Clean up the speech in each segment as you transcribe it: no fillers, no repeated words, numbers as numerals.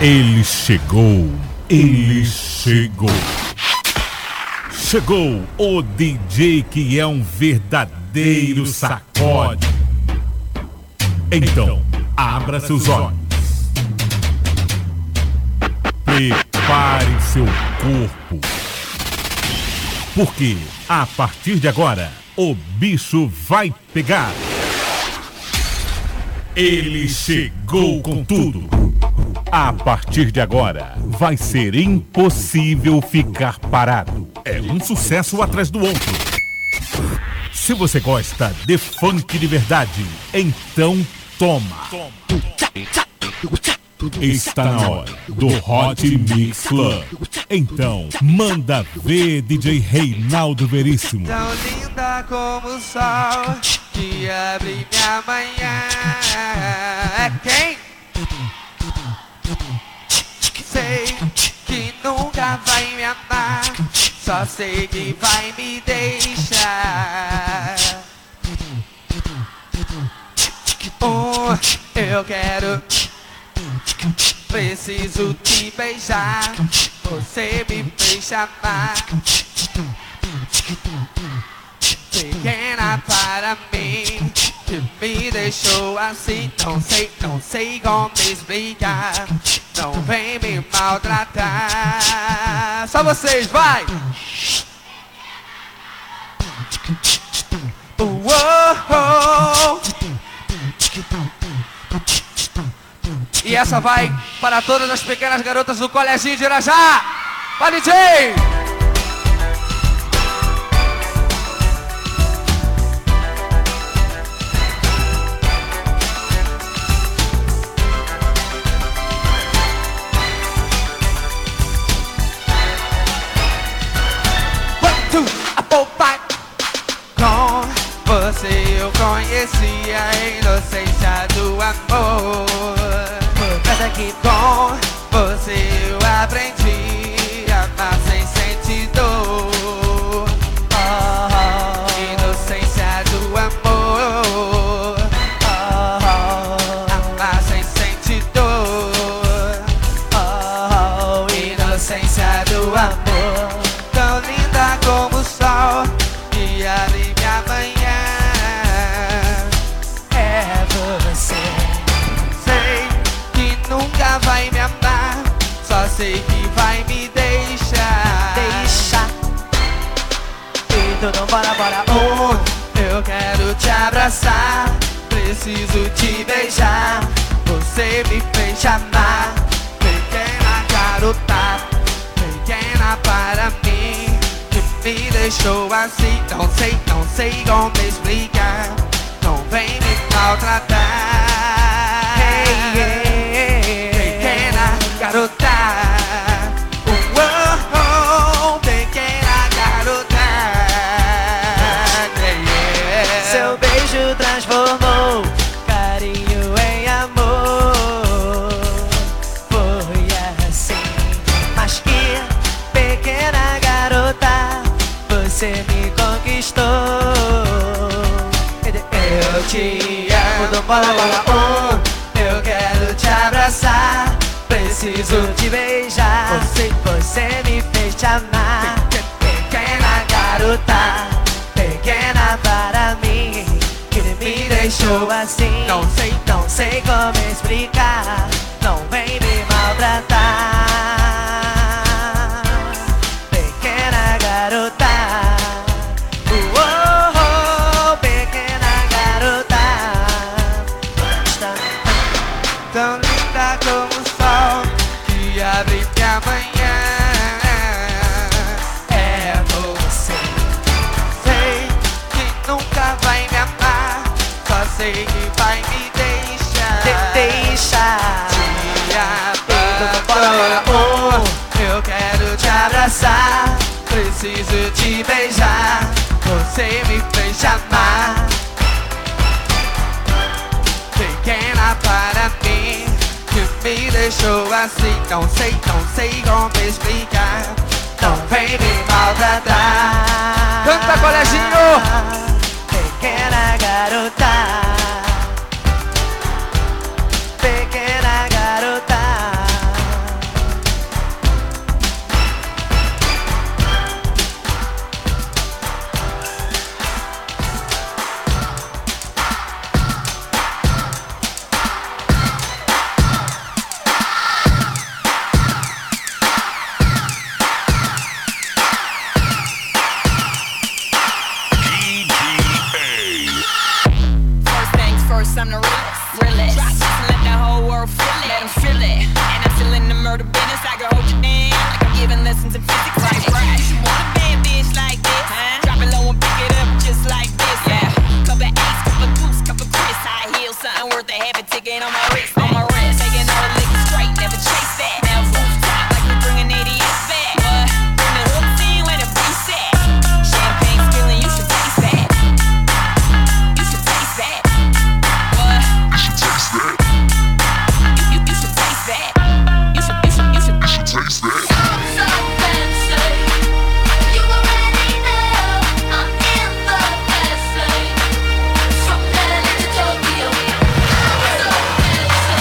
Ele chegou, ele chegou. Chegou o DJ que é um verdadeiro sacode. Então, abra seus olhos. Prepare seu corpo. Porque, a partir de agora, o bicho vai pegar. Ele chegou com tudo. A partir de agora, vai ser impossível ficar parado. É um sucesso atrás do outro. Se você gosta de funk de verdade, então toma. Está na hora do Hot Mix Club. Então, manda ver, DJ Reinaldo Veríssimo. Tão linda como o sol que abre minha manhã. É quem? Sei que nunca vai me amar, só sei que vai me deixar. Eu quero, preciso te beijar, você me fez chamar. Pequena para mim, que me deixou assim. Não sei como explicar. Não vem me maltratar. Só vocês, vai! E essa vai para todas as pequenas garotas do Coleginho de Irajá. Vai, DJ! Com você eu conheci a inocência do amor. Mas aqui com você eu aprendi a amar sem sentir dor. Inocência do amor. Amar sem sentir dor. Inocência do amor. Tão linda como o sol que abre minha manhã. É você. Sei que nunca vai me amar, só sei que vai me deixar. E tudo bora. Eu quero te abraçar, preciso te beijar, você me fez chamar. Pequena garota, pequena para mim, me deixou assim. Não sei como explicar. Não vem me maltratar. Pequena garota. Pequena garota. Seu beijo transformou carinho em amor. Foi assim, mas que pequena garota, você me conquistou. Eu te amo, bora. Eu quero te abraçar, preciso te beijar, você me fez te amar. Pequena garota, pequena para mim, que me deixou assim. Não sei como explicar. Não vem me maltratar. Pequena garota. Tão linda como o sol que abre minha manhã. É você. Sei que nunca vai me amar, só sei que vai me deixar. Eu quero te abraçar, preciso te beijar, você me fez chamar. Pequena para mim, que me deixou assim. Não sei como explicar. Não vem me maltratar. Canta, Coleginho! Pequena garota. Pequena garota. realest, I'm the realest. Drop this and let the whole world feel it. Let 'em feel it. And I'm still in the murder business. I can hold you down like I'm giving lessons in physics. Right, right. You want a bad bitch like this? Drop it low and pick it up just like this. Yeah. Couple A's, couple Deuce, couple Chris. High heels, something worth a half a ticket on my wrist. On my wrist. Taking all the liquor straight, never chase that. Now rooftop like we bringing 88 back. What? Bring the hooks in when the beat's at. Champagne spilling, you should taste that. You should taste that. What? You should taste that. You should taste that. You should taste that. I'm so fancy. You already know I'm in the best lane. From LA to Tokyo. I'm so fancy.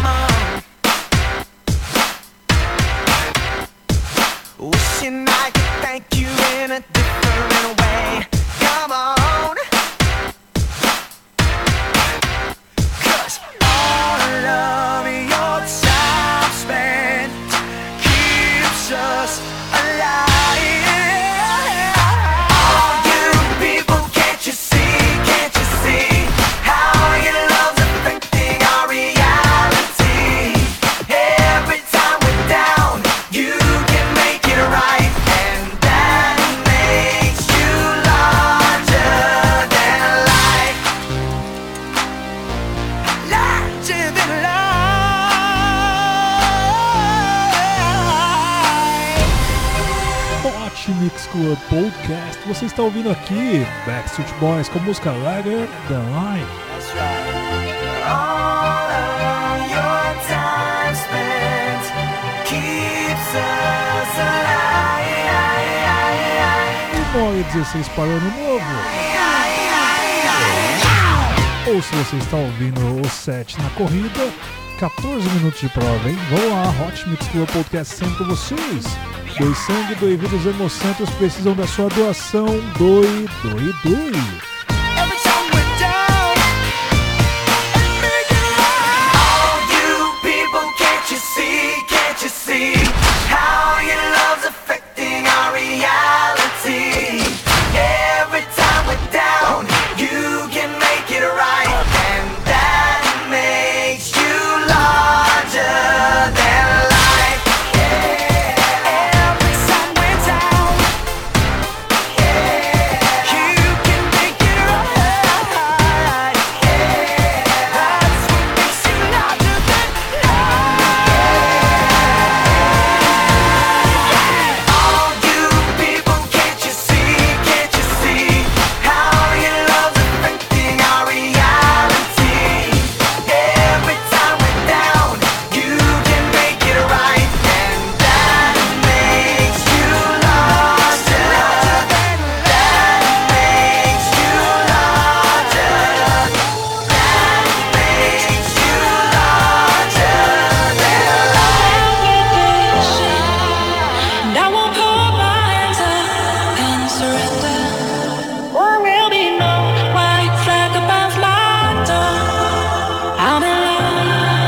come on. Wishing I could thank you in a different way. Come on. 'Cause all of your time spent keeps us alive. All you people, can't you see how your love's affecting our reality? Every time we're down, you can make it right, and that makes you larger than life. Larger than life. Hot Mix Club Podcast. Você está ouvindo aqui Backstreet Boys com a música Larger Than Life. That's right. All of your time spent keeps us alive. Uma hora e 16 para o ano novo. Ou se você está ouvindo o set na corrida, 14 minutos de prova, hein? Vamos lá, Hot Mix Club Podcast sempre com vocês. Doe sangue, doe vida, os Hemocentros precisam da sua doação. Doe, doe, doe. Every time we're down, make it right. All you people, can't you see how your love's affecting our reality? Every time we're down, you can make it right, and that makes you larger than life. Every time we're down, you can make it right. That's what makes you larger than life. All you people, can't you see how your love's affecting our reality? Every time we're down, you can make it right, and that makes you larger. That makes you larger. That makes you larger than life. And I won't put my hands up and surrender. There will be no white flag above my door. I'm in love.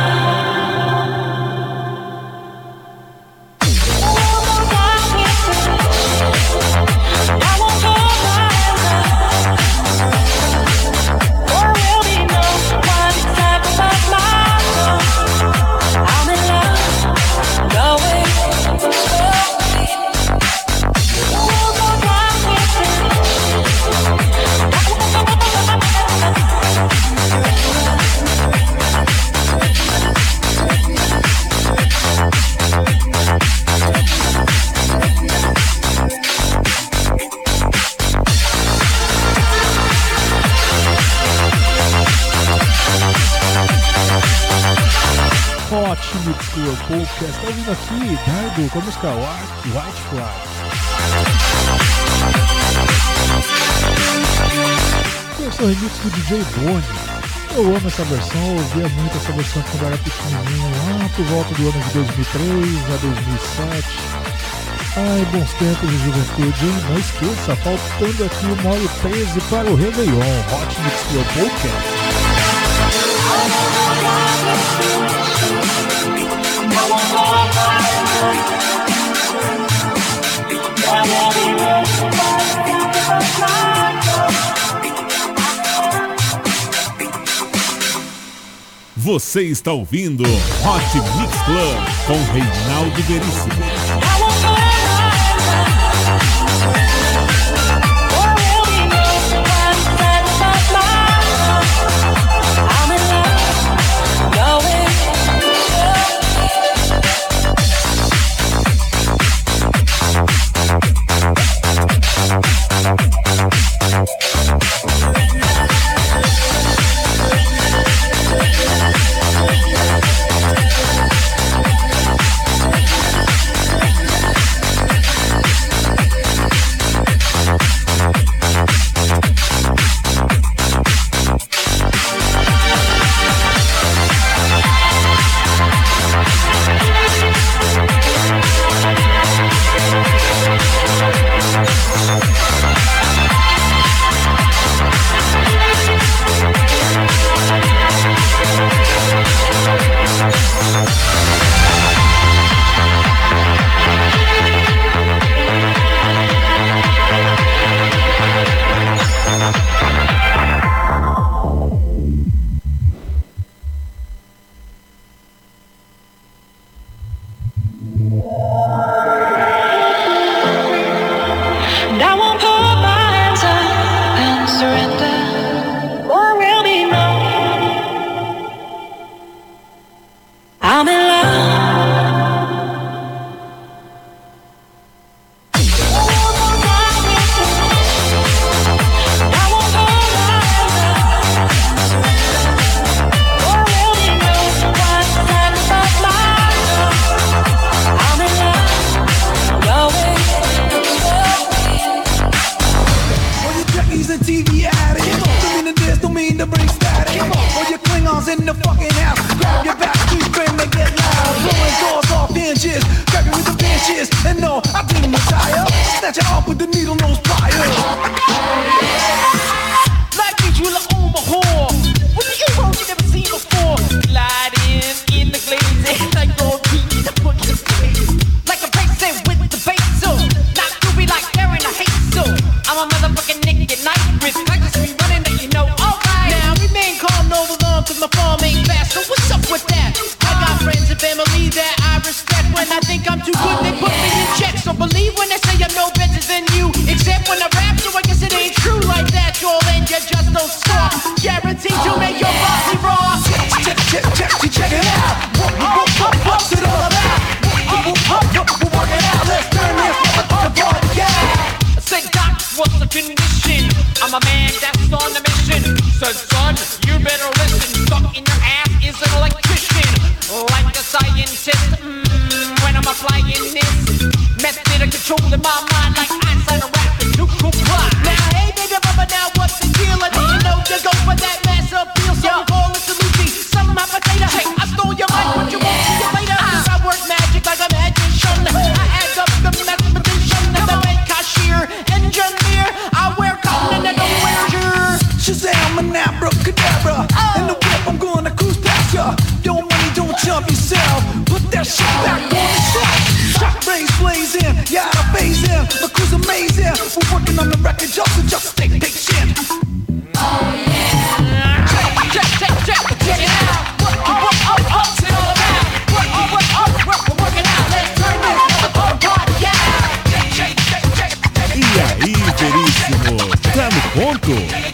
I won't put my hands up and surrender. There will be no white flag above my door. I'm in love. Going slowly. Hot Mix Club Podcast. Tá vindo aqui, Dardo, com a música White Flag. Versão remix do DJ Boni. Eu amo essa versão, eu ouvia muito essa versão quando eu era pequenininho, lá por volta do ano de 2003 a 2007. Ai, bons tempos de juventude, hein? Não esqueça, faltando aqui 1h13 para o Réveillon. Hot Mix Club Podcast. Você está ouvindo Hot Mix Club com Reinaldo Veríssimo. I'm in love. In the fucking house, grab your back, keep friend, they get loud. Blowing doors off hinges, grabbing with the benches. And no, I didn't retire. Snatch it off with the needle nose pliers. Like me, you look overhaul. What the hell you never seen before? Gliding in the glaze, like gold keys, the put your face. Like a bass with the bass, so not to be like Aaron, I hate so. I'm a motherfucking nigga at night with practice me running that you know. Alright, now remain calm, no alarm, cause my farm ain't fast. So what's up with that? I got friends and family that I respect. When I think I'm too good, they put me in check. So believe when they say I'm no better than you. Except when I rap, so I guess it ain't true like that. Y'all and you just don't stop. Guaranteed to make your body raw. Check it out. What's it all about? We're working out. Let's turn this motherfucking party out. Say, Doc, what's the condition? I'm a man that's on a mission. Said, son, you better listen. Stuck in your ass is an electrician. Like a scientist, when I'm applying this method of controlling my mind like Einstein or rapping nuclear fly. Now, hey, baby, mama, now what's the deal? I didn't know to go for that mass appeal. So you call it solution, some my potato. Hey, I stole your mic, but you won't see it later. I work magic like a magician. I add up the mathematician and the bank cashier, engineer. I wear cotton and I don't wear your Shazam and abracadabra. In the whip, I'm gonna cruise past ya. Your money, don't jump yourself. Put that shit back on the shelf. Shot rays blazing, yeah, I phase in. The crew's amazing. We're working on the record, just stay patient. Check it out. What's it all about? We're working out. Let's turn this motherfucking party out. E aí, Veríssimo? Tá no ponto?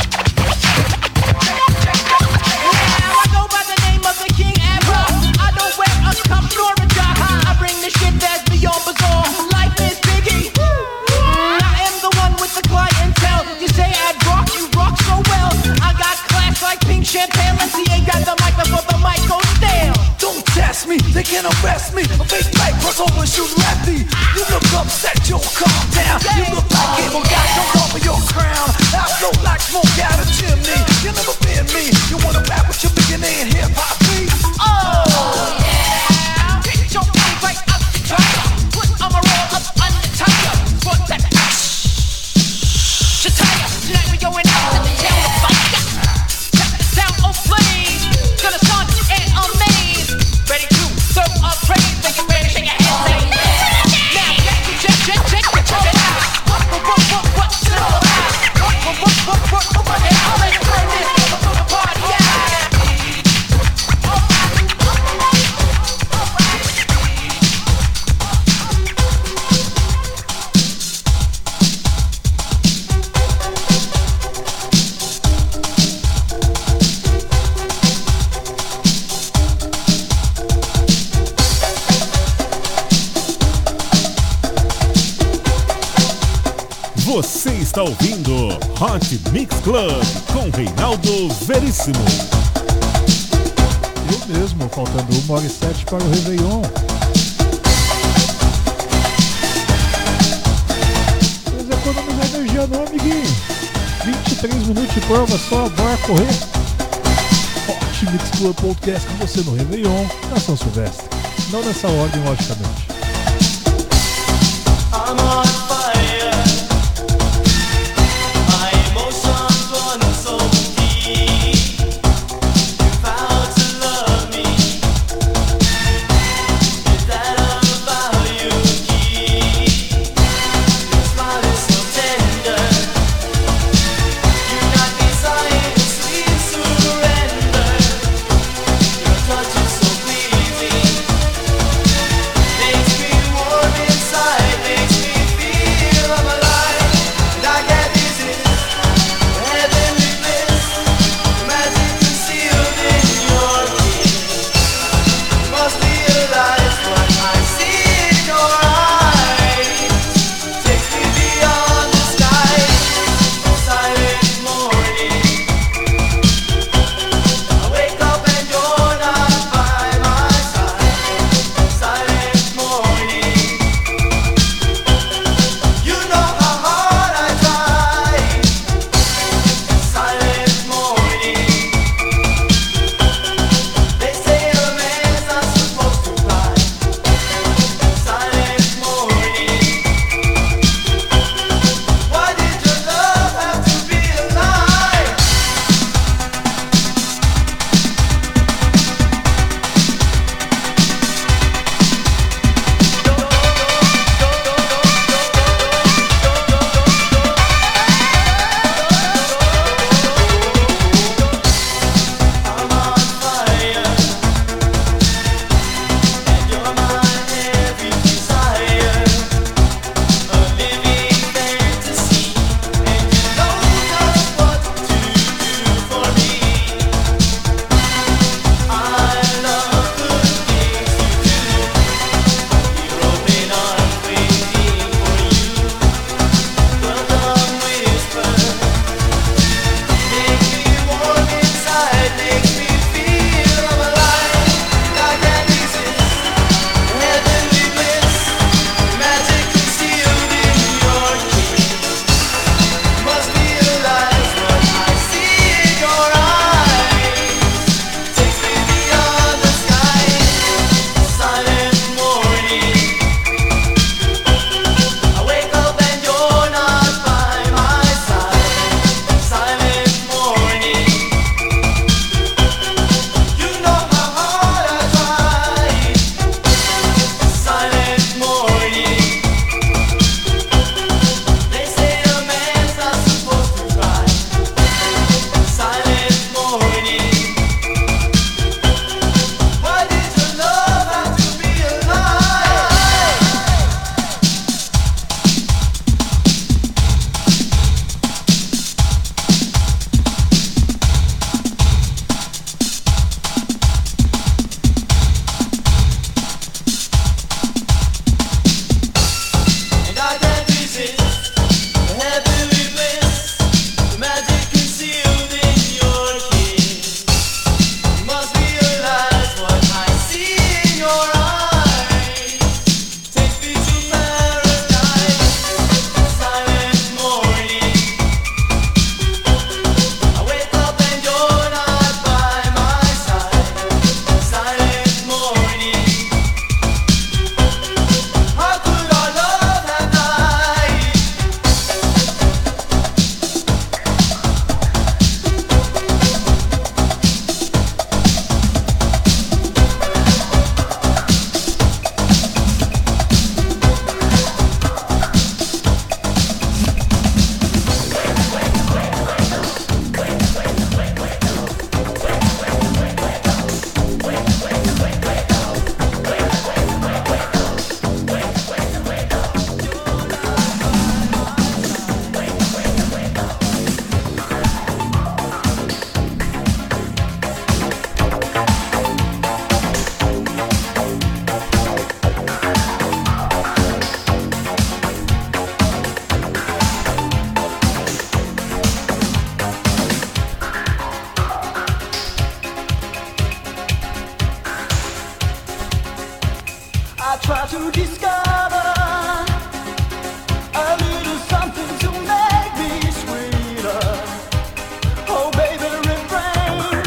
Champagne, let's see, ain't got the mic before the mic goes stale. Don't test me, they can't arrest me. A fake light, cross over, shoot lefty. You look upset, you'll calm down. You look like cable guy, don't call for your crown. I float like smoke out a chimney. You never been me. You wanna rap with your big name hip hop beat? Oh, yeah. Get your body right up the tire. Put on my roll up on the tire. Put that tire. Tonight we going out to the town of fire. Sound of flames, gonna stun and amaze. Ready to throw a praise, make it ready, shake your hands, say now check it out. What's it all about? What the hell? Let's turn this motherfucking party out. Você está ouvindo Hot Mix Club com Reinaldo Veríssimo. Eu mesmo, faltando 1h07 para o Réveillon. Mas economizar energia não, amiguinho. 23 minutos de prova só, bora correr. Hot Mix Club Podcast com você no Réveillon, na São Silvestre. Não nessa ordem, logicamente. I'm on fire. My emotions run so deep. You vowed to love me. Is that all about you keep? Your smile is so tender. You got desire to sweet surrender. Your touch is so pleasing. Makes me warm inside, makes me feel try to discover a little something to make me sweeter. Oh baby, refrain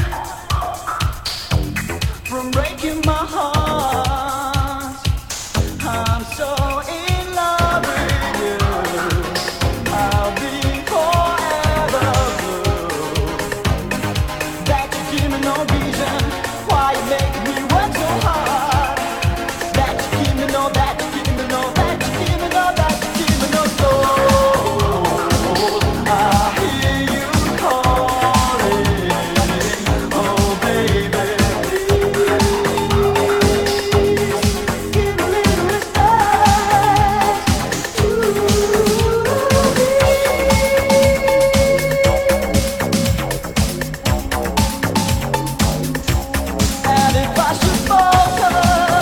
from breaking my heart. I'm so in love with you. I'll be forever blue. That you give me no reason why you make me work so hard. That you give me no, that you give me no, that you give me no, that you give me no soul. I hear you calling, oh baby, please give a little respect to me. And if I should falter,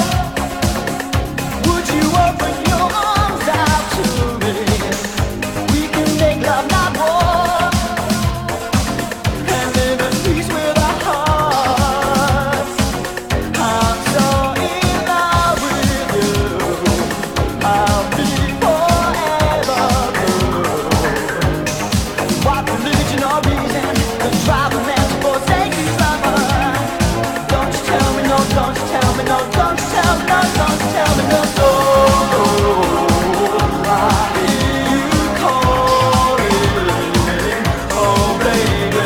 would you open your arms out to me? We can make love, not war, and live in peace with our hearts. I'm so in love with you. I'll be forever blue. What religion or reason could drive a man to forsake his lover? Don't you tell me no, don't you tell me no, don't you tell me no, don't you tell me no. So I hear you calling, oh baby,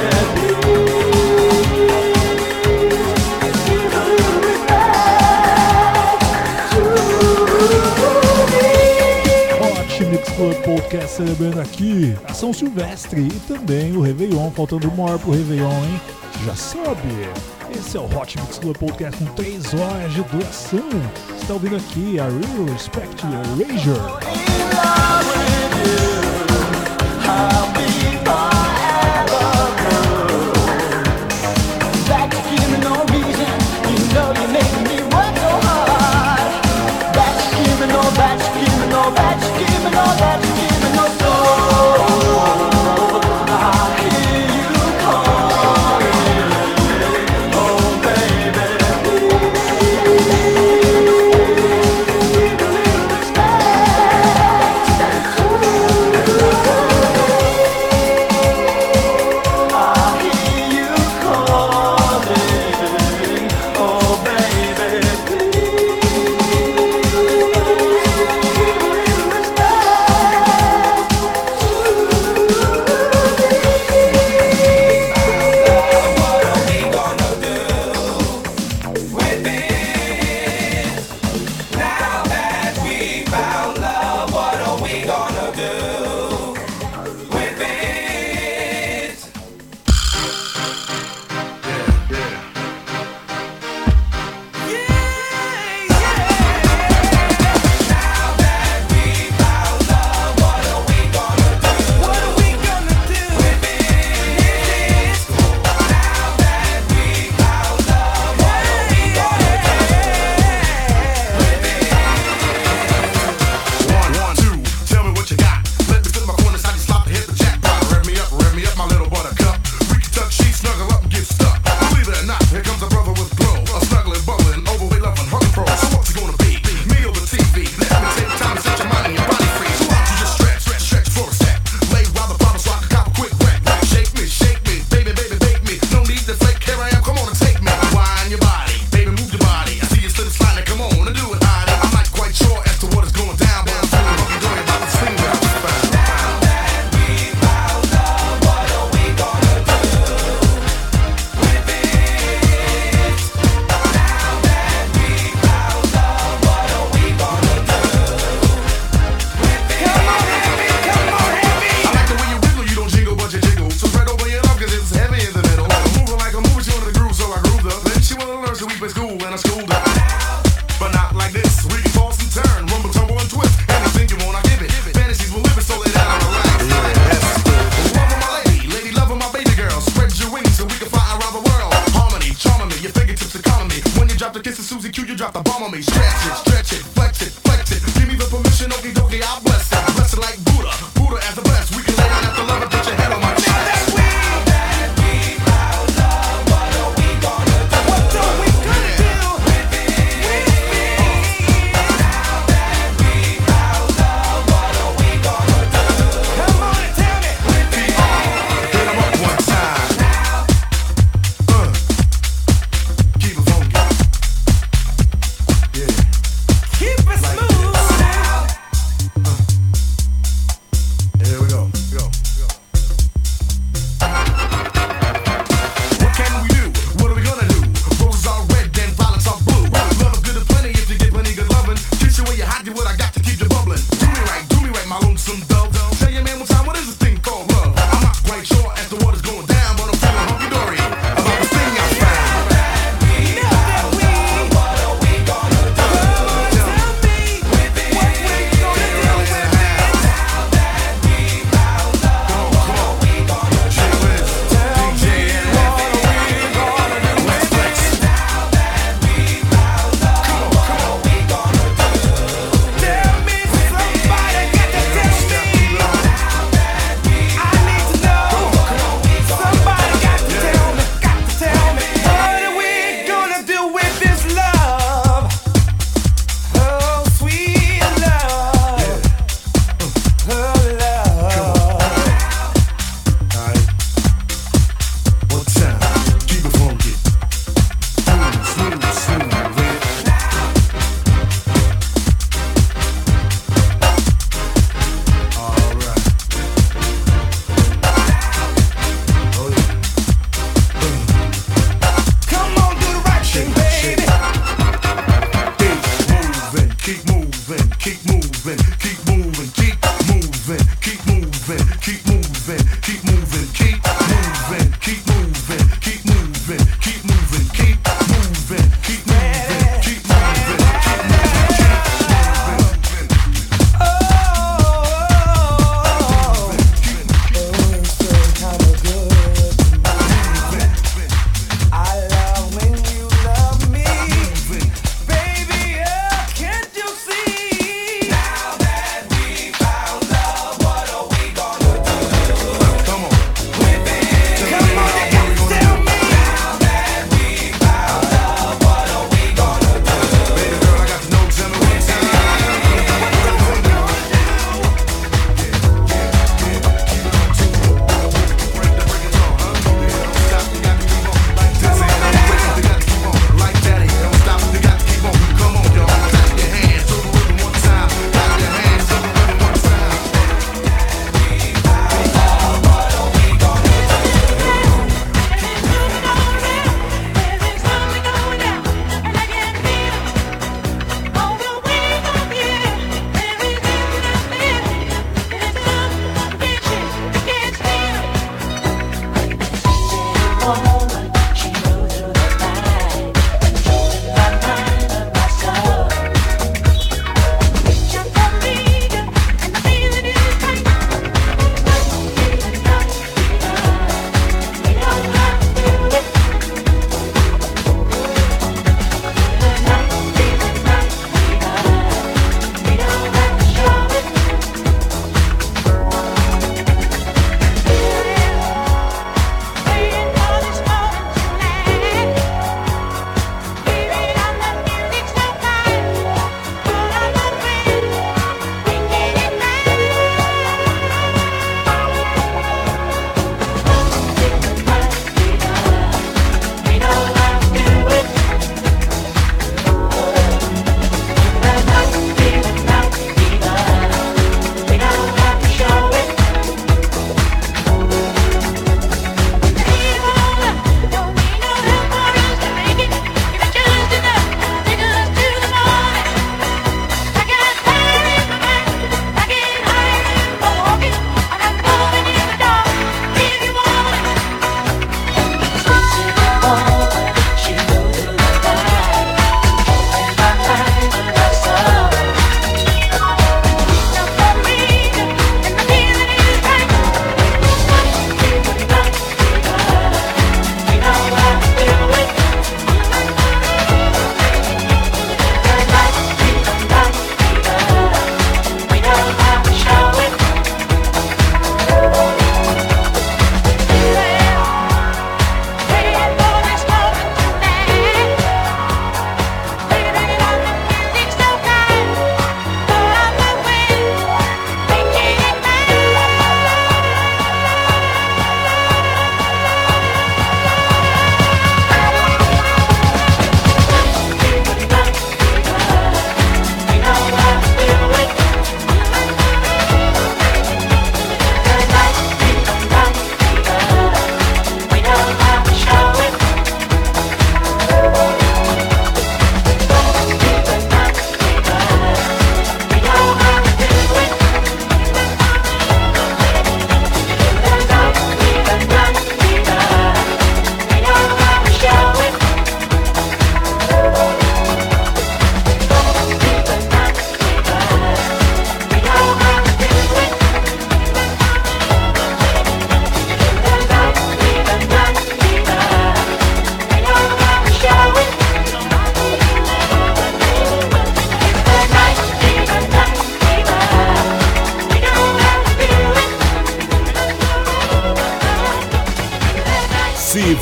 please give a little respect to me. Hot Mix Club Podcast celebrando aqui a São Silvestre e também o Réveillon, faltando uma hora pro Réveillon, hein? Já sabe, esse é o Hot Mix Club Podcast com 3 horas de duração. Você está ouvindo aqui a Real Respect Erasure. In love with you, I'll be forever blue. That you give me no reason, you know you make me work so hard. That you give me no, that you give me no, that you give me no, that you give me no soul. I hear you calling, oh baby, please give a little respect to me. I hear you calling, oh baby, please give a little respect to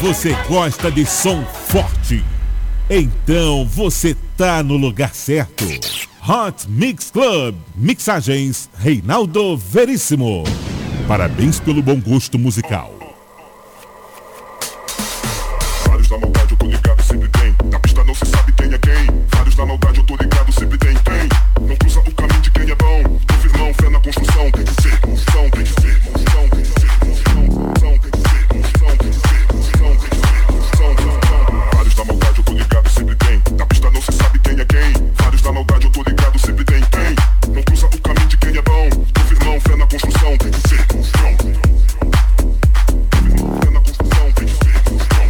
Você gosta de som forte? Então você tá no lugar certo. Hot Mix Club, mixagens Reinaldo Veríssimo. Parabéns pelo bom gosto musical. Vários da maldade eu tô ligado, sempre tem. Na pista não se sabe quem é quem. Vários da maldade eu tô ligado, sempre tem. Não cruza o caminho de quem é bom. Tô firmão, fé na construção. Tem que ser monstrão, tem que ser monstrão, tem que ser monstrão, tem que ser monstrão, tem que ser monstrão, tem que ser monstrão. Vários da maldade eu tô ligado, sempre tem. Na pista não se sabe quem é quem. Vários da maldade eu tô ligado, sempre tem. Não cruza o caminho de quem é bom. Tô firmão, fé na construção. Tem que ser monstrão. Fé na construção, tem que ser monstrão.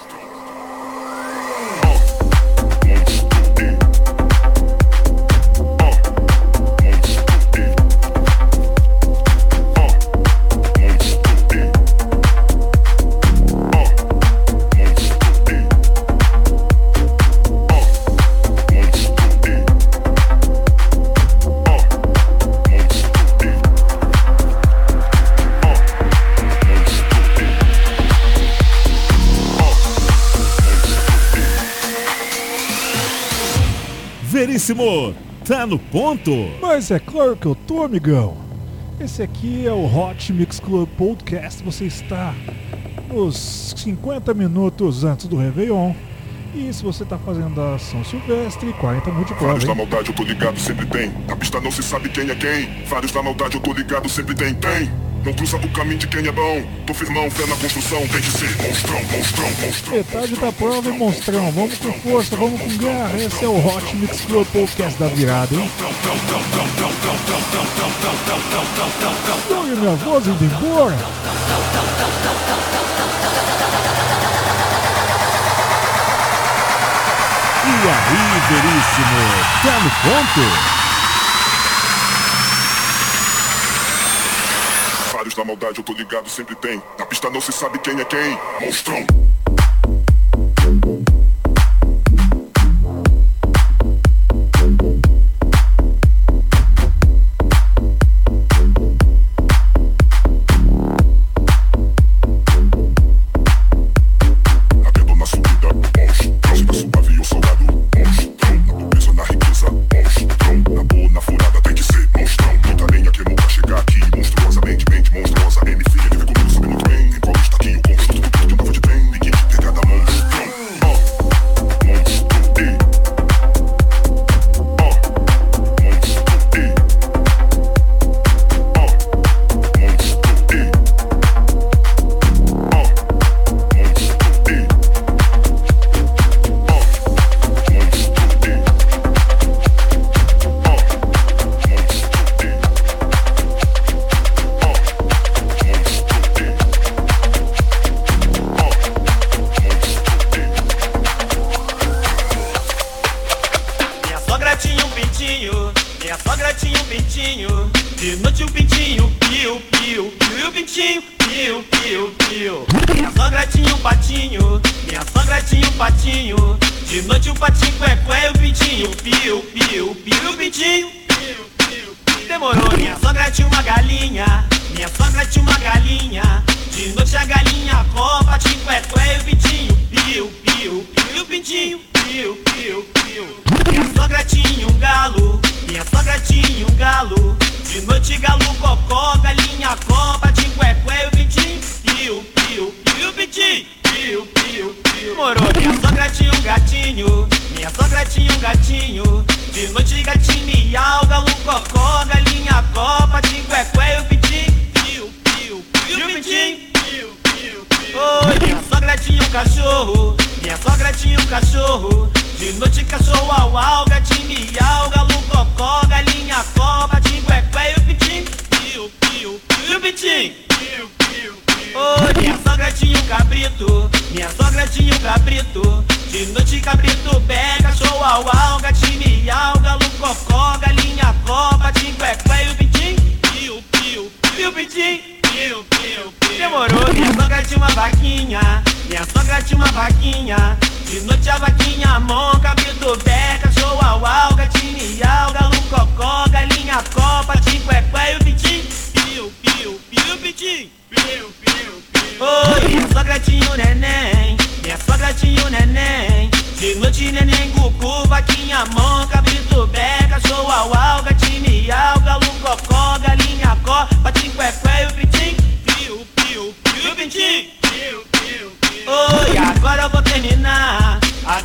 Veríssimo, tá no ponto? Mas é claro que eu tô, amigão. Esse aqui é o Hot Mix Club Podcast. Você está nos 50 minutos antes do Réveillon. E se você tá fazendo a São Silvestre, 40 minutos de prova, Vários da hein? maldade eu tô ligado, sempre tem. Na pista não se sabe quem é quem. Vários da maldade eu tô ligado, sempre tem. Não cruza o caminho de quem é bom. Tô firmão, fé na construção. Tem que ser monstrão, monstrão, monstrão. Metade da prova é monstrão. Vamos com força, vamos com garra. Esse é o Hot Mix Club Podcast da virada, hein? Olha minha voz indo embora. E aí, Veríssimo, tá no ponto? Vários da maldade eu tô ligado, sempre tem. Na pista não se sabe quem é quem. Monstrão. Cabelo na subida, monstrão. Na suave e o salgado, monstrão. Na pobreza, na riqueza, monstrão. Na boa, na furada tem que ser monstrão. Muita lenha que nunca chegar aqui, monstruosamente, mente monstruosa. M filha, ele vem comigo, sabe muito bem. Tem qual está aqui, o conjunto, tudo que andava de trem. Ninguém te tem cada monstrão. Monstro, e. Monstro, e. Monstro, e. Monstro, e. Minha sogra tinha um pintinho, minha sogra tinha um pintinho. De noite o pintinho piu, piu, piu, e o pintinho piu, piu, piu. Minha sogra tinha um patinho, minha sogra tinha um patinho. De noite o patinho cué, e o pintinho piu, piu, piu, e o pintinho piu, piu, piu. Demorou, minha sogra tinha uma galinha, minha sogra tinha uma galinha. De noite a galinha com o patinho cué, e o pintinho piu, piu, piu, e o pintinho piu, piu, piu. Minha sogra tinha um galo, minha sogra tinha um galo. De noite galo cocó, galinha copa, de cué, e o pintinho piu, piu, piu, e o pintinho piu, piu, piu. Morou, minha sogra tinha um gatinho, minha sogra tinha um gatinho. De noite gatinho miau, galo cocó, galinha copa, de cué, e o pintinho piu, piu, piu, e o pintinho piu, piu, piu. Oi, minha sogra tinha um cachorro, minha sogra tinha um cachorro. De noite cachorro au au, gatinho miau, galo cocó, galinha copa, de cué, e o pintinho piu, piu, piu, e o pintinho piu, piu, piu. Oi, minha sogra tinha um cabrito, minha sogra tinha um cabrito. De noite cabrito pé, cachorro au au, gatinho miau, galo cocó, galinha copa, de cué, e o pintinho piu, piu, piu, e o pintinho piu, piu, piu. Demorou, minha sogra tinha uma vaquinha, minha sogra tinha uma vaquinha. De noite a vaquinha mon, cabrito pé, cachorro au au, gatinho miau, galo cocó, galinha copa, de cué, e o pintinho piu, piu, piu, e o pintinho piu, piu, piu. Oi, minha sogra tinha um neném, minha sogra tinha um neném. De noite neném, cucu, vaquinha, mão, cabrito, beca, show, au, au, gatinho, miau, galo, cocó, galinha, có, patim, cué, e o pitim, piu, piu, piu, e o pintim, piu, piu, piu. Oi, agora eu vou terminar,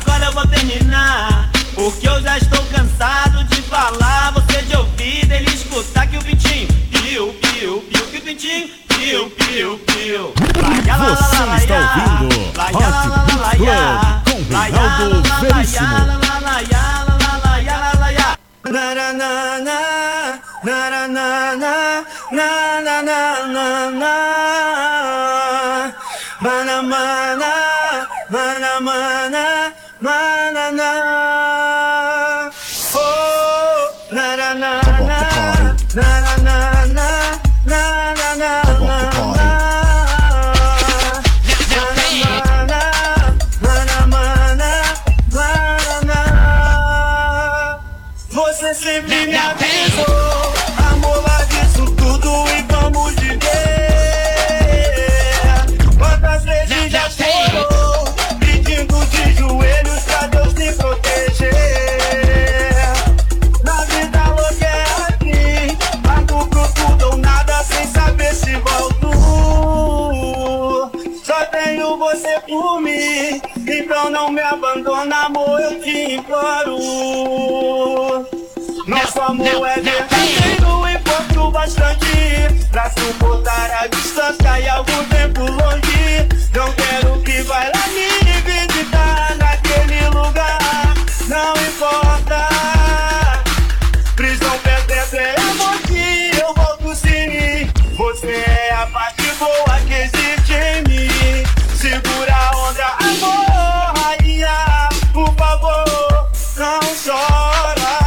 porque eu já estou cansado de falar, você de ouvir, dele escutar que o pintim, piu, piu, piu, que o pintim, piu, piu, piu. Você está ouvindo Hot Beat Club com Reinaldo Veríssimo. Você sempre me avisou, amor, larga isso tudo e vamos viver. Quantas vezes já chorou, pedindo de joelhos pra Deus me proteger. Na vida louca é assim, pago pro tudo ou nada sem saber se volto. Só tenho você por mim, então não me abandona, amor, eu te imploro. Nosso amor é verdadeiro e forte bastante pra suportar a distância e algum tempo longe. Não quero que vai lá me visitar naquele lugar, não importa. Prisão perpétua é amor que eu volto sim. Você é a parte boa que existe em mim. Segura a onda, amor, rainha, por favor, não chora.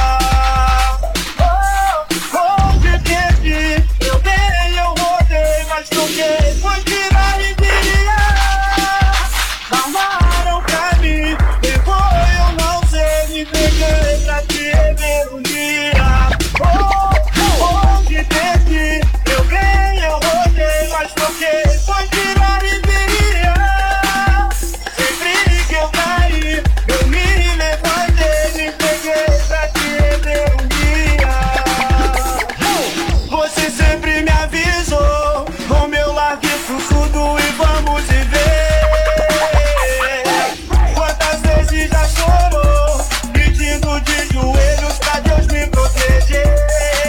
Foi tirar e virar, armaram pra mim, depois eu não sei, me peguei pra te rever um dia. Onde desci, eu ganhei, eu rodei, mas toquei, foi tirar e virar. Sempre que eu caí, eu me levantei, me peguei pra te rever um dia. Você sempre me avisou, como eu larguei tudo e vamos viver. Quantas vezes já chorou, pedindo de joelhos pra Deus me proteger.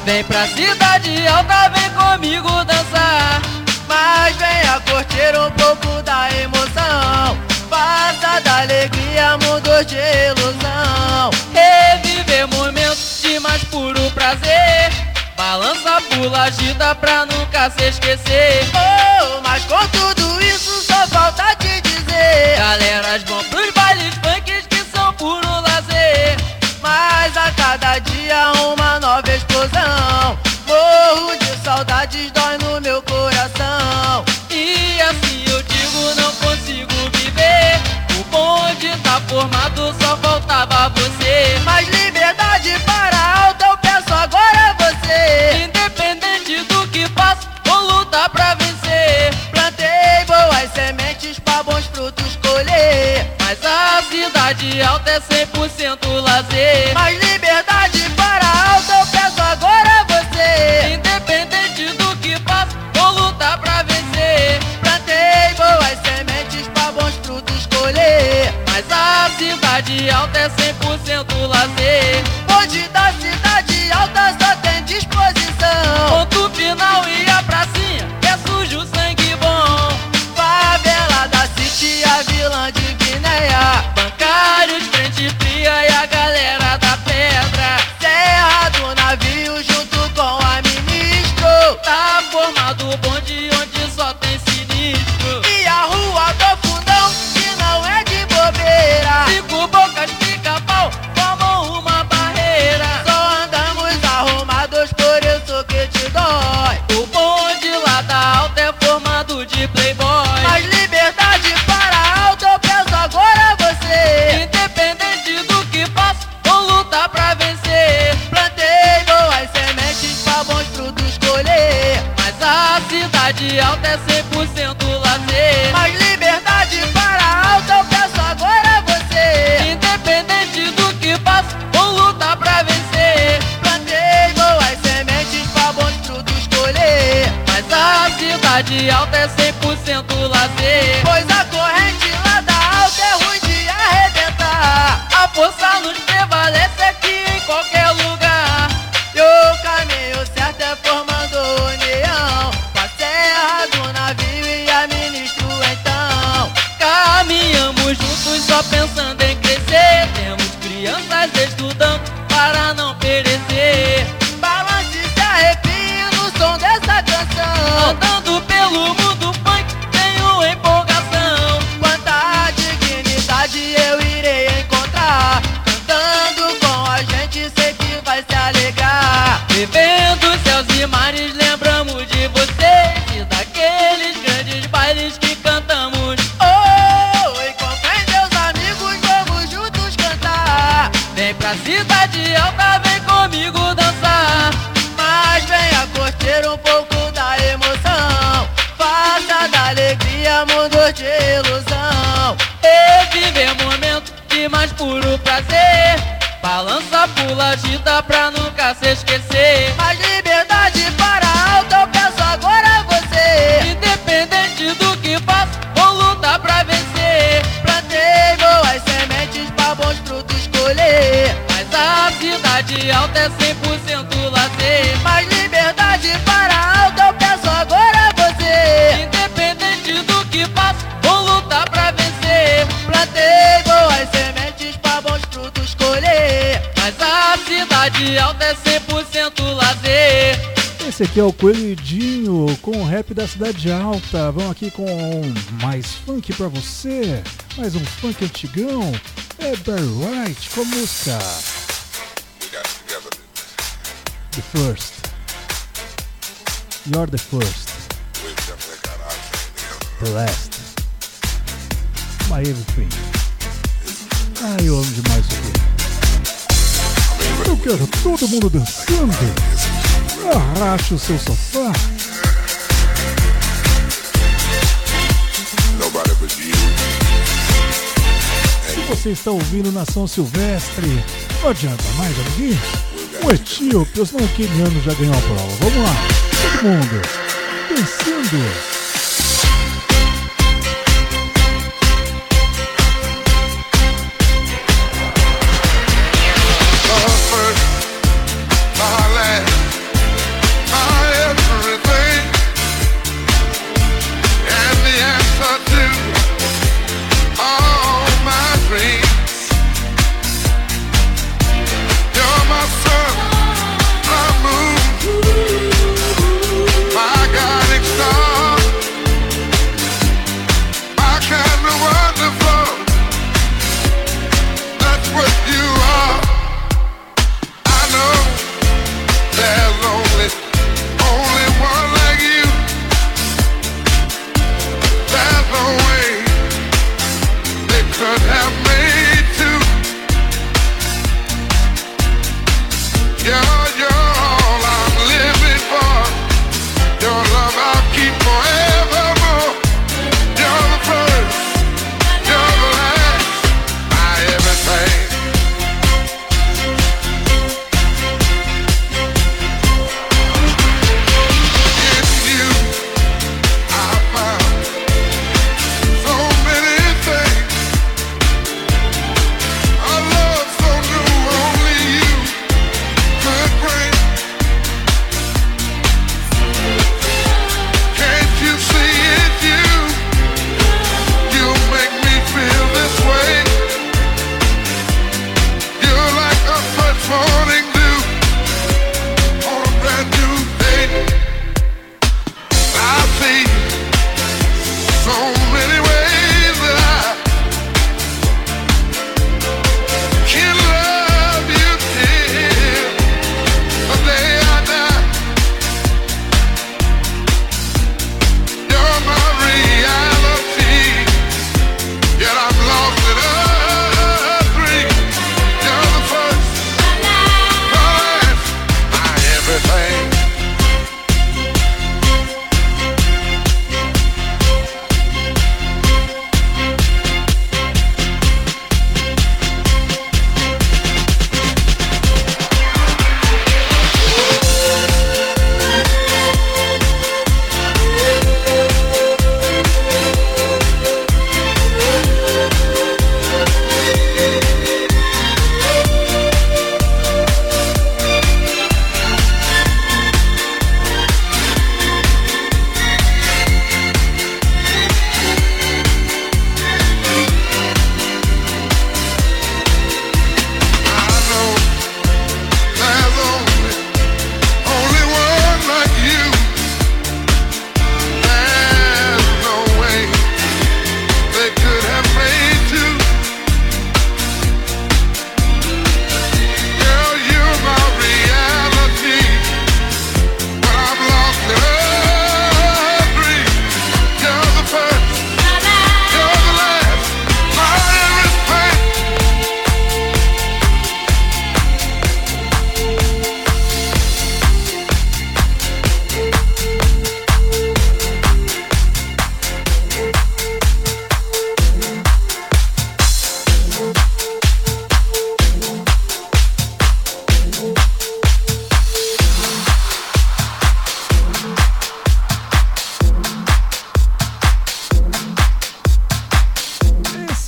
Vem pra cidade alta, vem comigo dançar. Mas venha curtir um pouco da emoção. Faça da alegria mundos de ilusão. Reviver momentos de mais puro prazer. Balança, pula, agita pra nunca se esquecer. Oh, mas com tudo isso só falta te dizer: galeras vão pros bailes funks que são puro lazer. Mas a cada dia uma nova explosão. Morro de saudades, dói no meu coração. E assim eu digo, não consigo viver. O bonde tá formado, só faltava você. Mas liberdade para alta, eu peço agora a você. Independente do que faço, vou lutar pra vencer. Plantei boas sementes pra bons frutos colher. Mas a cidade alta é 100% lazer. Mas liberdade para alta, eu peço agora a você. Independente do que faço, vou lutar pra vencer. Plantei boas sementes pra bons frutos colher. Mas a cidade alta é 100% lazer. Onde da cidade alta só tem disposição. Ponto final e a pracinha, que é sujo sangue bom. Favela da City, a vilã de Guinéia. Bancários, frente fria e a galera da pedra. Serra do navio junto com a ministro. Tá formado o bonde onde só tem sinistro. E a rua do fundão, que não é de bobeira. 5 bocas pica-pau formam uma barreira. Só andamos arrumados, por isso que te dói. O bonde lá da alta é formado de playboy. Mas liberdade para alta, eu peço agora a você. Independente do que faço, vou lutar pra vencer. Plantei boas sementes pra bons frutos colher. Mas a cidade alta é 100% lazer. Mas liberdade para alta, eu peço agora a você. Independente do que faço, vou lutar pra vencer. Plantei boas sementes pra bons frutos colher. Mas a cidade alta é 100% lazer. Pois a corrente lá da alta é ruim de arrebentar. A força nos prevalece aqui em qualquer lugar. E o caminho certo é formando união. Com a serra do navio e a ministro então. Caminhamos juntos só pensando em crescer. Temos crianças estudando para não perecer. Balance e se arrepie no som dessa canção. Andando pelo mundo funk, tenho empolgação. Quanta dignidade eu irei encontrar. Cantando com a gente, sei que vai se alegrar. Vivendo céus e mares, lembramos de vocês e daqueles grandes bailes que cantamos. Oh, e com fé em Deus, amigos, vamos juntos cantar. Vem pra cidade alta, vem comigo dançar. Mas venha curtir um pouco da emoção. Faça da alegria mundos de ilusão. Reviver momentos de mais puro prazer. Balança, pula, agita pra nunca se esquecer. Mas liberdade para alta, eu peço agora a você. Independente do que faço, vou lutar pra vencer. Plantei boas sementes pra bons frutos colher. Mas a cidade alta é 100% lazer. Mas liberdade para alta, eu peço agora a você. Independente do que faço, vou lutar pra vencer. Plantei boas sementes pra bons frutos colher. Mas a cidade alta é 100% lazer. Esse aqui é o Coelhidinho com o rap da Cidade Alta. Vamos aqui com mais funk pra você. Mais um funk antigão. É Barry White com a música The First. You're the first. The last. My everything. Ah, eu amo demais isso aqui. Eu quero todo mundo dançando. Arraste o seu sofá. Se você está ouvindo Nação Silvestre, não adianta mais, amiguinhos. Um etíope, senão o queniano já ganhou a prova. Vamos lá, todo mundo dançando.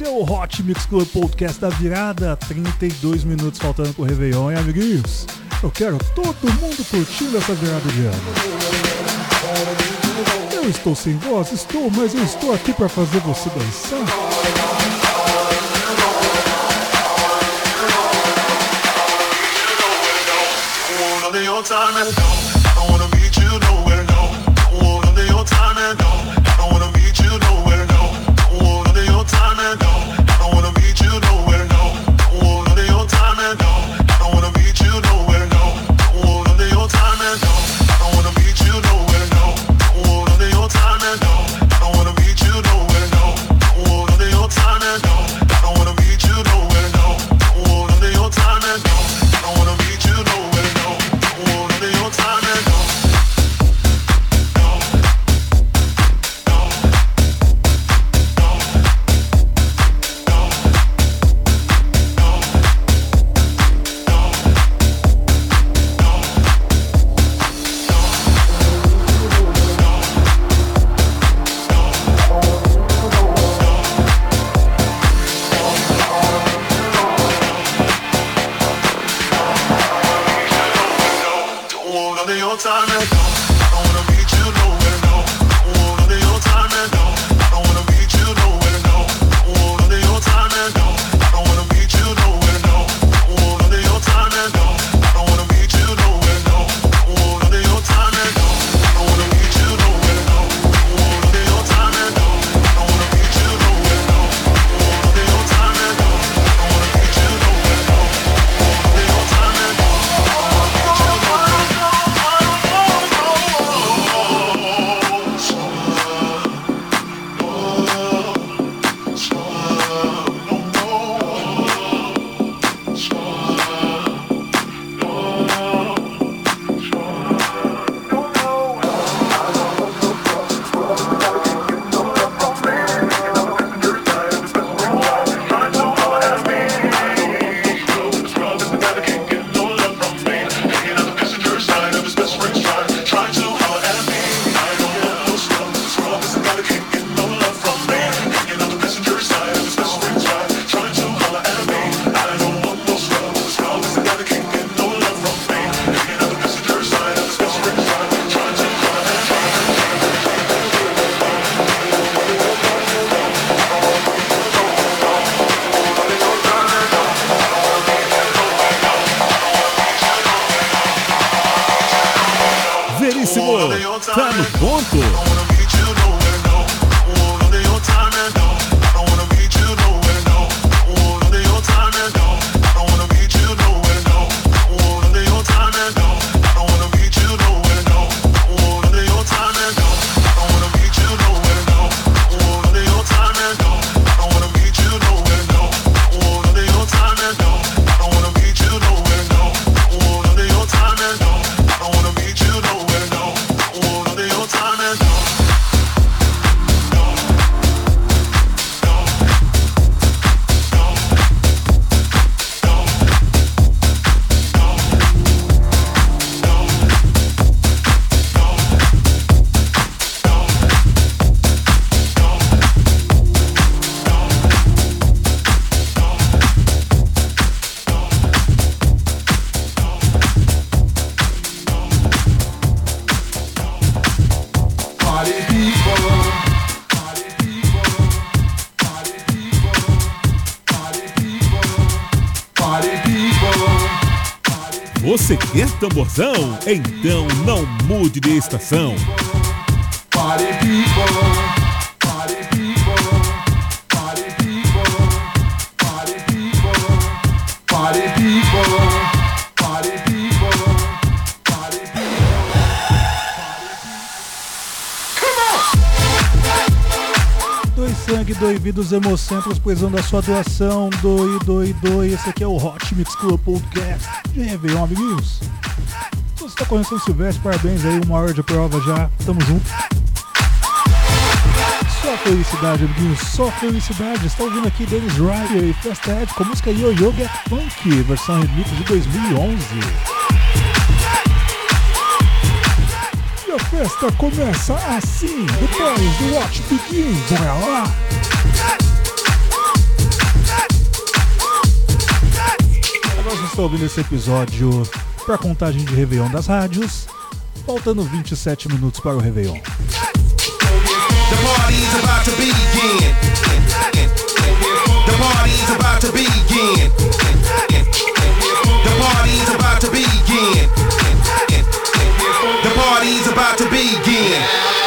Esse é o Hot Mix Club Podcast da virada, 32 minutos faltando pro Réveillon, hein, amiguinhos? Eu quero todo mundo curtindo essa virada de ano. Eu estou sem voz, mas eu estou aqui para fazer você dançar. Veríssimo, tá no ponto. Você quer tamborzão? Então não mude de estação. Party people, party people, party people, party people, party people, party people, party people. Doe sangue, doe vida, os Hemocentros precisando da sua doação. Doe, doe, doe. Esse aqui é o Hot Mix Club Podcast de Réveillon, amiguinhos. Se você tá correndo São Silvestre, parabéns aí, 1 hora de prova já. Tamo junto. Só felicidade, amiguinhos, só felicidade. Está ouvindo aqui Dennis Ryder e Festa Ed com a música Yo Yo Get Funk, versão remix de 2011. E a festa começa assim, depois do Watch Begins. Bora lá! está ouvindo esse episódio para a contagem de Réveillon das rádios, faltando 27 minutos para o Réveillon. The party's about to begin. The party's about to begin. The party's about to begin. The party's about to begin.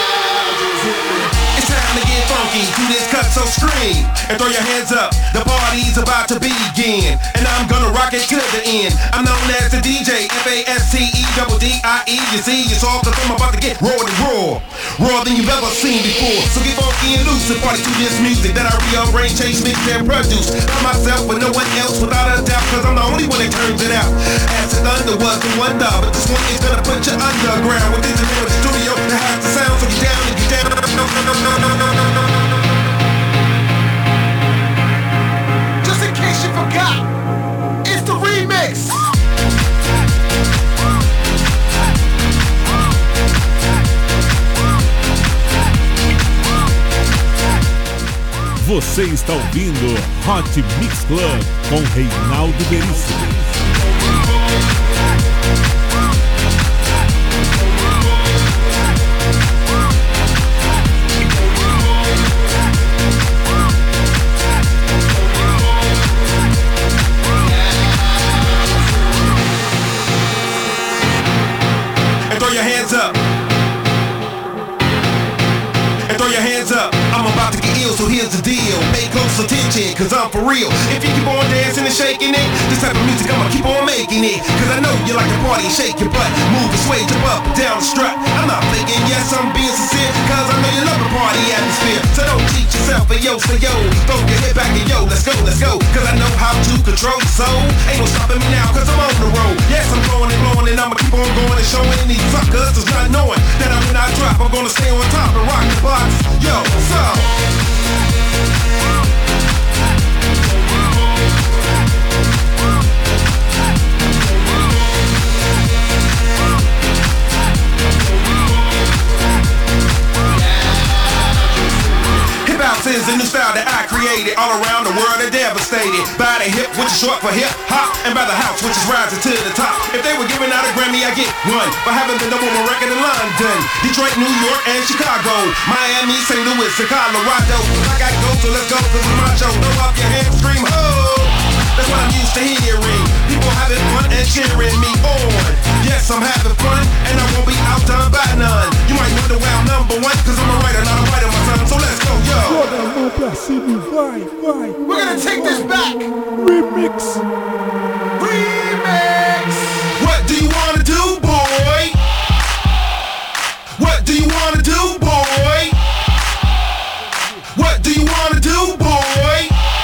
It's time to get funky to this cut, so scream and throw your hands up. The party's about to begin, and I'm gonna rock it to the end. I'm known as the DJ, F-A-S-T-E-D-D-I-E. You see, it's all 'cause I'm about to get raw and raw, raw than you've ever seen before. So get funky and loose and party to this music that I rearrange, change, mix, and produce by myself with no one else, without a doubt, 'cause I'm the only one that turns it out. Acid Thunder was the wonder, but this one is gonna put you underground. With this in the studio that has the sound, so get down and get down. Just in case you forgot, it's the remix. Você está ouvindo Hot Mix Club com Reinaldo Veríssimo. And throw your hands up. And throw your hands up. I'm about to get ill, so here's the deal. Pay close attention, 'cause I'm for real. If you keep on dancing and shaking it, this type of music I'ma keep on making it. 'Cause I know you like to party and shake your butt. Move and sway, jump up, down the strut. I'm not faking, yes, I'm being sincere, 'cause I know you love the party atmosphere. So don't cheat yourself, and yo, say yo, throw your head back and yo, let's go, let's go. 'Cause I know how to control your soul. Ain't no stopping me now, 'cause I'm on the road. Yes, I'm blowing and I'ma keep on going and showing these suckers that's not knowing that when I drop, I'm gonna stay on top and rock the box. Yo, so hip-hop is a new style that I created. All around the world they're devastated by the hip, which is short for hip-hop, and by the house, which is rising to the top. If they were giving out a Grammy, I get one for having the number one record in London, Detroit, New York, and Chicago, Miami, St. Louis, and Colorado. I got to go, so let's go, 'cause it's my show. Throw up your hands, scream, ho! That's what I'm used to hearing. People having fun and cheering me on. Yes, I'm having fun, and I won't be outdone by none. You might wonder why I'm number one, 'cause I'm a writer, not a writer, my son. So let's go, yo! Joga a mão pra cima e vai, vai. We're gonna take this back. Remix. Remix. What do you wanna do, boy? What do you wanna do, boy? What do you wanna do, boy?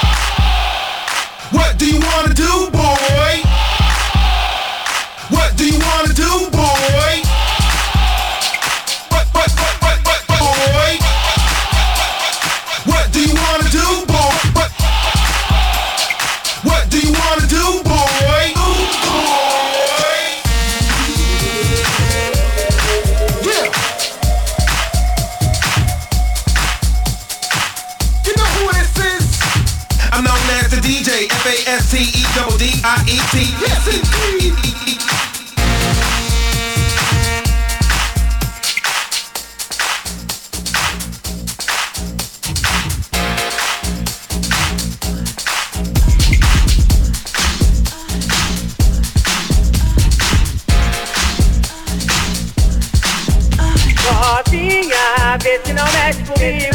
What do you wanna do, boy? What do you wanna do, boy? What, boy? What do you wanna do, boy? What do you wanna do, boy? Yeah. You know who this is? I'm known as the DJ, F-A-S-T-E-D-D-I-E-T. Yes, indeed. Novinha, vê se não mexe comigo.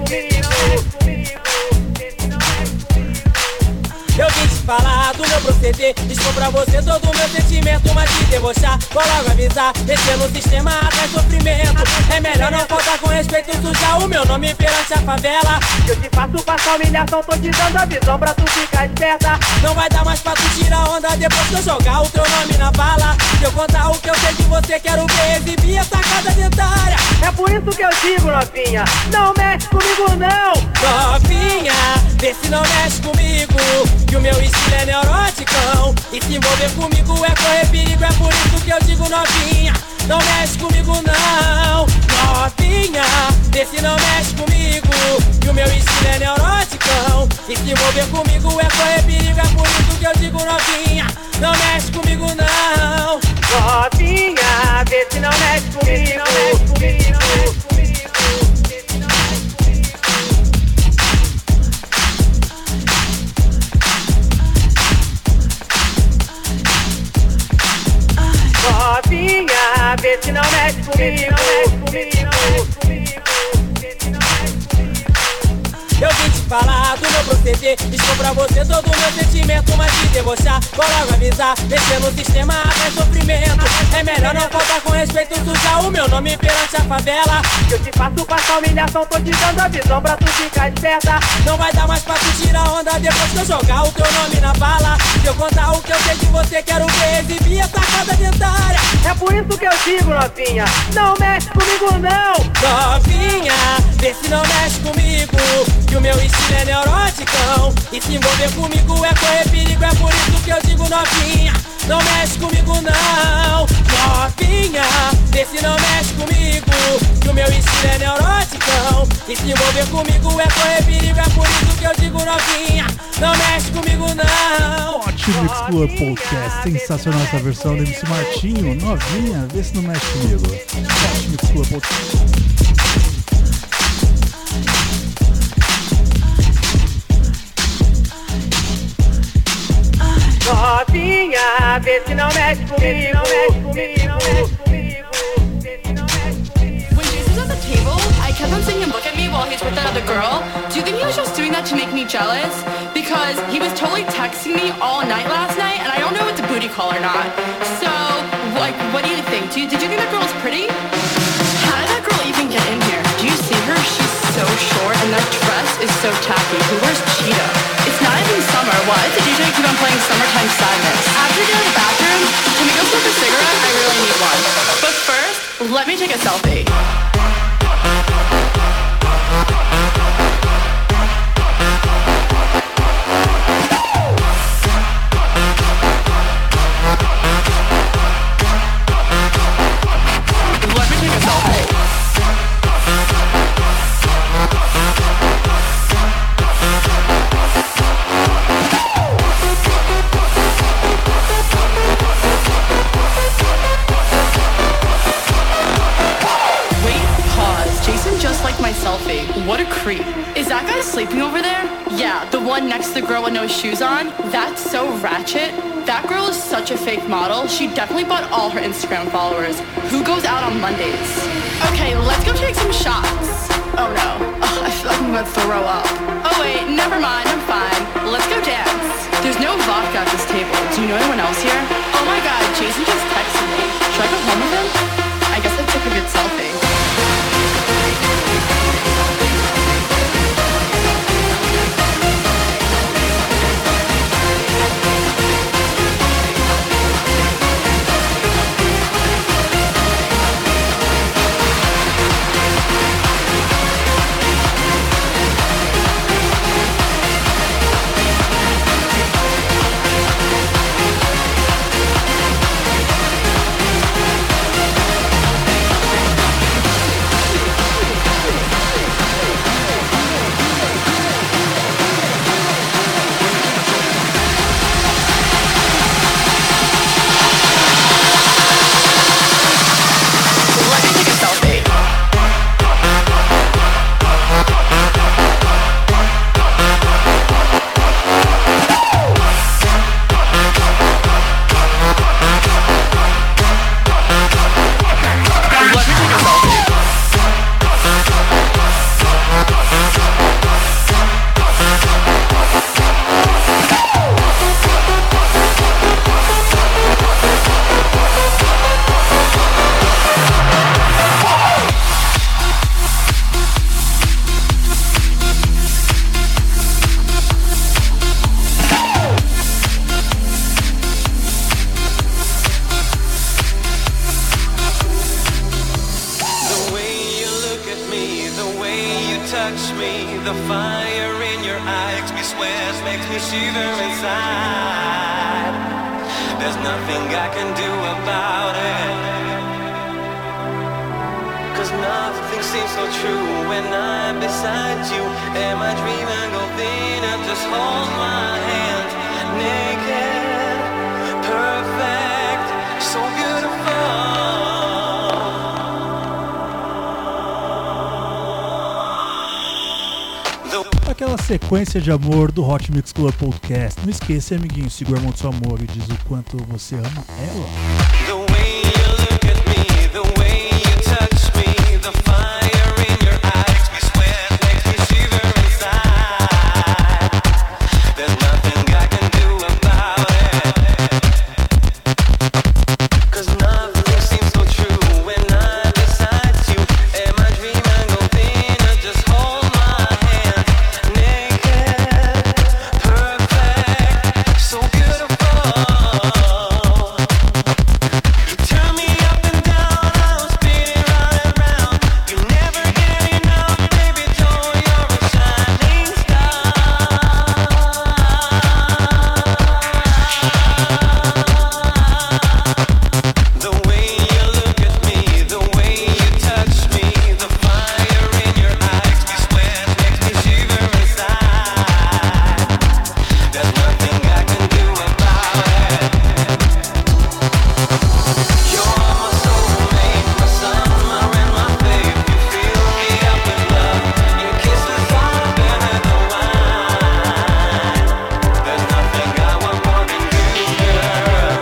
Eu vim te falar do meu proceder, expor pra você todo o meu sentimento, mas te debochar, vou logo avisar, descer no sistema atrás sofrimento. É melhor não faltar com respeito, sujar o meu nome perante a favela. Eu te faço passar humilhação, tô te dando a visão pra tu ficar esperta. Não vai dar mais pra tu tirar onda depois que eu jogar o teu nome na bala. Se eu contar o que eu sei de você, quero ver exibir a sacada dentária. É por isso que eu digo, novinha, não mexe comigo não. Novinha, vê se não mexe comigo, que o meu estilo é neuroticão. E se envolver comigo é correr perigo, é por isso que eu digo, novinha, não mexe comigo não. Novinha, vê se não mexe comigo, que o meu estilo é neuroticão. E se envolver comigo é correr perigo, é por isso que eu digo, novinha, não mexe vê se não mexe comigo. Novinha, vê se não mexe comigo. Eu vim te falar do meu proceder, expor pra você todo o meu sentimento, mas de debochar, vou logo avisar, mexer no sistema é sofrimento. É melhor não faltar com respeito, sujar o meu nome perante a favela. Eu te faço passar humilhação, tô te dando a visão pra tu ficar esperta. Não vai dar mais pra tu tirar onda depois que eu jogar o teu nome na bala. Se eu contar o que eu sei de você, quero ver exibir essa casa dentária. É por isso que eu digo, novinha, não mexe comigo não. Novinha, vê se não mexe comigo, que o meu estilo é neuroticão. E se envolver comigo é correr perigo, é por isso que eu digo novinha, não mexe comigo não. Novinha, vê se não mexe comigo, que o meu estilo é neuroticão. E se envolver comigo é correr perigo, é por isso que eu digo novinha, não mexe comigo não. Hot Mix Club Podcast, sensacional essa versão do MC Martinho. Novinha, vê se não mexe comigo. Hot Mix Club Podcast. Novinha, vê se não mexe comigo. When Jason was at the table, I kept on seeing him look at me while he's with that other girl. Do you think he was just doing that to make me jealous? Because he was totally texting me all night last night, and I don't know if it's a booty call or not. So, like, what do you think? Did you think that girl was pretty? How did that girl even get in here? Do you see her? She's so short, and that dress is so tacky. Who wears cheetah? It's not even summer. Why does the DJ keep on playing Summertime Sadness? After we get out of the bathroom, can we go smoke a cigarette? I really need one. But first, let me take a selfie. Let me take a selfie. Just like my selfie. What a creep. Is that guy sleeping over there? Yeah, the one next to the girl with no shoes on. That's so ratchet. That girl is such a fake model. She definitely bought all her Instagram followers. Who goes out on Mondays? Okay, let's go take some shots. Oh no. Ugh, I feel like I'm gonna throw up. Oh wait, never mind, I'm fine. Let's go dance. There's no vodka at this table. Do you know anyone else here? Oh my god, Jason just texted me. Should I go home with him? I guess I took a good selfie. Perfect, so beautiful. a sequência de amor do Hot Mix Club Podcast. Não esqueça, amiguinho, siga o irmão do seu amor e diz o quanto você ama ela. The way you look at me, the way you touch me, the fire in your eyes, we sweat, makes me shiver inside. There's nothing I can do about it. 'Cause nothing seems so true when I'm beside you. Am I dreaming of being just hold my hand, naked, perfect, so beautiful. You turn me up and down, I'm spinning round and round. You never get enough, baby, though you're a shining star. The way you look at me, the way you touch me, the fire in your eyes, we sweat, makes me shiver inside. There's nothing I can do about it. You're my soulmate, my summer and my babe. You fill me up with love. Your kisses are better than wine. There's nothing I want more than you, girl.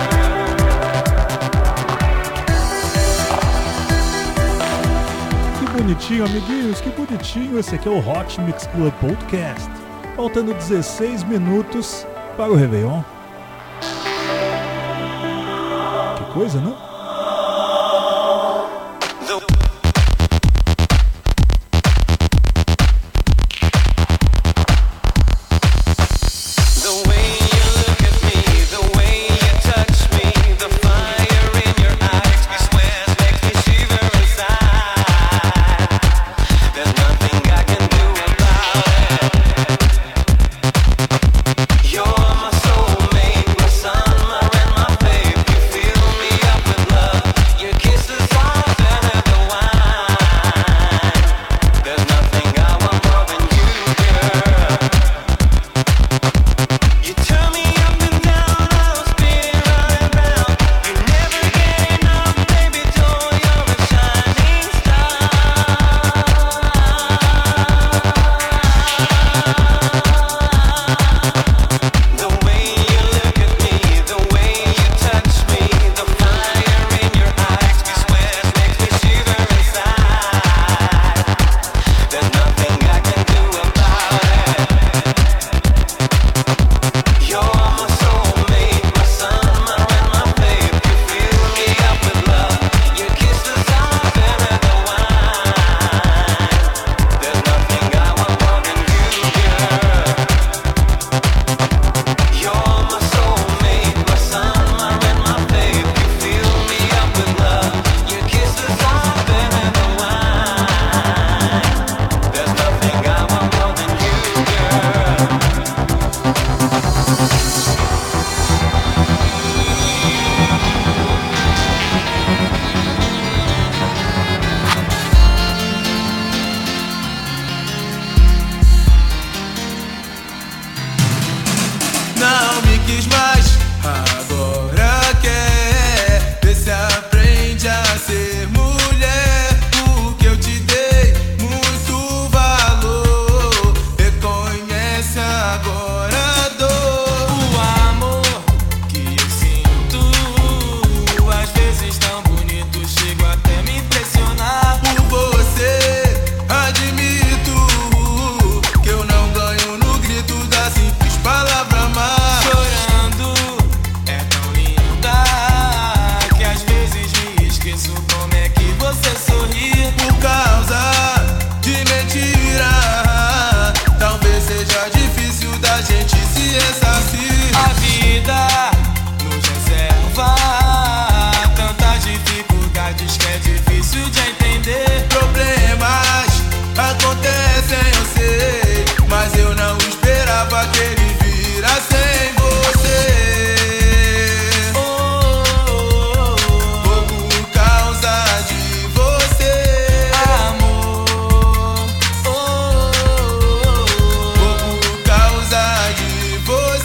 Que bonitinho, amiguinhos, que bonitinho. Esse aqui é o Hot Mix Club Podcast. Faltando 16 minutos para o Réveillon. Que coisa, não? The way you look at me, the way you touch me, the fire in your eyes, we sweat, makes me shiver inside. There's nothing I can do about it. You're my soulmate, my summer and my babe. You fill me up with love. Your kisses are better than wine. There's nothing I want more than you, girl. You turn me up and down, I'm spinning round and round. You never get enough, baby, though you're a shining star. The way you look at me, the way you touch me, the fire in your eyes, we sweat, makes me shiver inside. There's nothing I can do about it. You're my soulmate, my summer and my babe. You fill me up with love. Your kisses are better than wine. There's nothing I want more than you, girl. You're my soulmate, my summer and my babe. You fill me up with love. Your kisses are better than wine. There's nothing I want more than you, girl. Não me quis mais, agora quer. Vê se aprende a ser mulher. O que eu te dei, muito valor. Reconhece agora a dor. O amor que eu sinto, às vezes tão bonito, chego até me impressionar. Por você, admito que eu não ganho no grito da simples palavra amar. Chorando, é tão linda que às vezes me esqueço como é que você sorri. Por causa de mentira, talvez seja difícil da gente se ressarcir. A vida nos reserva tantas dificuldades que é difícil de entender. Problemas acontecem, eu sei, mas eu não esperava que ele vira sem você. Foi por causa de você, Amor, foi por causa de você.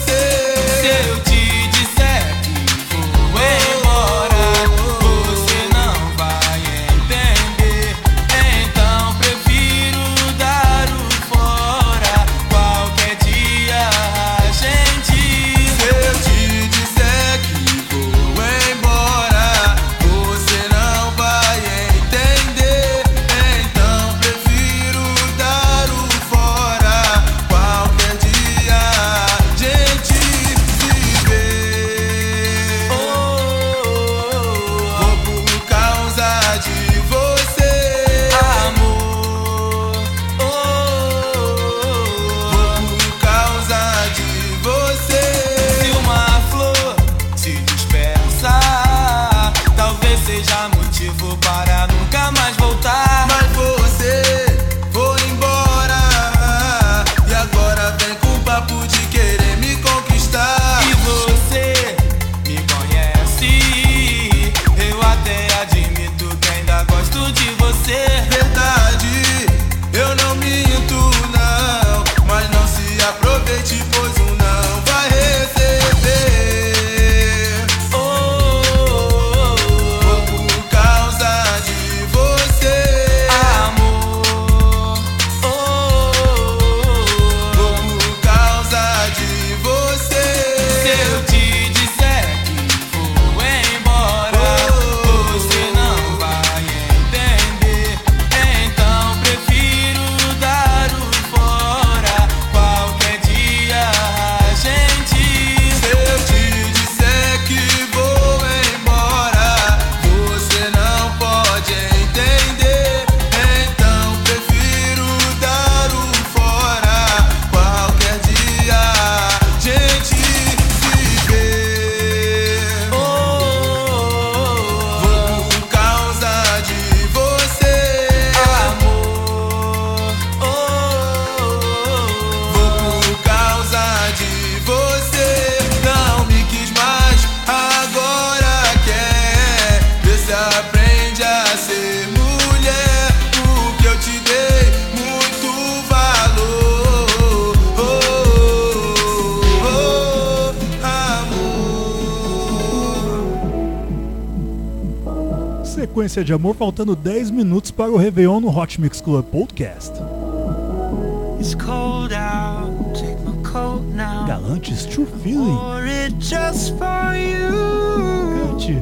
sequência de amor, faltando 10 minutos para o Réveillon no Hot Mix Club Podcast. It's cold out, take my coat now. Galantes, True Feeling. Pour it just for you. Cante.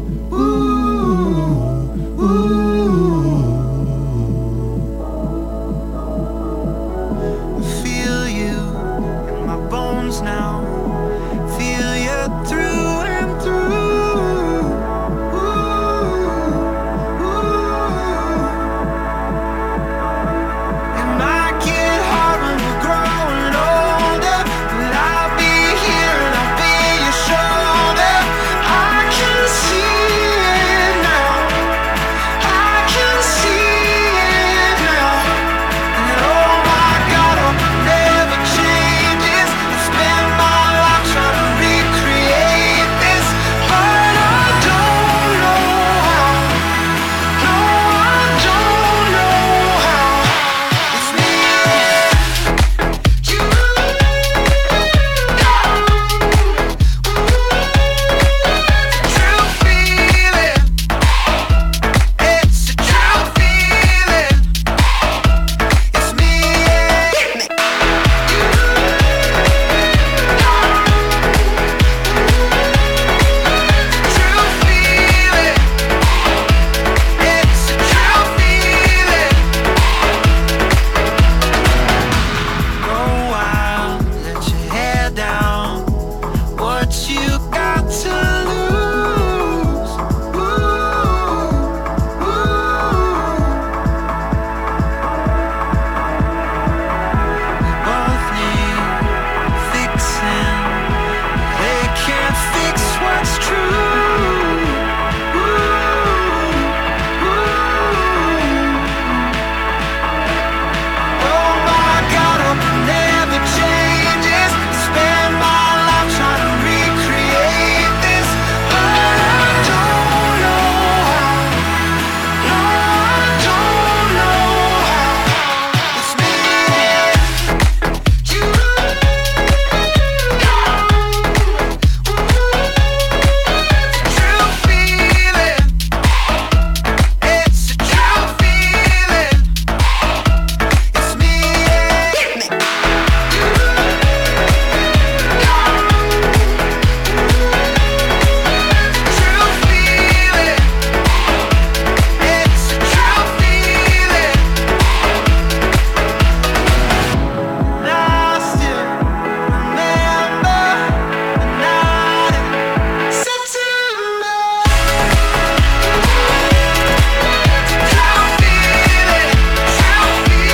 Feel you in my bones now. Feel you through and through. It might get hard when you're growing older, but I'll be here and I'll be your shoulder. I can see it now. I can see it now. And oh my God, I hope it never changes. I spend my life trying to recreate this, but I don't know how. No, I don't know how. It's me and you. True feeling. It's a true feeling. It's me and you. True feeling. It's a true feeling. Go wild, let your hair down. What you got to lose? We both need fixing. They can't fix what's true. Oh my God, hope it never changes. Spend my life trying to recreate this, but I don't know how. No, I don't know how. It's me and you. True feeling. It's a true feeling. It's me and you. True feeling. It's a true feeling. And I still remember the night in September. True feeling. True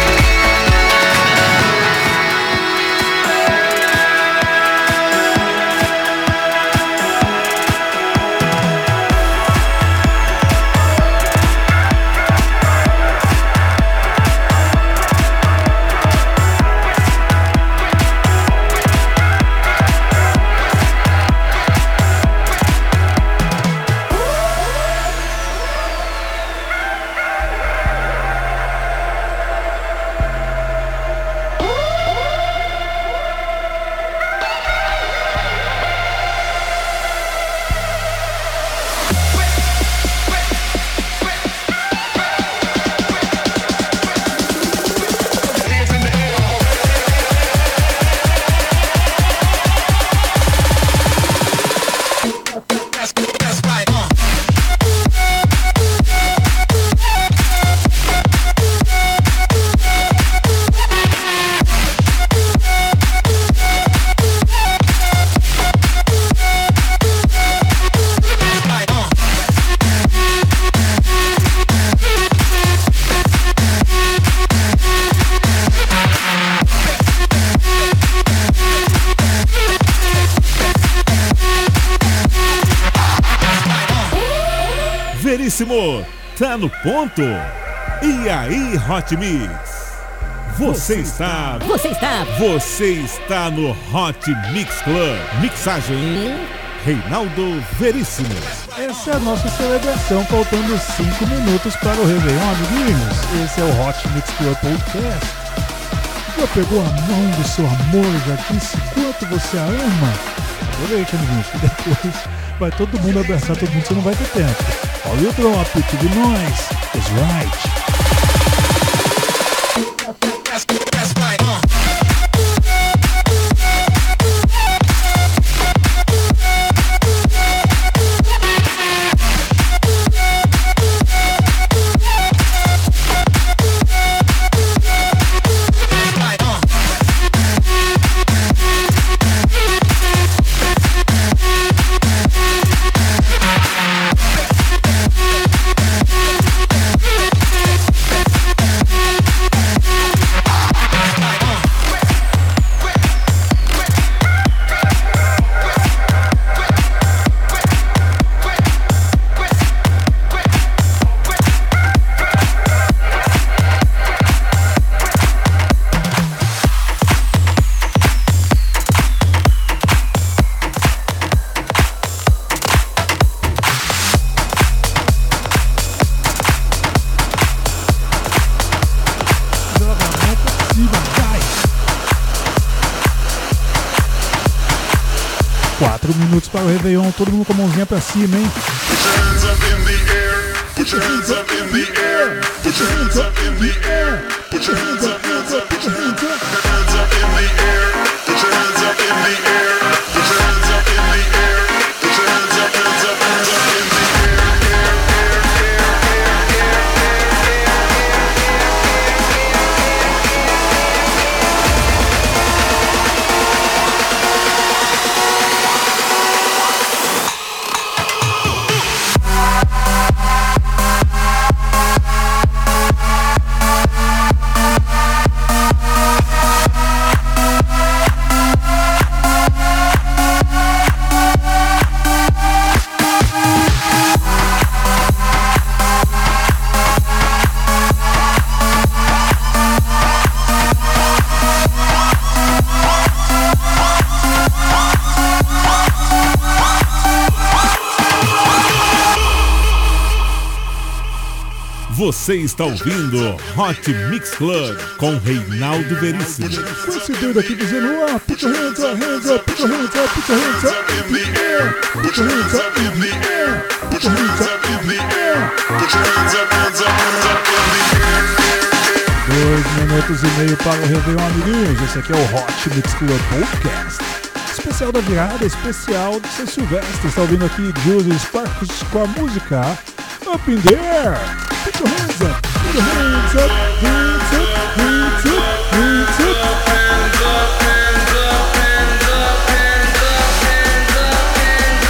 Veríssimo, tá no ponto. E aí, Hot Mix? Você está no Hot Mix Club. Mixagem Reinaldo Veríssimo. Essa é a nossa celebração, faltando 5 minutos para o Réveillon, amiguinhos. Esse é o Hot Mix Club Podcast. Já pegou a mão do seu amor, já disse quanto você a ama? Aproveite, amiguinhos, que depois vai todo mundo abraçar todo mundo, você não vai ter tempo. All you drop to the noise is right. Minutos para o Réveillon, todo mundo com a mãozinha pra cima, hein? Put your hands up in the air. Put your hands up in the air. Put your hands up in the air. Put your hands up, hands up, put your hands up. Hands up in the air. Put your hands up in the air. Put your hands up in the air. Put your hands up, hands up, hands up in the air. Você está ouvindo Hot Mix Club com Reinaldo Veríssimo. Com esse doido aqui dizendo: ah, put your hands up, hands up, put your hands up, put your hands up in the air, put your hands up in the air, put your hands up in the air, put your hands up, hands up, hands up in the air. 2 minutos e meio para o Réveillon, amiguinhos. Esse aqui é o Hot Mix Club Podcast. Especial da virada, especial de São Silvestre. Está ouvindo aqui Julius Sparks com a música Up in the Air. Put your hands up, put your hands up, hands up, hands up, hands up, hands up, hands up, hands up, hands up, hands up, hands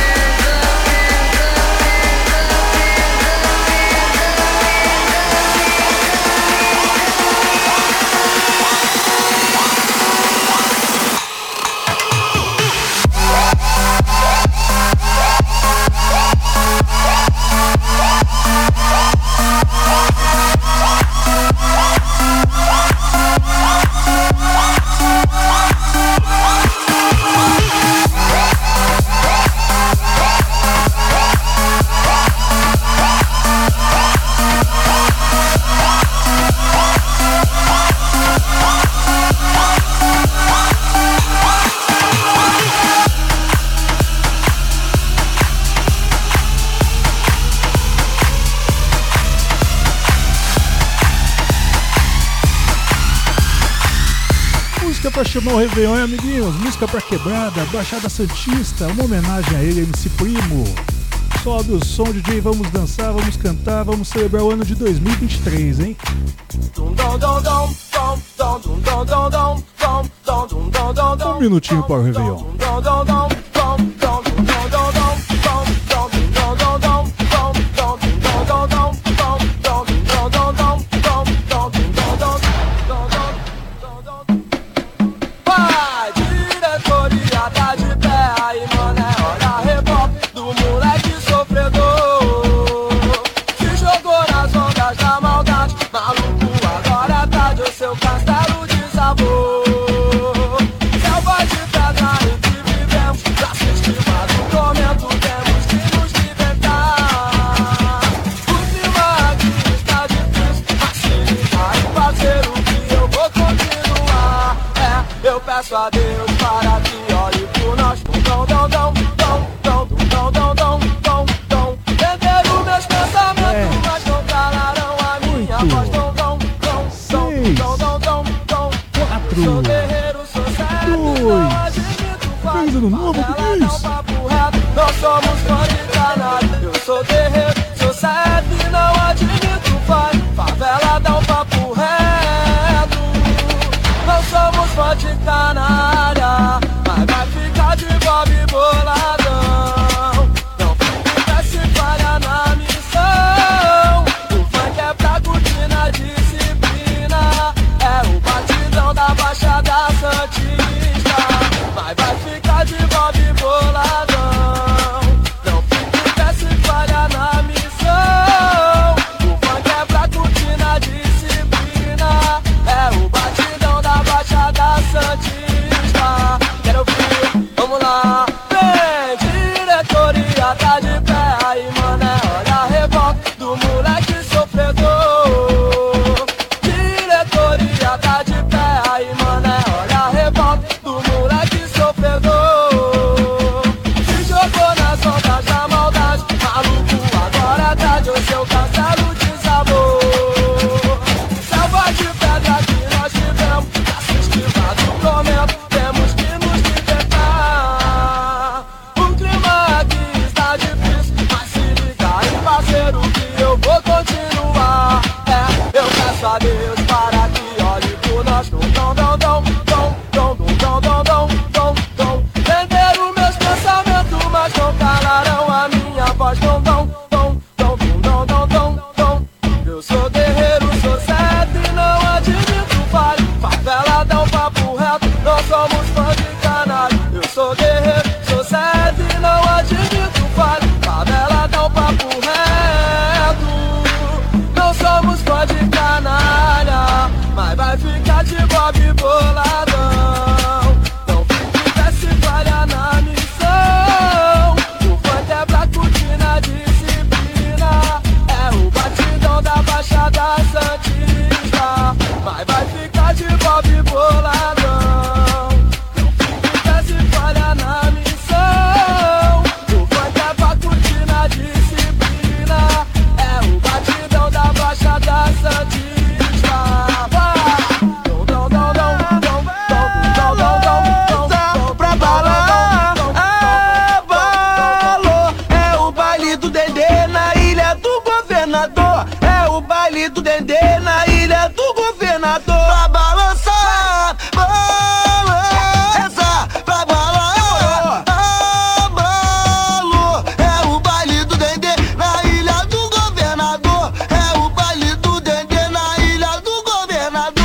Pra chamar o Réveillon, amiguinhos, música pra quebrada, Baixada Santista, uma homenagem a ele, MC Primo. Sobe o som, DJ, vamos dançar, vamos cantar, vamos celebrar o ano de 2023, hein? Um minutinho para o Réveillon. Castelo de sabor, selva de pedra entre vivemos. seu nome, que Nós somos fã de caralho. Eu sou guerreiro, sou certo e não admito falha. Favela dá um papo reto. Nós somos fã de canalha, mas vai ficar de bob boladão. Não fica se falha na missão. O funk é pra curtir na disciplina. É o batidão da Baixada Santista, mas vai ficar de bob boladão. Não fica se falha na missão. O funk é pra curtir na disciplina. É o batidão da Baixada Santista. Quero ouvir, vamos lá. Vem, diretoria, tá de pé aí, mané. Olha a revolta do moleque sofredor. Diretoria, tá de pé aí, mané. Olha a revolta do moleque sofredor. Se jogou nas ondas da maldade, maluco, agora tá de o seu castelo desabou. Selva de pedra que nós tivemos, assistiva do comento, temos que nos libertar. O clima aqui está difícil, mas se liga aí, parceiro, que eu vou continuar. É, eu peço a Deus para que olhe por nós. Venderam meus pensamentos, mas não calaram a minha voz. Eu sou guerreiro, sou certo e não admito falha. Favela dá um papo reto, nós somos fã de canalha. Eu sou guerreiro, sou certo e não admito falha. Favela dá um papo reto, não somos fã de canalha, mas vai ficar de bob boladão. Não fica se falha na missão. O funk é pra curtir na disciplina. É o batidão da Baixada Santista, mas vai ficar de bob boladão. Não fica se falha na missão. O funk é pra curtir na disciplina. É o batidão da Baixada Santista. Pra balar, abalou. É o baile do Dendê na Ilha do Governador. É o baile do Dendê na Ilha do Governador. Pra balançar, balança. Pra balar, abalou. É o baile do Dendê na Ilha do Governador. É o baile do Dendê na Ilha do Governador.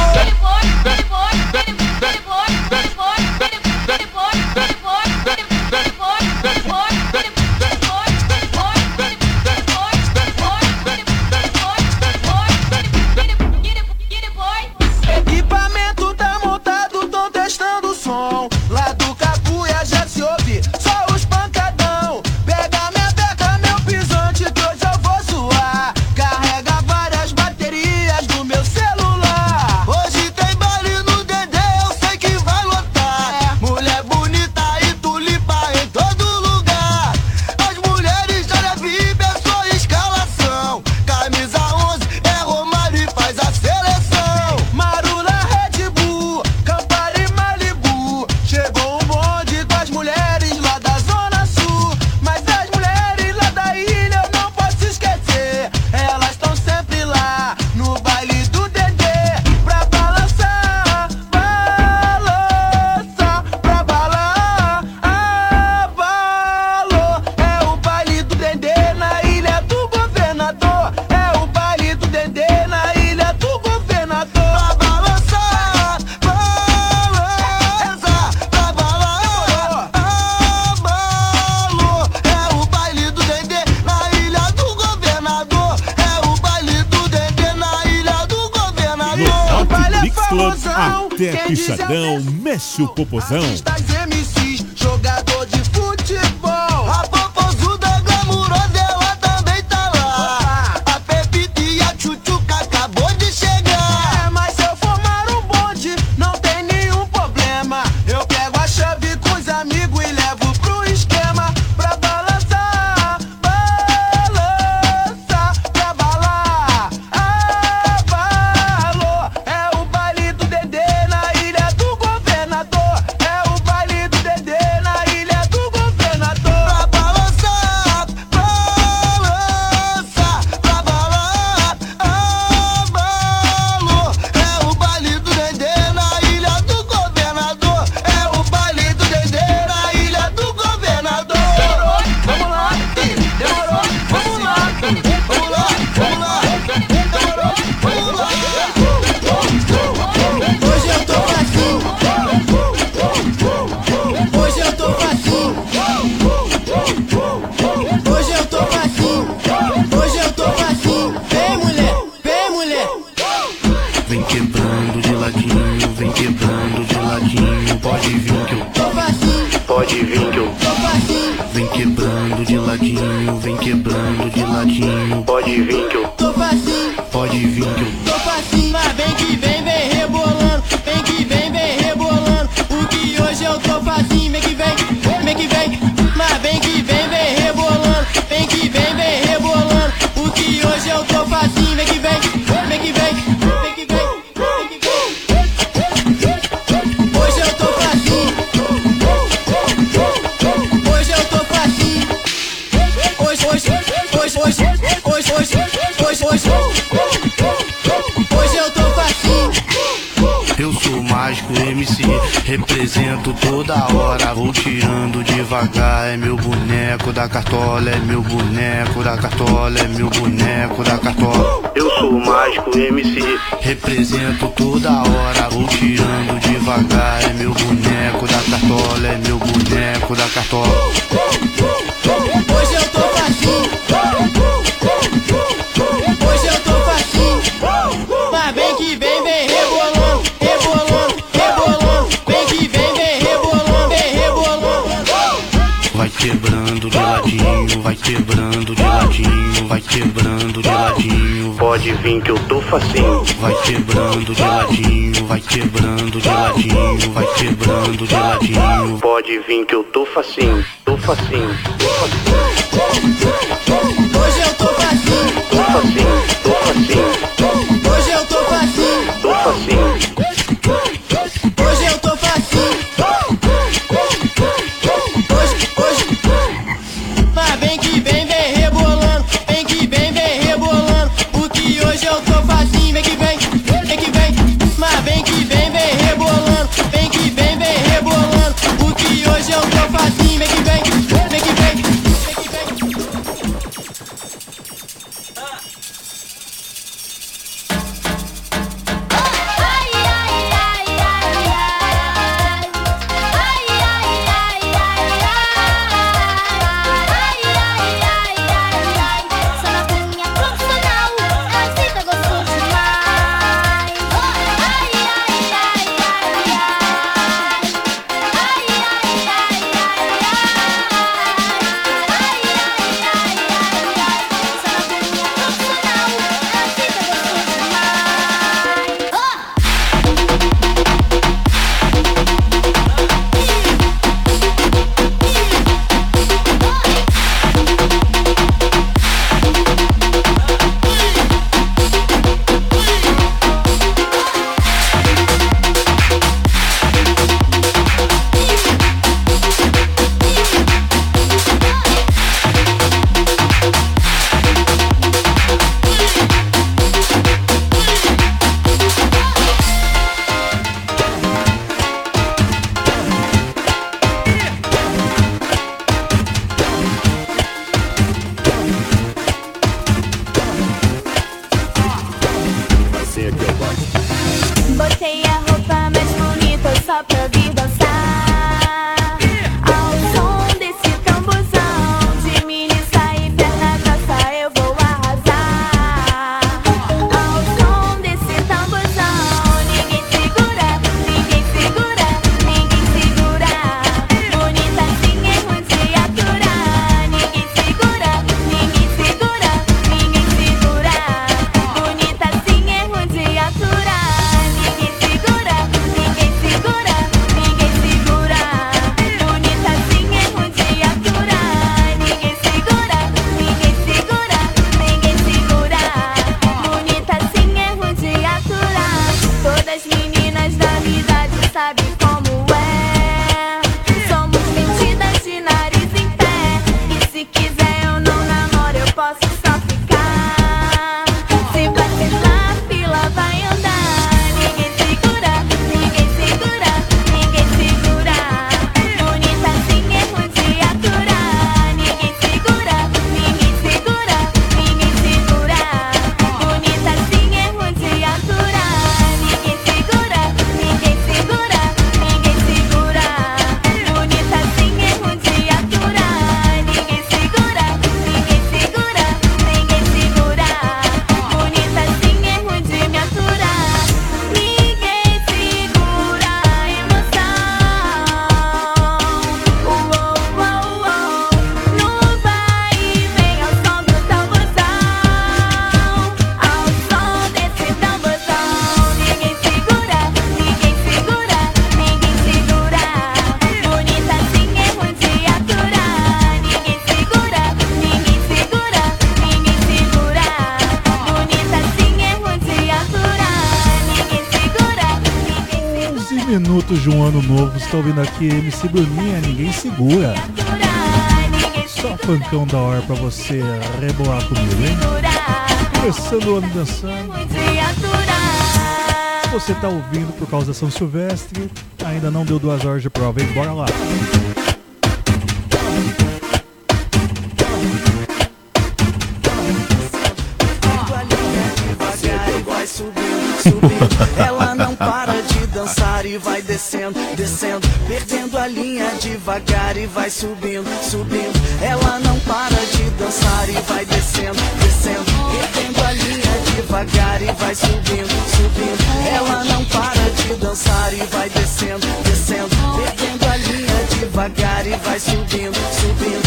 Equipamento tá montado, tão testando o som. Lá do Cacuia já se ouve só os pancadão. Pega minha beca, meu pisante, que hoje eu vou suar. Carrega várias baterias do meu celular. Hoje tem baile no Dendê, eu sei que vai lotar. Mulher bonita e tulipa em todo lugar. As mulheres já VIP é só escalação. Camisa 11 é Romário e faz a seleção. Marula, Red Bull, Campari, Malibu. Chegou um bonde com as mulheres lá da Zona Sul. Mas as mulheres lá da ilha eu não posso esquecer. Elas estão sempre lá no baile do Dendê. Pra balançar, balança. Pra balar, abalou. É o baile do Dendê na Ilha do Governador. É o baile do Dendê na Ilha do Governador. Pra balançar, balança. Pra balar, abalou. É o baile do Dendê na Ilha do Governador. É o baile do Dendê na Ilha do Governador. No O baile Top é Mix Club, famosão. até Quem diz é Pichadão mexe o popozão. Artistas, MCs, jogador de futebol. A popozuda glamurosa, ela também tá lá. A Pepita e a Tchutchuca acabou de chegar. É, mas se eu formar um bonde, não tem nenhum problema. Eu pego a chave com os amigos e levo pro esquema. Pra balançar, balança. Pra balar, abalou. É o baile do Dendê na Ilha do Governador. É o baile eu tô facinho. Vem quebrando de ladinho, vem quebrando de ladinho. Pode vir que eu tô facinho. Pode vir que eu tô facinho. Mas vem que vem rebolando. Vem que vem rebolando. O que hoje eu tô facinho. Vem que vem, vem que vem. Mas vem que vem rebolando. Vem que vem rebolando. O que hoje eu tô facinho. Vem que vem, vem que vem. Vem que vem, vem que vem. Hoje eu tô facinho. Hoje eu tô facinho. Hoje eu tô facinho. Eu sou o mágico MC, represento toda hora. Vou tirando devagar, é meu boneco da cartola. É meu boneco da cartola, é meu boneco da cartola. Eu sou o mágico MC, represento toda hora. Vou tirando devagar, é meu boneco da cartola. É meu boneco da cartola. Hoje eu tô facinho. Hoje eu tô facinho. Mas vem que vem rebolando, rebolando, rebolando. Vem que vem rebolando, rebolando. Vai quebrando de ladinho, vai quebrando de ladinho, vai quebrando de ladinho. Pode vir que eu tô facinho. Vai quebrando de ladinho, vai quebrando de ladinho, vai quebrando de ladinho. Pode vir que eu tô facinho, tô facinho, tô facinho. Hoje eu tô facinho, tô facinho, tô facinho. Hoje eu tô facinho, tô facinho. Hoje eu tô facinho. Hoje. Mas vem que vem rebolando. Vem que vem rebolando. O que hoje eu tô facinho. Vem que vem, vem que vem. Mas vem que vem rebolando. Vem que vem rebolando. O que hoje eu tô facinho. Vem que vem, vem que vem. minutos de um ano novo. Você tá ouvindo aqui MC Bruninha, ninguém segura. Só pancão da hora pra você rebolar comigo, hein? Começando o ano dançando. Se você tá ouvindo por causa da São Silvestre, ainda não deu 2 horas de prova, hein? Bora lá. Vai subindo, subindo. Ela não para de dançar e vai descendo, descendo, perdendo a linha devagar e vai subindo, subindo. Ela não para de dançar e vai descendo, descendo, perdendo a linha devagar e vai subindo, subindo. Ela não para de dançar e vai descendo, descendo, perdendo a linha devagar e vai subindo, subindo.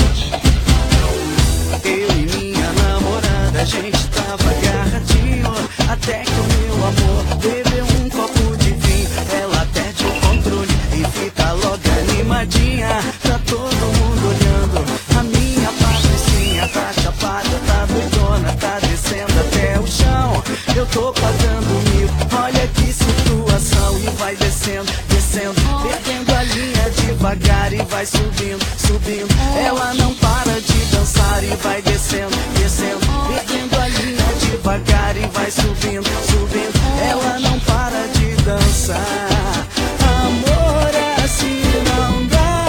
Eu e minha namorada, a gente tava agarradinho, até que o meu amor bebeu um copo de vinho. Ela perde o controle e fica logo animadinha, tá todo mundo olhando. A minha patricinha tá chapada, tá doidona, tá descendo até o chão. Eu tô pagando mico, olha que situação. E vai descendo, descendo, perdendo a linha devagar e vai subindo, subindo. Ela não para de dançar e vai descendo, descendo, perdendo a linha devagar e vai subindo, subindo. Ela não para de dançar. Amor, assim não dá.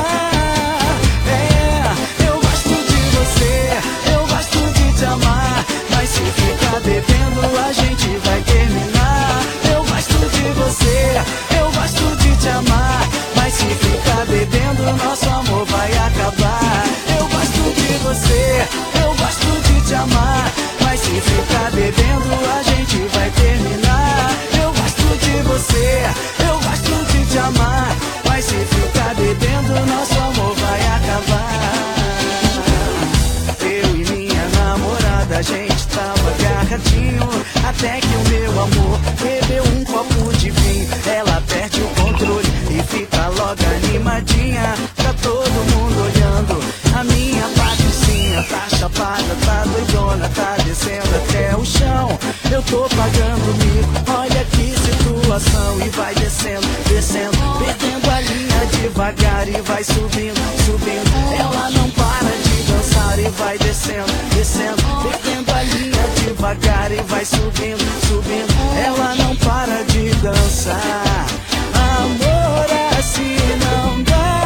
É, eu gosto de você, eu gosto de te amar, mas se ficar bebendo a gente vai terminar. Eu gosto de você, eu gosto de te amar, mas se ficar bebendo nosso amor vai acabar. Eu gosto de você, eu gosto de te amar, mas se ficar bebendo a gente vai terminar. Eu gosto de você, eu gosto de te amar, mas se ficar bebendo nosso amor vai acabar. Eu e minha namorada, a gente tava agarradinho, até que o meu amor bebeu um copo de vinho. Ela perde o controle e fica logo animadinha, tá todo mundo olhando. A minha patricinha tá chapada, tá doidona, tá descendo até o chão. Eu tô pagando mico, olha que situação. E vai descendo, descendo, perdendo a linha devagar e vai subindo, subindo. Ela não para de dançar e vai descendo, descendo, perdendo a linha devagar e vai subindo, subindo. Ela não para de dançar. Amor, assim não dá.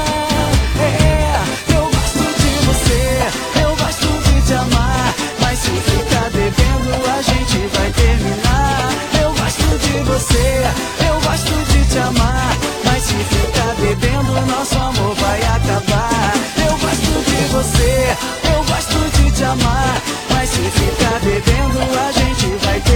Eu gosto de você, eu gosto de te amar, mas se ficar bebendo a gente vai terminar. Eu gosto de você, eu gosto de te amar, mas se ficar bebendo nosso amor vai acabar. Eu gosto de você, eu gosto de te amar, mas se ficar bebendo a gente vai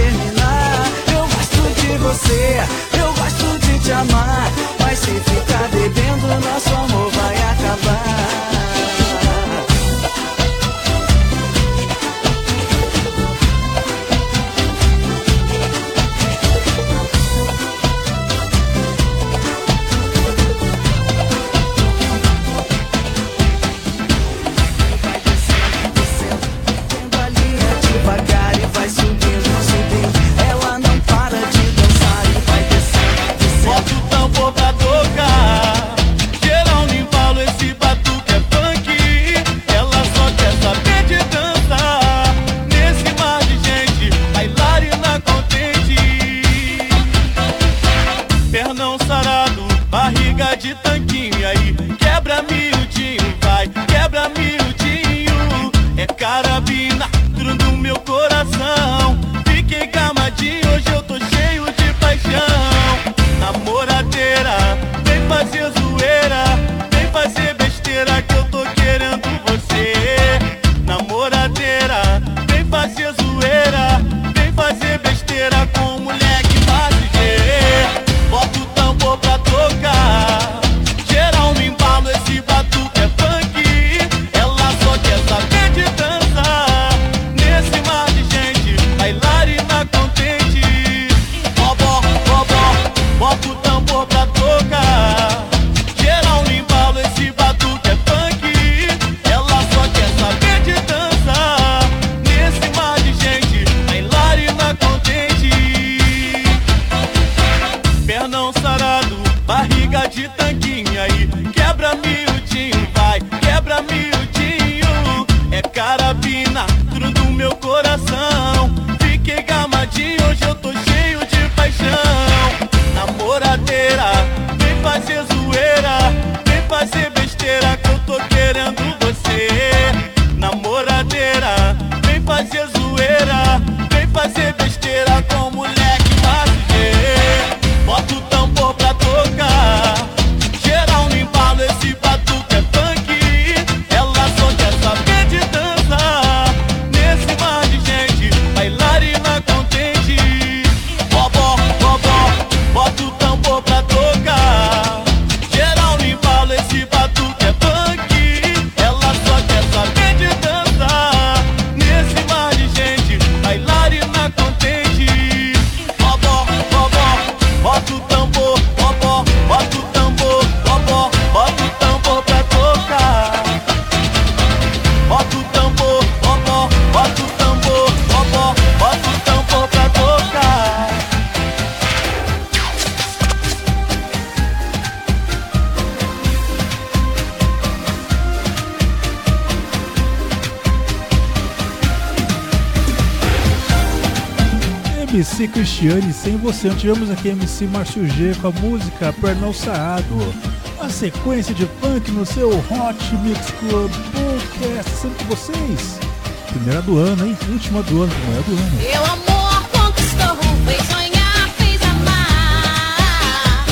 MC Cristiane, Sem Você. Tivemos aqui MC Márcio G com a música Pernal Saado. A sequência de funk no seu Hot Mix Club Podcast, sempre com vocês. Primeira do ano, hein? Última do ano, primeira do ano. Meu amor conquistou, fez sonhar, fez amar.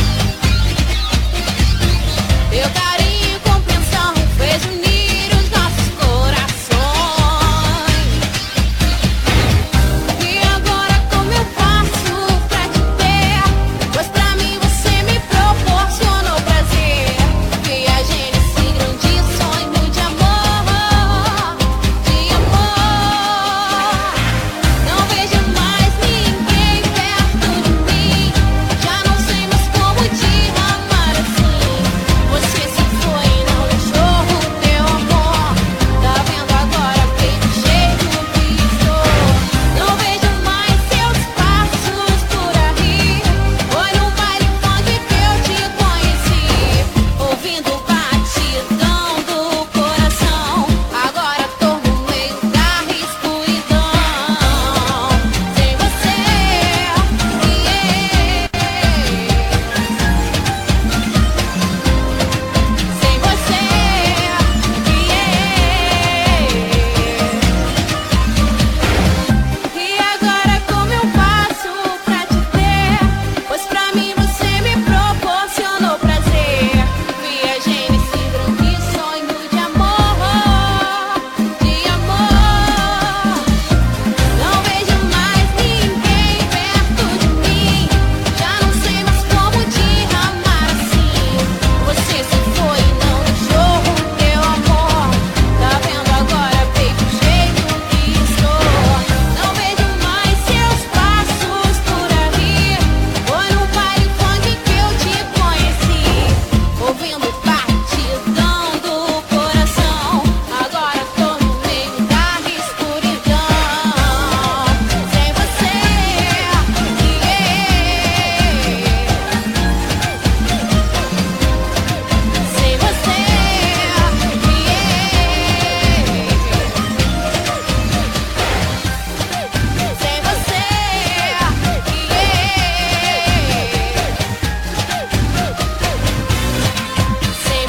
Meu carinho e compreensão fez unir os nossos corações. E agora como eu faço pra te ter? Pois pra mim você me proporcionou prazer. Viajei nesse grande sonho de amor, de amor. Não vejo mais ninguém perto de mim. Já não sei mais como te amar assim. Você se foi e não deixou o teu amor. Tá vendo agora bem do jeito que estou. Não vejo mais seus passos por aí. Foi no baile funk que eu te conheci. Ouvindo o batidão do coração. Agora tô no meio da escuridão. Sem você, sem você, e agora como eu faço pra te ter? Pois pra mim você me proporcionou prazer. Viajei nesse grande sonho de amor, de amor. Não vejo mais ninguém perto de mim. Já não sei mais como te amar assim. Você se foi e não deixou o teu amor. Tá vendo agora, baby, o jeito que estou. Não vejo mais seus passos por aí. Foi no baile funk que eu te conheci. Ouvindo o batidão do coração. Agora tô no meio da escuridão. Sem você, sem você, sem você, sem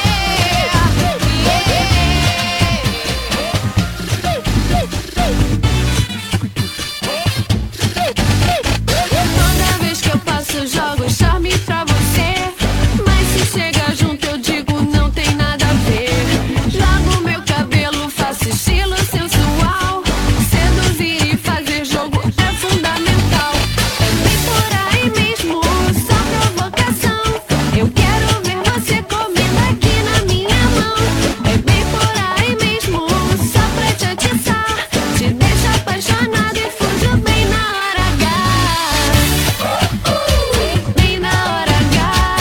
Toda vez que eu passo, eu jogo charme pra você. Mas se chega junto, eu digo não tem nada a ver. Jogo meu cabelo, faço estilo sensual. Seduzir e fazer jogo é fundamental. Vem por aí mesmo, só provocação. Eu quero ver você comendo aqui na minha mão. É bem por aí mesmo, só pra te atiçar. Te deixa apaixonado e fujo bem na hora H. Bem na hora H.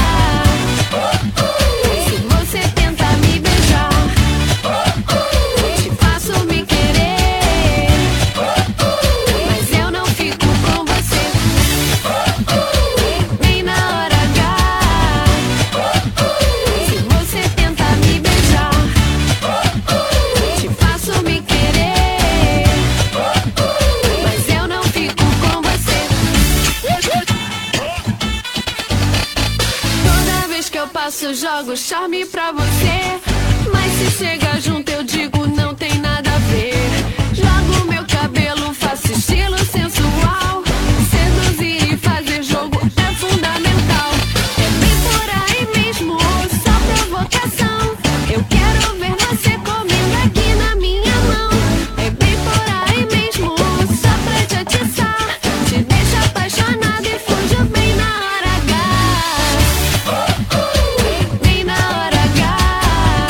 Se você tenta me beijar, te faço me querer. Mas eu não fico com você. Bem na hora H. Se você tenta me beijar, te faço me querer. Mas eu não fico com você. Toda vez que eu passo, eu jogo charme pra você. Mas se chega junto, eu digo não tem nada a ver. Jogo meu cabelo, faço estilo sensual. Seduzir e fazer jogo é fundamental. É bem por aí mesmo, só provocação. Eu quero ver você comendo aqui na minha mão. É bem por aí mesmo, só pra te atiçar. Te deixa apaixonado e fujo bem na hora H. Bem na hora H.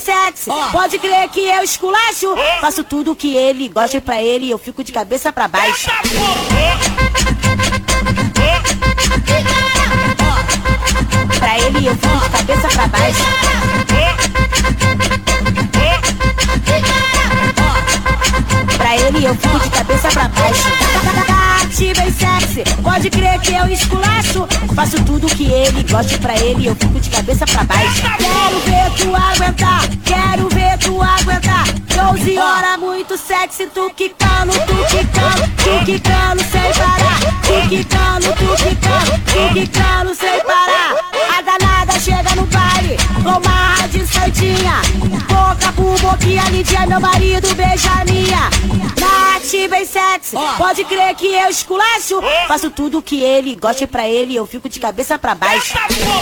sexy. Pode crer que eu esculacho. Faço tudo que ele gosta e pra ele eu fico de cabeça pra baixo. Pra ele eu fico de cabeça pra baixo. Pra ele eu fico de cabeça pra baixo. Bate bem sexy, pode crer que eu esculacho. Faço tudo que ele gosta e pra ele eu fico de cabeça pra baixo. Quero ver tu aguentar, quero ver tu aguentar. 12 horas muito sexy, tu quicando sem parar. Tu quicando sem parar. A danada chega no baile, com marra de santinha. Boca por boquinha, Lídia, meu marido, beija a minha. Bate bem sexy, pode crer que eu esculacho. Faço tudo que ele gosta e pra ele eu fico de cabeça pra baixo.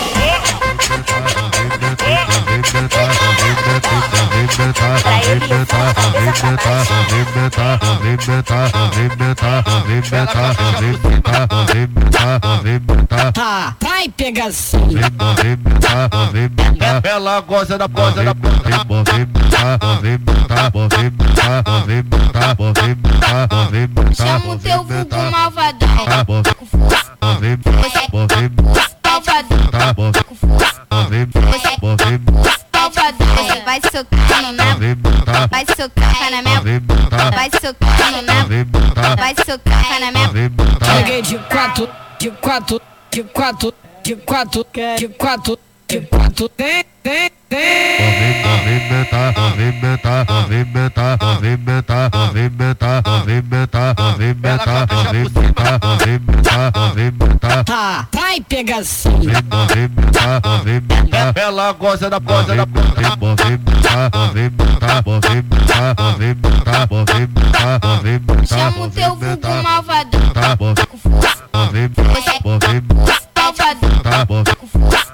Pra ele eu fico de cabeça pra baixo. Vai pegação. Ela gosta da posa da Chama o teu vulgo malvadão. Com força. Você vai socando na, vai socar na minha, vai socando na, vai socar na minha. Cheguei de quatro, tem. Vai pegação. Ela gosta da posa da Chama o teu vulgo malvadão. Com força. Com força.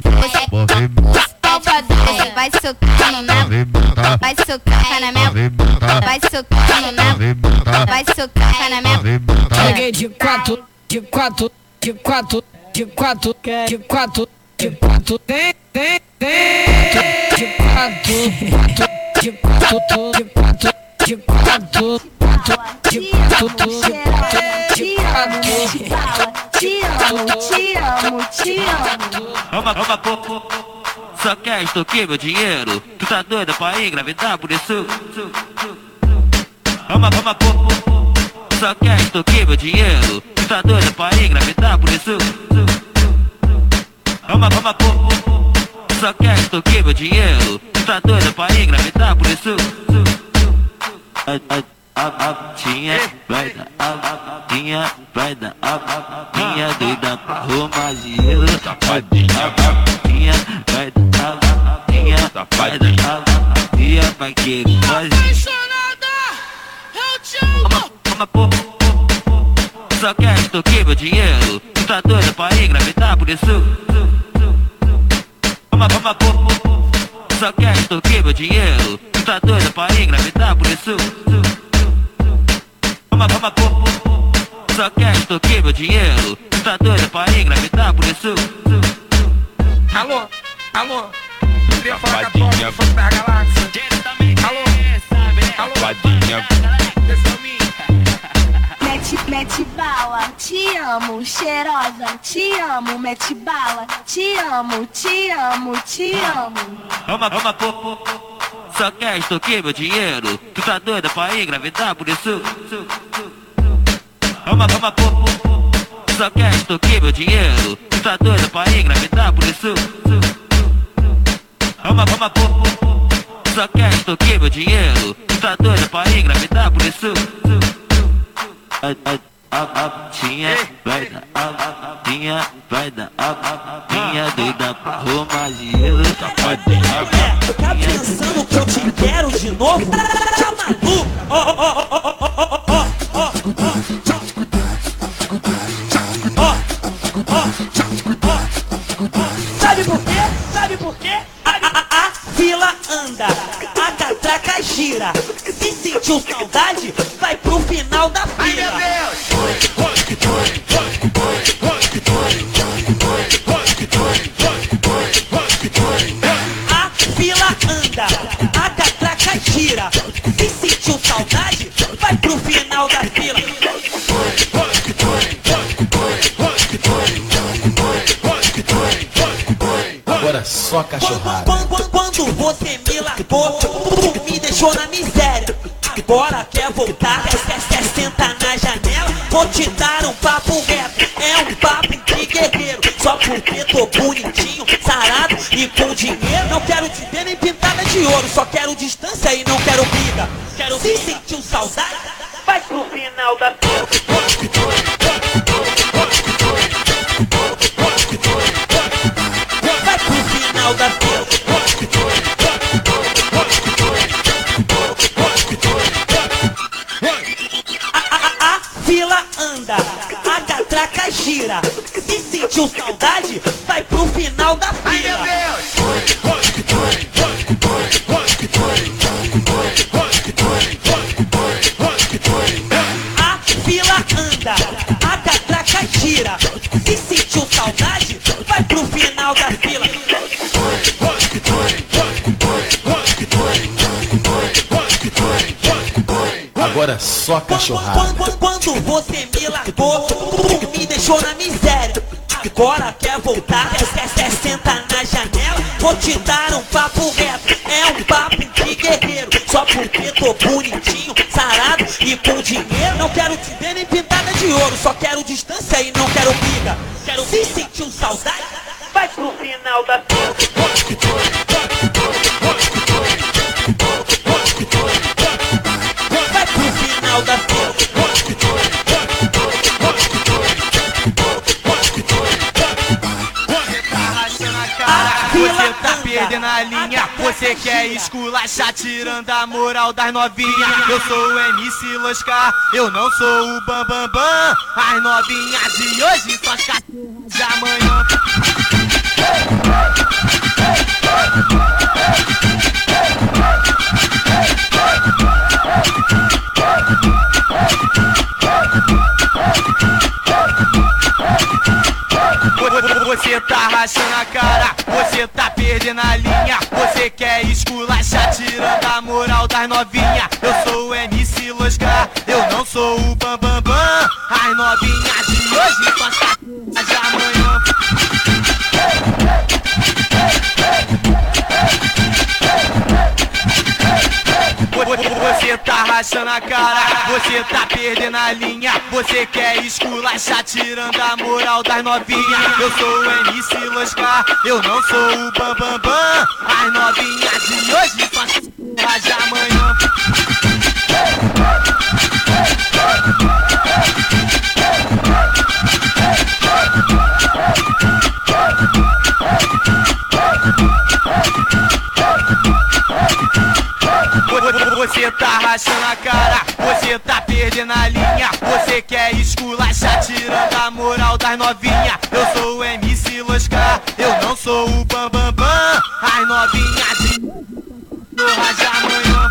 Você vai socando na, vai socar na minha, vai socando na, vai socar na minha. Cheguei de quatro, tem. Te amo. Ama, pô. Só quer extorquir meu dinheiro. Tu tá doida pra engravidar, por isso. Ama, pô. Só quer extorquir meu dinheiro. Tu tá doida pra engravidar, por isso. Ama, pô. Só quer extorquir meu dinheiro. Tu tá doida pra engravidar, por isso. Tinha, vai dar, tinha, vai dar, minha doida pra arrumar dinheiro. Safadinha, tinha, vai dar, tinha, vai dar, tia vai querer fazer. Eu te amo. Ama, pô, só quer extorquir meu dinheiro. Tu tá doida pra engravidar, por isso. Ama, pô, só quer extorquir meu dinheiro. Tu tá doida pra engravidar, por isso. Ama, pô, só quer extorquir meu dinheiro. Tu tá doida pra engravidar, por isso. Alô, queria falar com a Tom, do Funk da Galáxia. Alô, Mete bala, te amo, cheirosa, te amo, mete bala, te amo. Ama, pô, só quer extorquir meu dinheiro. Tu tá doida pra engravidar, por isso. Ama, pô, só quer extorquir meu dinheiro. Tu tá doida pra engravidar, por isso. Ama, pô, só quer extorquir meu dinheiro. Tu tá doida pra engravidar, por isso. Tinha, vai dar, tinha, vai dar, minha doida pra arrumar dinheiro. Tá pensando que eu te quero de novo? Tá maluco? Sabe por quê? A fila anda, a catraca gira. Se sentiu saudade, vai pro final da fila. A fila anda, Quando você me largou, me deixou na miséria. Agora quer voltar, quer sentar na janela. Vou te dar um papo reto, é um papo de guerreiro. Só porque tô bonitinho, sarado e com dinheiro. Não quero te ver nem pintada de ouro, só quero distância e não quero briga. Se sentiu saudade, vai pro final da fila. Vai pro final da fila. A fila anda, a catraca gira. Se sentiu saudade, vai pro final da fila. A fila anda, a catraca gira. Se sentiu saudade, vai pro final da fila. Agora só cachorrada. Quando você me largou, me deixou na miséria. Agora quer voltar, quer sentar na janela. Vou te dar um papo reto, é um papo de guerreiro. Só porque tô bonitinho, sarado e com dinheiro. Não quero te ver nem pintada de ouro, só quero distância e não quero briga. Se sentiu saudade, vai pro final da fila. Vai pro final da fila. Você tá perdendo a linha, você quer esculachar tirando a moral das novinhas. Eu sou o MC Loscar, eu não sou o Bambambam. As novinhas de hoje só as cachorras de amanhã. Você tá rachando a cara, você tá perdendo a linha. Você quer esculachar tirando a moral das novinhas. Eu sou o MC Loscar, eu não sou o Bambambam. As novinhas de hoje só as cachorras de amanhã. Você tá rachando a cara, você tá perdendo a linha. Você quer esculachar tirando a moral das novinhas. Eu sou o MC Loscar, eu não sou o Bambambam. As novinhas de hoje só as de amanhã. Você tá rachando a cara, você tá perdendo a linha. Você quer esculachar tirando a moral das novinhas. Eu sou o MC Loscar, eu não sou o Bambambam. As novinhas de porra de amanhã.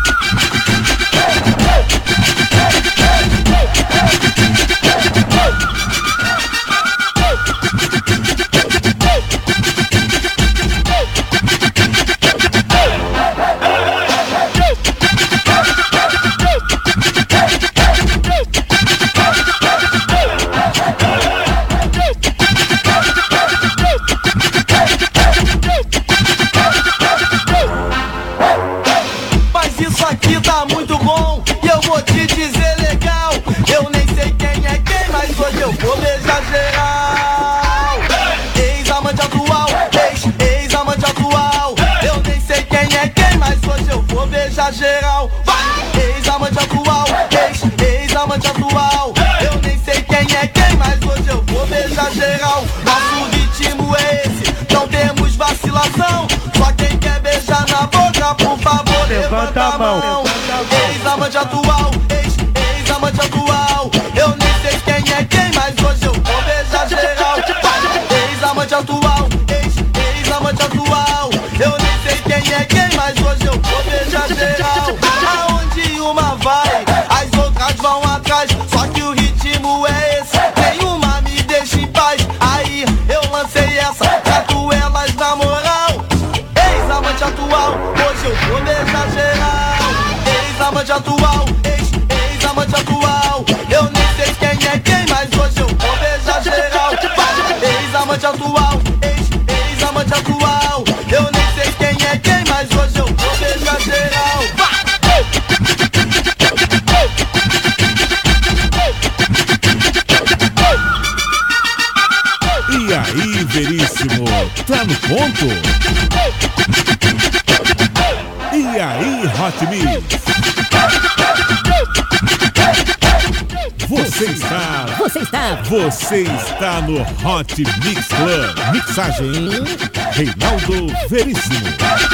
Geral, vai, ex-amante atual, ex-amante atual. Eu nem sei quem é quem, mas hoje eu vou beijar geral. Nosso ritmo é esse, não temos vacilação. Só quem quer beijar na boca, por favor, levanta a mão. Ex-amante atual, ex-amante atual. Eu nem sei quem é quem, mas hoje eu vou beijar geral. Ex-amante atual, ex-amante atual. Eu nem sei quem é quem, mas hoje eu vou beijar geral. Aonde uma vai, as outras vão atrás. Só que o ritmo é esse, nenhuma me deixa em paz. Aí eu lancei essa, trato elas na moral. Ex-amante atual, hoje eu vou beijar geral. Ex-amante atual, ex-amante atual. Eu nem sei quem é quem, mas hoje eu vou beijar geral. Ex-amante atual, ex-amante atual. Eu nem sei quem é quem. ponto. E aí, Hot Mix? Você está no Hot Mix Club. Mixagem Reinaldo Veríssimo.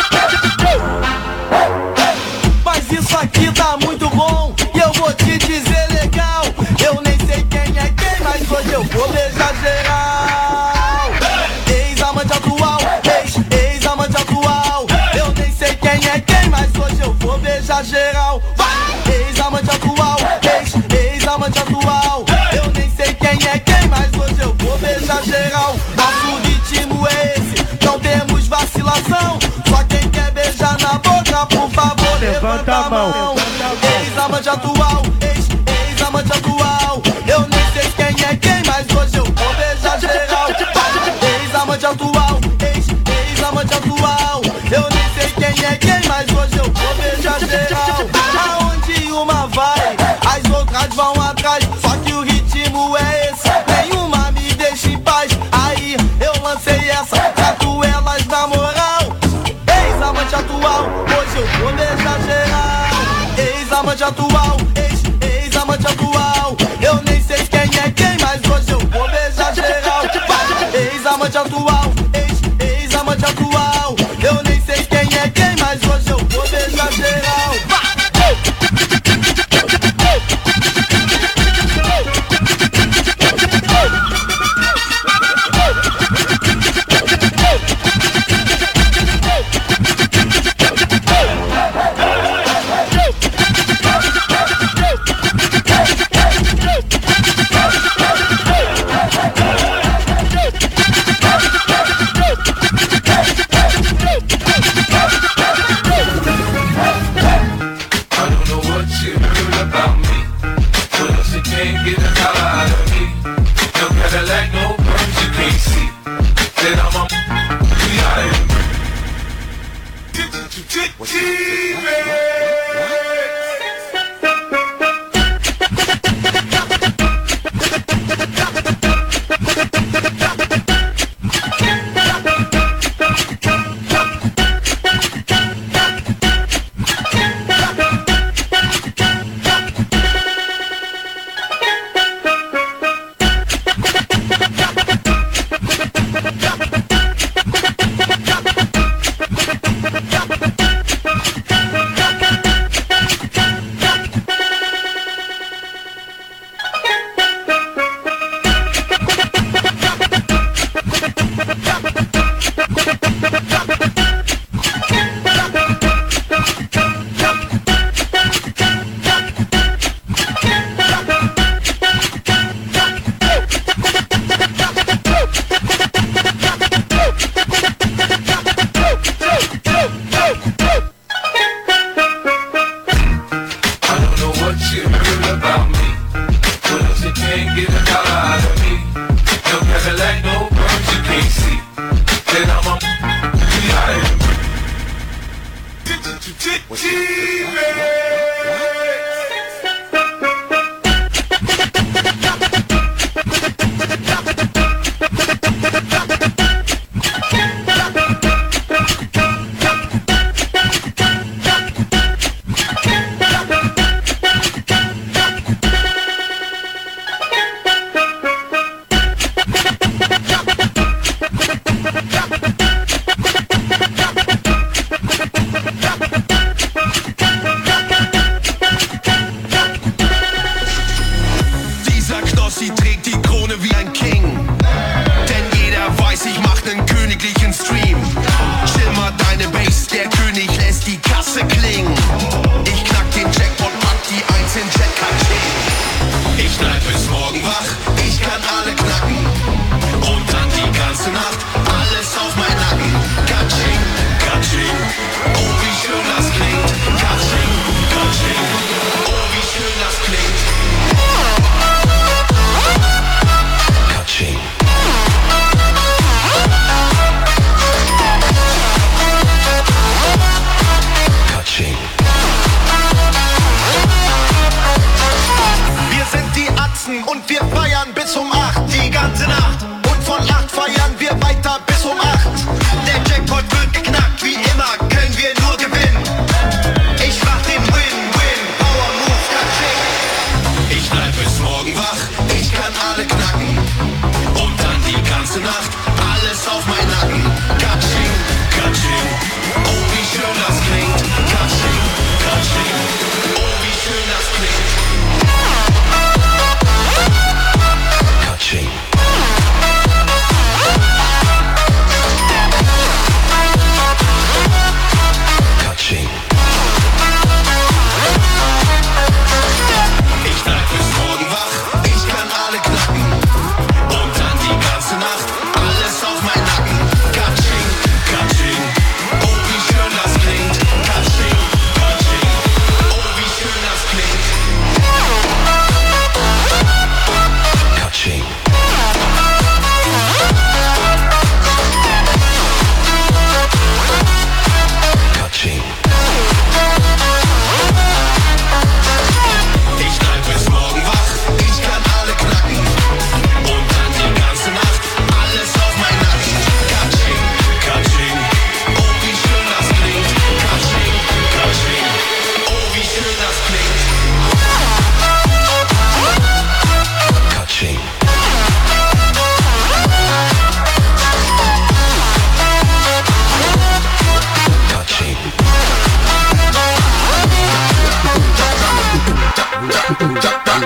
Mas isso aqui tá muito bom e eu vou te dizer legal. Eu nem sei quem é quem, mas hoje eu vou beijar geral. Ex-amante atual, ex-amante atual. Eu nem sei quem é quem, mas hoje eu vou beijar geral. Ex-amante atual, ex-amante atual. Eu nem sei quem é quem, mas hoje eu vou beijar geral. Nosso ritmo é esse, não temos vacilação. Só quem quer beijar na boca, por favor, levanta a mão. Ex-amante atual, ex-amante atual. Eu nem sei quem é quem, mas hoje eu vou beijar geral. Ex-amante atual, ex-amante atual. Eu nem sei quem é quem, mas hoje eu vou beijar geral. Aonde uma vai, as outras vão atrás. Só que o ritmo é esse, nenhuma me deixa em paz. Aí eu lancei essa, trato elas na moral. Ex-amante atual, hoje eu vou beijar geral. Ex-amante atual, ex-amante atual. Eu nem sei quem é quem, mas hoje eu vou beijar geral. Ex-amante atual, ex-amante atual. Eu nem sei quem é quem, mas hoje eu vou beijar geral.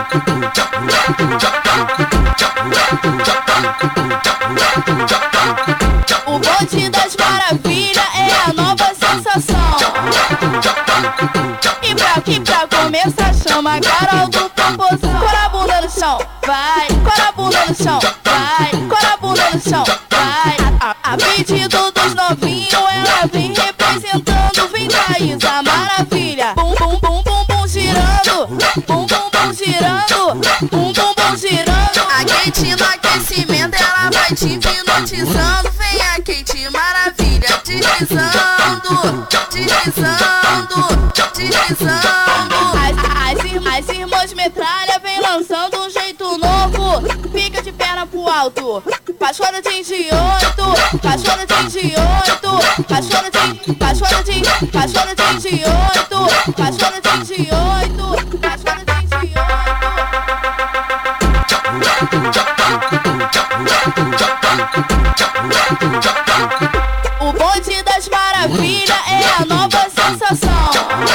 O bonde das maravilhas é a nova sensação. E pra começar chama a Carol do Popozão. Cora a bunda no chão, vai. Cora a bunda no chão, vai. Cora a bunda no chão, vai. A pedido dos novinhos ela vem representando. Vem Thaís, a maravilha. Bum bum bum bum bum girando. Bum bum bum girando. Bum bum bum girando. A Kate no aquecimento ela vai te hipnotizando. Vem a Kate maravilha deslizando. Deslizando. Deslizando. As irmãs metralha vem lançando um jeito novo. Fica de perna pro alto. Cachorro de 8. Cachorro de 8. Cachorro de 8. Cachorro de 8. Cachorro de 8. Cachorro de 8. O bonde das maravilhas é a nova sensação.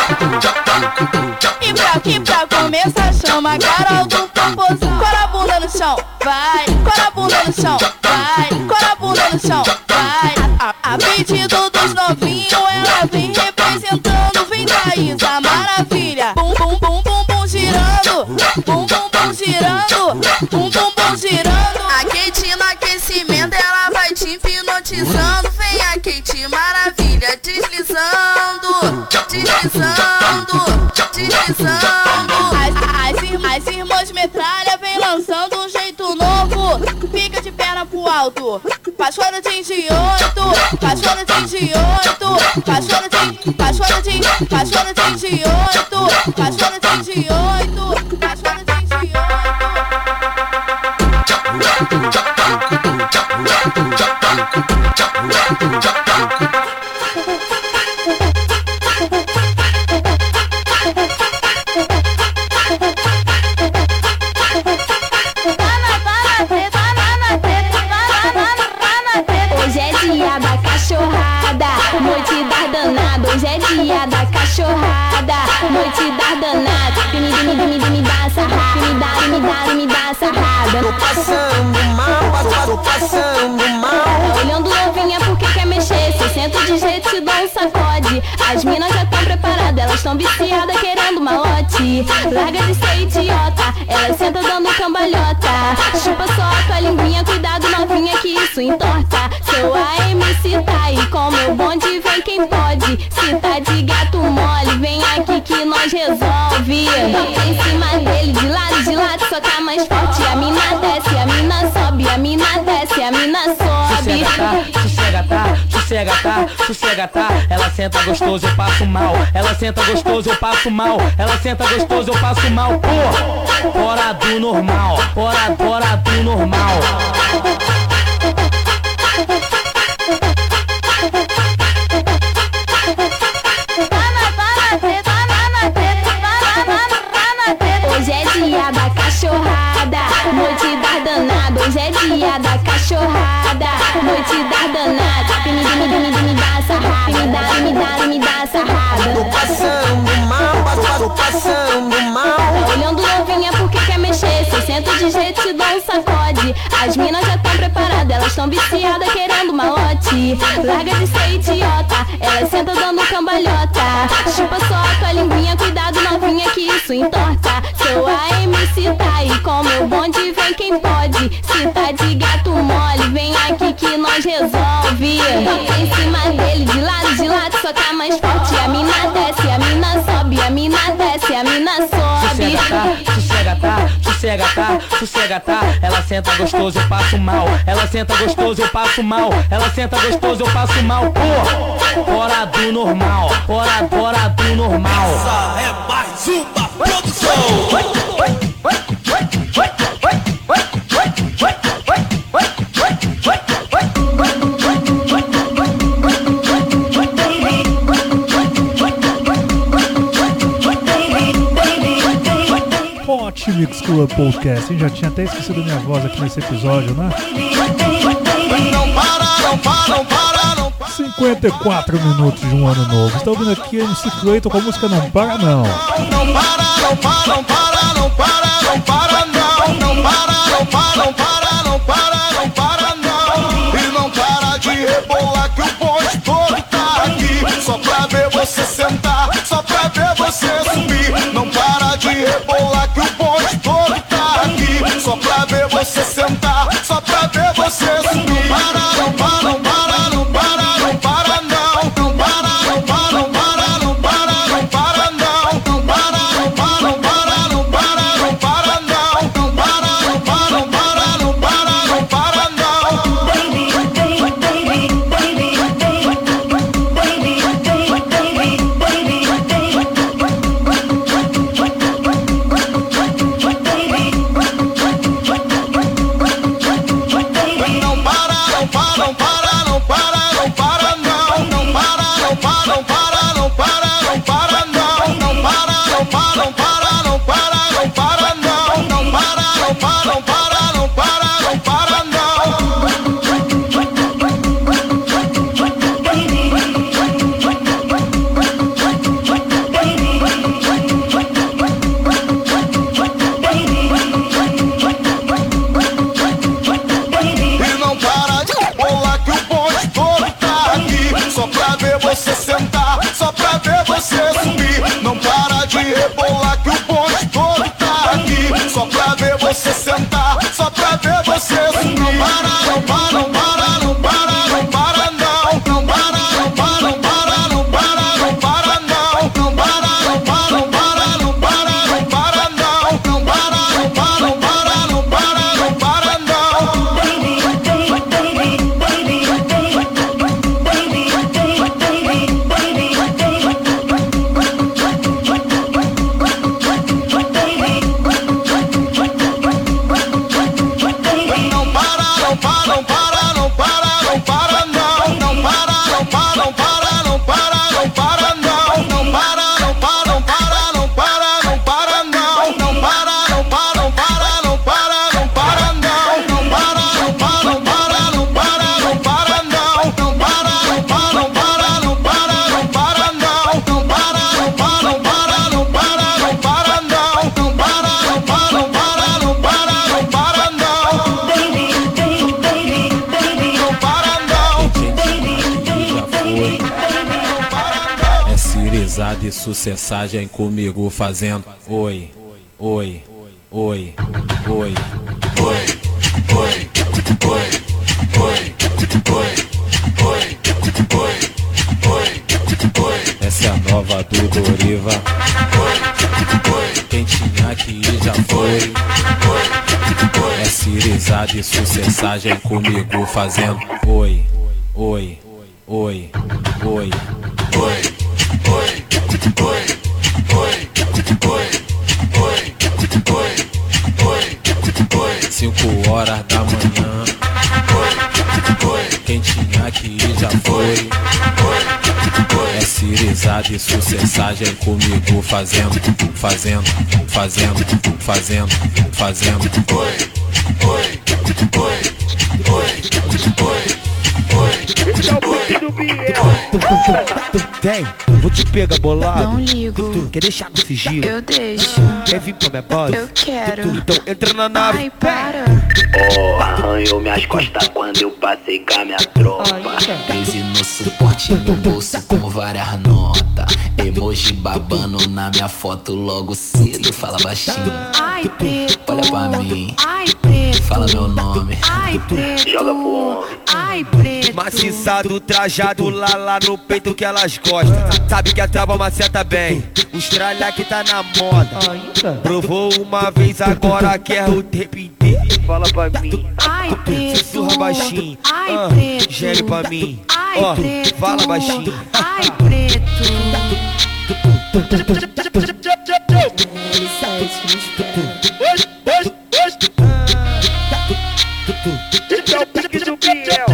E pra começar chama a Carol do Popozão. Cora a bunda no chão, vai. Cora a bunda no chão, vai. Cora a bunda no chão, vai. A pedido dos novinhos ela vem representando. Vem Thaís, a maravilha. Bum bum bum bum bum girando. Bum bum bum girando. Bum bum bum girando. A Kate no aquecimento ela vai te hipnotizando. Vem a Kate maravilha deslizando. Deslizando. Deslizando. As irmãs metralha vem lançando um jeito novo. Fica de perna pro alto. Cachorro de 8. Cachorro de 8. Cachorro de 8. Cachorro de 8. Cachorro de 8. Cachorro de 8. Hoje é dia da cachorrada, noite da danada. Hoje é dia da cachorrada, noite da danada. Me dá sarrada, me dá sarrada. Tô passando mal, tô passando mal. Tá olhando novinha porque quer mexer. Se senta de jeito, te dá um sacode. As minas já tão preparadas, elas tão viciadas querendo malote. Larga de ser idiota, ela senta dando cambalhota. Chupa só a tua linguinha, cuidado novinha que isso entorta. Seu AMC tá aí com meu bonde, vem quem pode. Se tá de gato mole, vem aqui que nós resolve. Bota em cima dele, de lado, só tá mais forte. A mina desce, a mina sobe, a mina desce, a mina sobe. Sossega tá. Ela senta gostoso, eu passo mal. Ela senta gostoso, eu passo mal. Ela senta gostoso, eu passo mal. Pô, fora do normal. Fora do normal. Hoje é dia da cachorrada, noite da danada. Hoje é dia da cachorrada, noite da danada. Me dá sarrada, me dá sarrada. Tô passando mal, tô passando mal. Tá olhando novinha porque quer mexer. Se senta de jeito, te dá um sacode. As minas já tão preparadas, elas tão viciadas querendo malote. Larga de ser idiota, elas senta dando cambalhota. Chupa só a tua linguinha, cuidado novinha que isso entorta. Seu AMC tá aí com meu bonde, vem quem pode. Se tá de gato mole, vem aqui que nós resolve. Bota em cima dele, de lado, só tá mais forte. A mina desce, a mina sobe, a mina desce, a mina sobe. Sossega tá. Ela senta gostoso, eu passo mal. Ela senta gostoso, eu passo mal. Ela senta gostoso, eu passo mal. Pô, fora do normal. Fora do normal. Essa é mais uma produção. Hot Mix Club Podcast, hein? Já tinha até esquecido minha voz aqui nesse episódio, né? Não para. 54 minutos de um ano novo. Está ouvindo aqui MC Clayton com a música Não Para Não. Não para. não para, não para não. Não para, não para, não para, não para, não para não. E não para de rebolar que o bonde todo tá aqui. Só pra ver você sentar, só pra ver você subir. Não para de rebolar que o bonde todo tá aqui. Só pra ver você sentar, só pra ver você subir. Não para, não para, não para, não para, não para não. Não para, não para, não para, não para, não para não. Não para, não para, não para, não para, não para não. Não para, não para, não para, não para, não para não. Não para, não para, não para, não para, não para não. Não para, não para, não para, não para, não para não. Não para, não para, não para, não para, não para não. Não para, não para, não para, não para, não para E não para de bolar que o bonde todo tá aqui. Só pra ver você sentar, só pra ver você subir. Não para de rebolar que o bonde todo tá aqui. Só pra ver você sentar, só pra ver você subir. Não para, não para, não para, não para, não para não. Não para, não para, não para, não para, não para não. Não para, não para, não para, não para, não para não. Não para, não para, não para, não para, não para não. Não para, não para, não para, não para, não para não. Não para, não para, não para, não para, não para não. Não para, não para, não para, não para, não para não. Não para, não para, não para, não para, não para não. Não para, não para, não para, não para, não para não. Não para, não para, não para, não para, não para não. Não para, não para, não para, não para, não para não. Não para, não para, não para, não para, não para não. Não para não. É cirizada e sucessagem comigo fazendo oi, oi, oi, oi, oi, oi, oi. Essa é a nova do Doriva. Quem tinha que ir já foi. É cirizada e sucessagem comigo fazendo oi, oi, oi, oi, oi. 5 horas da manhã. Quem tinha que ir já foi. É cirizada e sucessagem comigo fazendo, fazendo, fazendo, fazendo, fazendo. Esse é o beat do Biel. Vem, vou te pegar bolado. Não ligo. Tu quer deixar no sigilo? Eu deixo. Quer vir pra minha base? Eu quero. Então entra na nave. Ai, para. Oh, arranhou minhas costas quando eu passei com a minha tropa. Crise no suporte no bolso com várias notas. Emoji babando na minha foto logo cedo. Fala baixinho. Ai, preto. Olha pra mim. Ai, preto. Fala meu nome. Ai, preto. Joga pro homem. Ai, preto. Maciçado, trajado, lá no peito que elas gostam. Sabe que a trava maceta bem. Os tralha que tá na moda. Provou uma vez, agora quer o tempo inteiro. Fala pra mim. Ai, preto. Sussurra baixinho. Ai, preto. Gere pra mim. Ai, Ó, preto. fala baixinho. Ai, preto. Esse é o pique do Biel.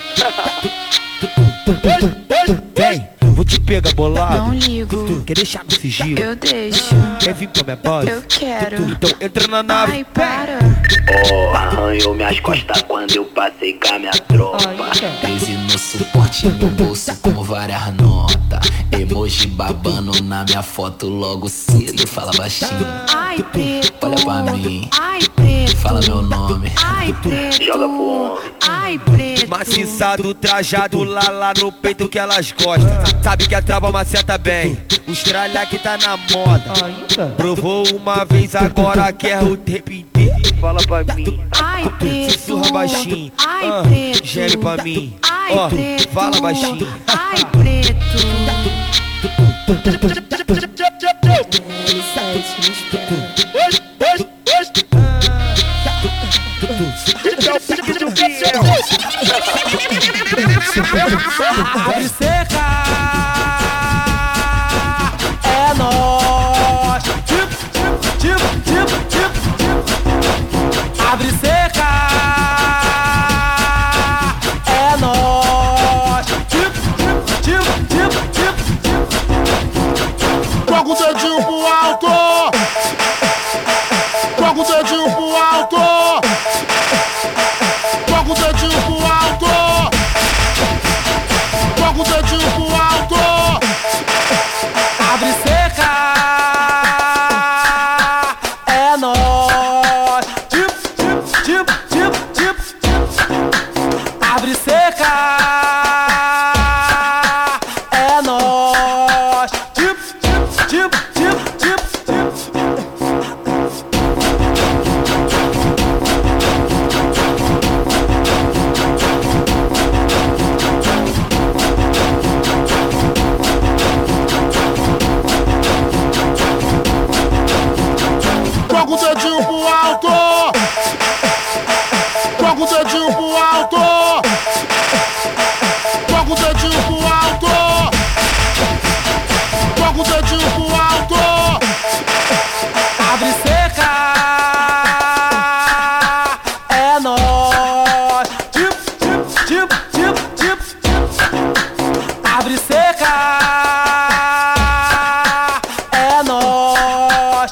Vem, vou te pegar bolado. Não ligo. Quer deixar no sigilo? Eu deixo. Quer vir pra minha base? Eu quero. Então entra na nave. Ai, para. Oh, arranhou minhas costas quando eu passei com a minha tropa. Crise no suporte no bolso com várias notas. emoji babando na minha foto logo cedo. Fala baixinho, Ai, preto. olha pra mim, Ai, preto. fala meu nome. Ai, preto. Joga pro homem. Ai, preto. Maciçado, trajado, lá no peito que elas gostam. Sabe que a trava maceta bem, os tralha que tá na moda. Provou uma vez, agora quer o tempo inteiro. Fala pra mim, Ai, preto. sussurra baixinho, Ai, preto. geme pra mim, Ai, ó, preto. fala baixinho. Ai, preto. Abre seca, é nóis. Abre seca, é nóis. Joga o dedinho pro alto. Joga o dedinho pro alto. Joga o dedinho pro alto. Joga o dedinho pro alto. Abre seca, é nóis. Abre seca, é nóis. Joga o dedinho pro alto. Joga o dedinho pro alto. Joga o dedinho pro alto. Joga o dedinho pro alto. Abre seca, é nóis. Abre seca, é nóis.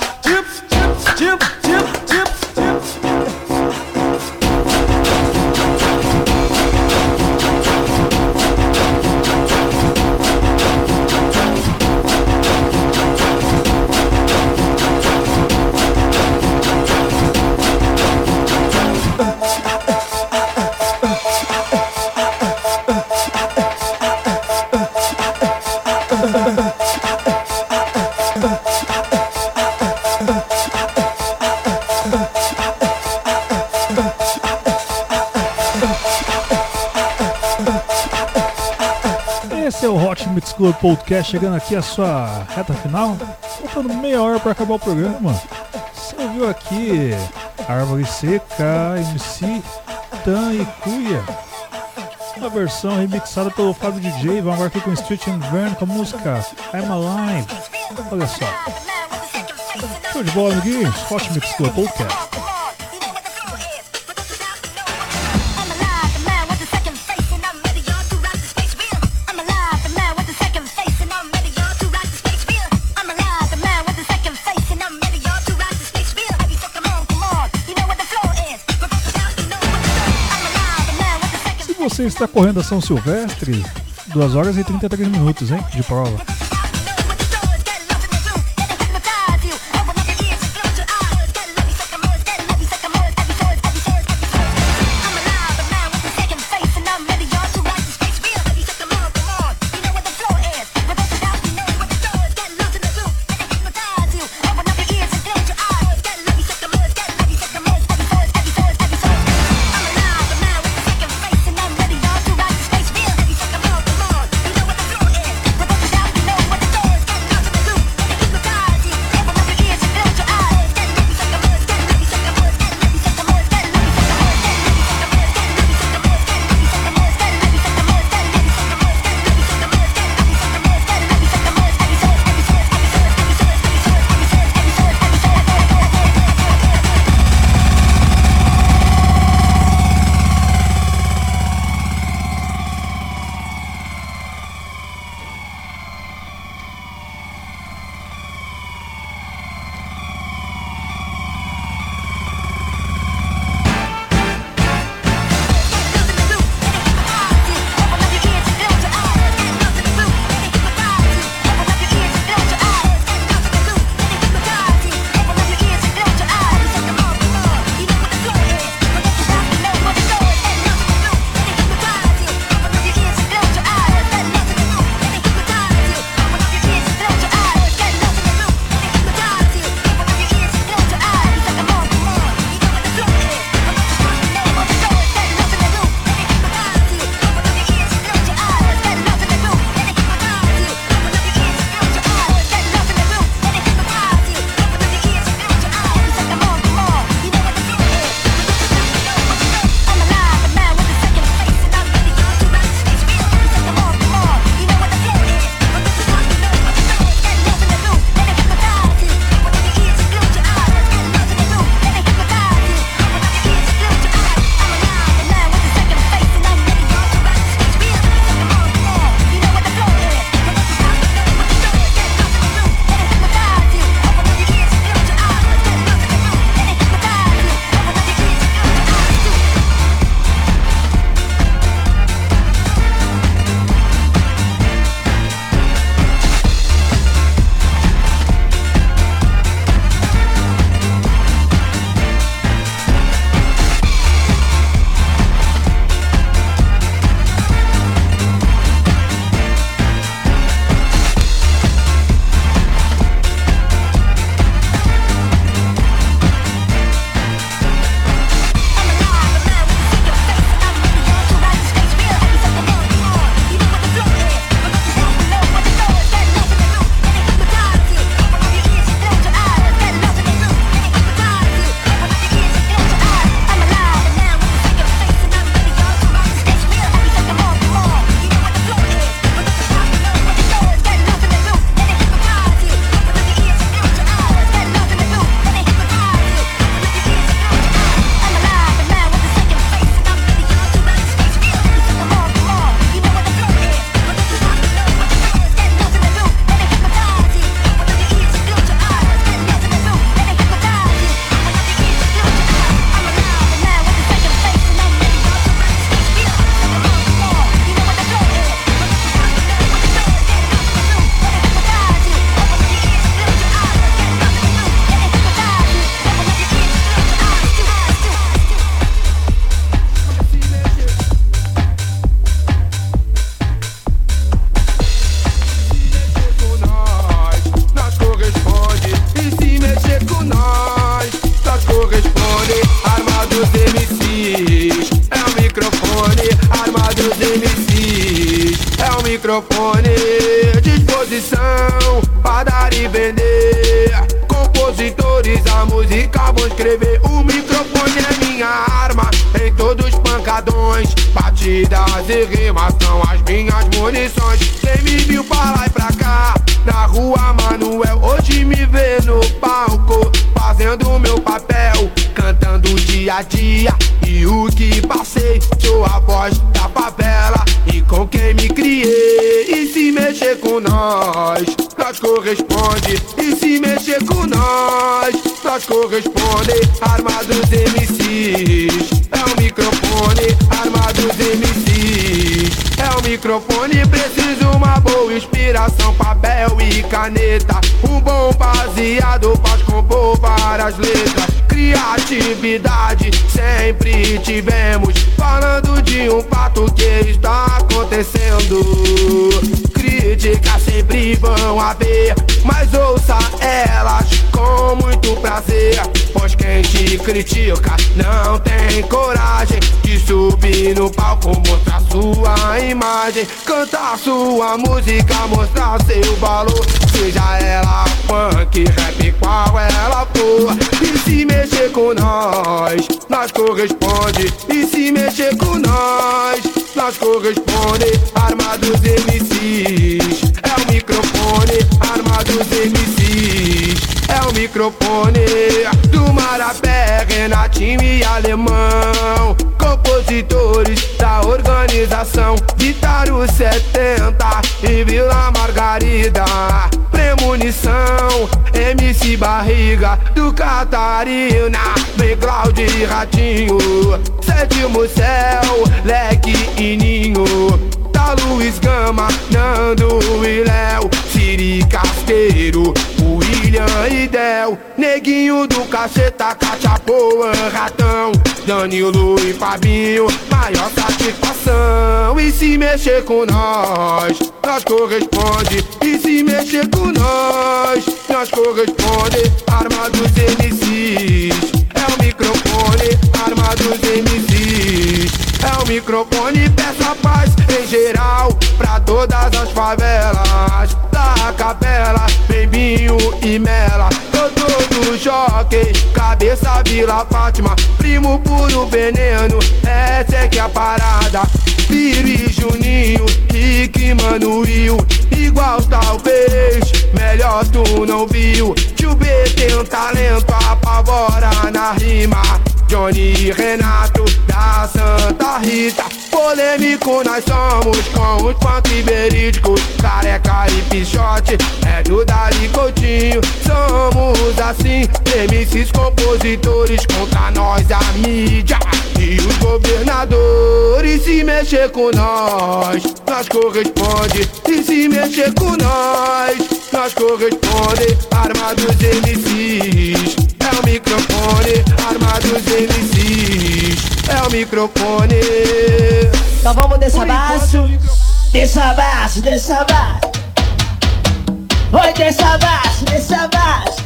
Esse é o Hot Mix Club Podcast, chegando aqui a sua reta final. Faltando meia hora para acabar o programa. Você ouviu aqui Árvore Seca, MC, Tan e Cuia. Uma versão remixada pelo Fábio DJ. Vamos agora aqui com Street and Burn com a música I'm Alive. Olha só. Show de bola, amiguinhos. Hot Mix Club Podcast. Você está correndo a São Silvestre, 2 horas e 33 minutos, hein, de prova. MCs, é o microfone, arma dos MCs, é o microfone, disposição pra dar e vender. Compositores, a música vão escrever. O microfone é minha arma em todos os pancadões. Batidas e rimas são as minhas munições. Quem me viu pra lá e pra cá, na rua Manuel, hoje me vê no palco, fazendo o meu papel, cantando o dia a dia e o que passei. Sou a voz da favela e com quem me criei. E se mexer com nós corresponde. E se mexer com nós corresponde. Arma dos MCs, é o microfone. Arma dos MCs, é o microfone. Preciso uma boa inspiração, papel e caneta. Um bom baseado faz compor várias letras. Criatividade sempre tivemos, falando de um fato que está acontecendo. Críticas sempre vão haver, mas ouça elas com muito prazer. Pois quem te critica não tem coragem de subir no palco, mostrar sua imagem, cantar sua música, mostrar seu valor. Seja ela funk, rap, qual ela for. E se mexer com nós corresponde. E se mexer com nós corresponde. Arma dos MCs, é o microfone. Arma dos MCs, é o microfone. Do Marapé, Renatinho e Alemão, compositores da organização Guitaro 70 e Vila Margarida. Premonição, MC Barriga do Catarina, vem Cláudio e Ratinho, Sétimo Céu, Leque e Ninho, tá Luiz Gama, Nando e Léo, Siri Casqueiro, William e Del, Neguinho do Cacheta, Cátia Poan, Ratão, Danilo e Fabinho, maior satisfação. E se mexer com nós corresponde. E se mexer com nós corresponde. Arma dos MCs, é o microfone. Arma dos MCs, é o microfone. Peça paz em geral pra todas as favelas da Capela, Bembinho e Mela, todo jockey, cabeça Vila Fátima, primo puro veneno, essa é que é a parada. Piro e Juninho, Rick, Mano, Will, igual talvez, melhor tu não viu. Tio B tem um talento, apavora na rima. Johnny e Renato da Santa Rita, polêmico nós somos com os funk verídicos. Careca e Pichote, é do Dali Coutinho. Somos assim, MCs compositores, contra nós a mídia e os governadores. Se mexer com nós corresponde. E se mexer com nós corresponde. Arma dos MCs, é o microfone. Arma dos MCs, é o microfone. Então vamos descer baixo. Desça baixo, desça baixo. Oi, desça baixo, desça baixo.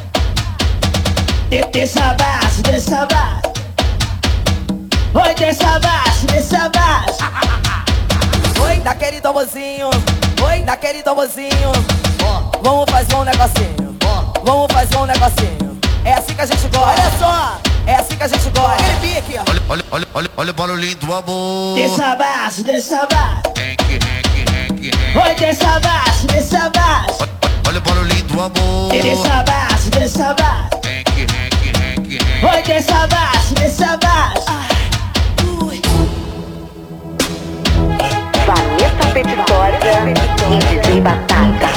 Desça baixo, desça baixo. Oi, desça baixo, desça baixo. Oi, daquele tombozinho. Oi, daquele tombozinho. Vamos fazer um negocinho. Vamos fazer um negocinho. É assim que a gente gosta. Olha só, é assim que a gente gosta. Aquele pique, ó. Olha o barulhinho do amor. Desça baixo, desça baixo. Oi, desça baixo, desça baixo. Olha o barulhinho do amor. Desça baixo, desça baixo. Oi, desça baixo, desça baixo. Vanessa Petitória e DJ Batata.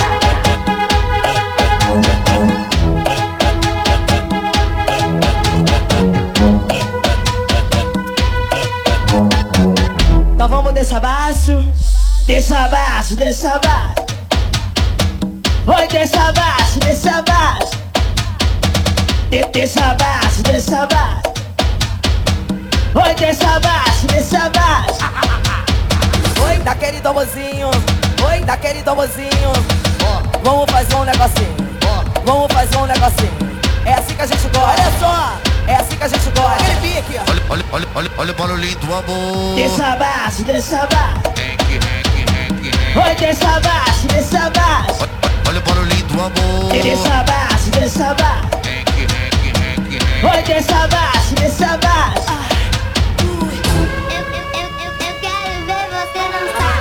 Então vamos descer baixo. Desça baixo, desça baixo. Oi, desça baixo, desça baixo. Desça baixo, desça baixo. Oi, desça baixo, desça baixo. Oi, daquele tombozinho. Oi, daquele tombozinho. Vamos fazer um negocinho. Vamos fazer um negocinho. É assim que a gente gosta. Olha só, É assim que a gente gosta. Aquele pique, ó. Olha o barulhinho do amor. Desça abaixo, desça abaixo. Oi, desça abaixo, desça abaixo. Olha o barulhinho do amor. Desça abaixo, desça abaixo. Oi, desça abaixo, desça abaixo. Eu quero ver você dançar.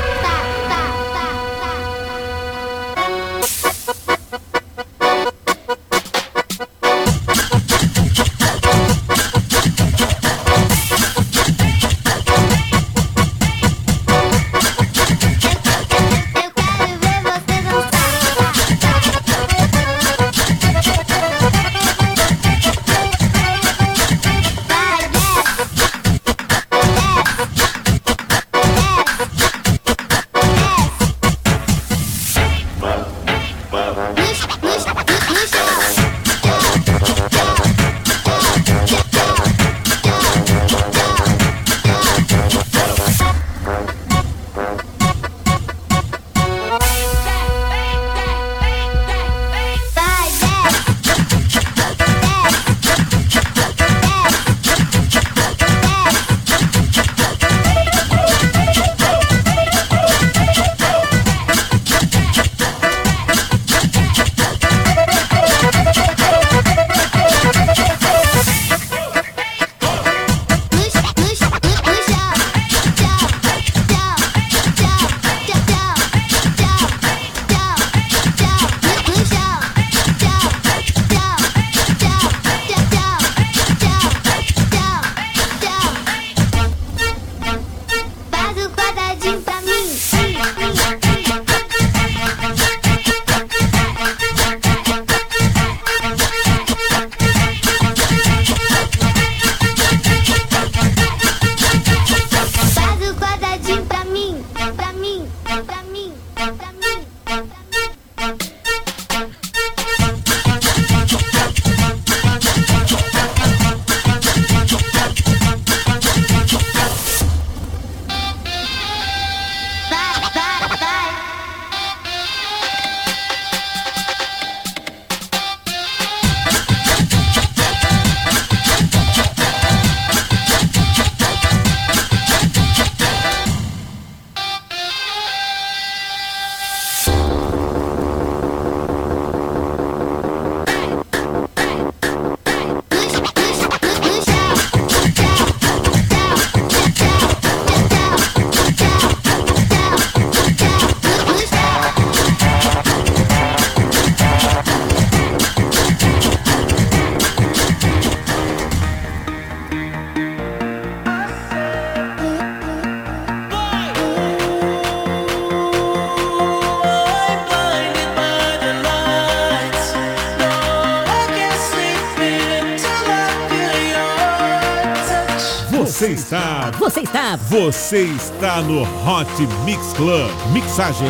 Você está no Hot Mix Club. Mixagem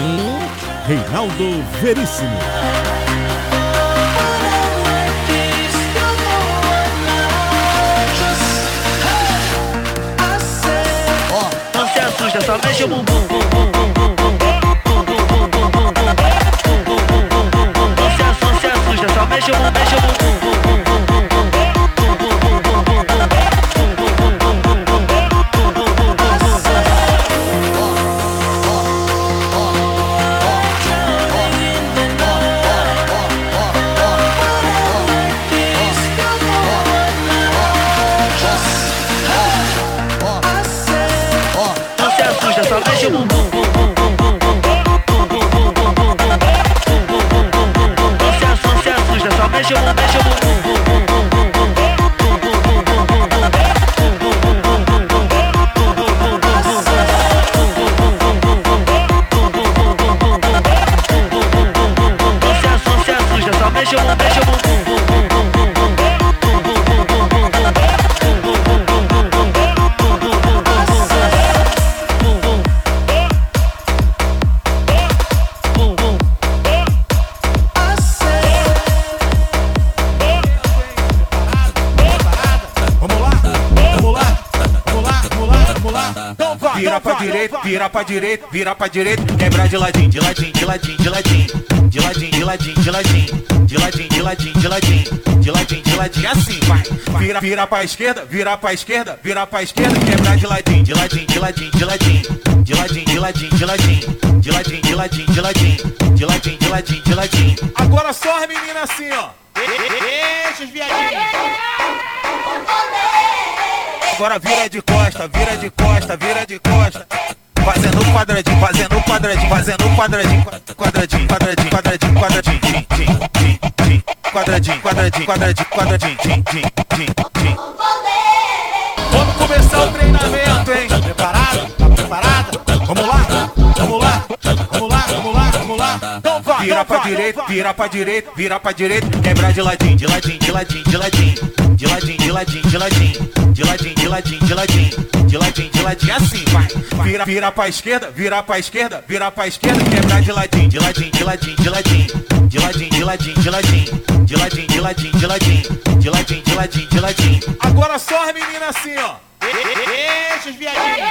Reinaldo Veríssimo. Não se assusta, só mexe o bumbum. Não se assusta, só mexe o bumbum. Só mexe o bumbum. Não se assusta, só mexe o bumbum. Vira pra direita, vira pra direita, vira pra direita, quebra de ladinho, de ladinho, de ladinho, de ladinho, de ladinho, de ladinho, de ladinho. de ladinho, de ladinho, de ladinho, de ladinho, de ladinho, assim, vai. Vira pra esquerda, vira pra esquerda, vira pra esquerda, quebrar de ladinho, de ladinho, de ladinho, de ladinho, de ladinho, de ladinho, de ladinho, de ladinho, de ladinho, de ladinho, de ladinho, de ladinho, de ladinho. Agora só as meninas assim, ó. Deixa os viadinhos. Agora vira de costa, vira de costa, vira de costa. Fazendo quadradinho, fazendo quadradinho, fazendo quadradinho, quadradinho, quadradinho, quadradinho, quadradinho, quadradinho, quadradinho, quadradinho, quadradinho. Vamos começar o treinamento, hein? Preparado? Tá preparada? Vamos lá? Vamos lá? Vamos lá? Vamos lá? Vamos lá? Então vai! Vira pra direita, vira pra direita, vira pra direita, quebra de ladinho, de ladinho, de ladinho, de ladinho, de ladinho, de ladinho, de ladinho, de ladinho, de ladinho, de ladinho, de ladinho, de ladinho, assim, vai. Vira pra esquerda, vira pra esquerda, vira pra esquerda, quebra de ladinho, de ladinho, de ladinho, de ladinho, de ladinho, de ladinho, de ladinho, de ladinho, de ladinho, de ladinho, de ladinho, de ladinho, de ladinho. Agora só as meninas assim, ó. Deixa os viadinhos.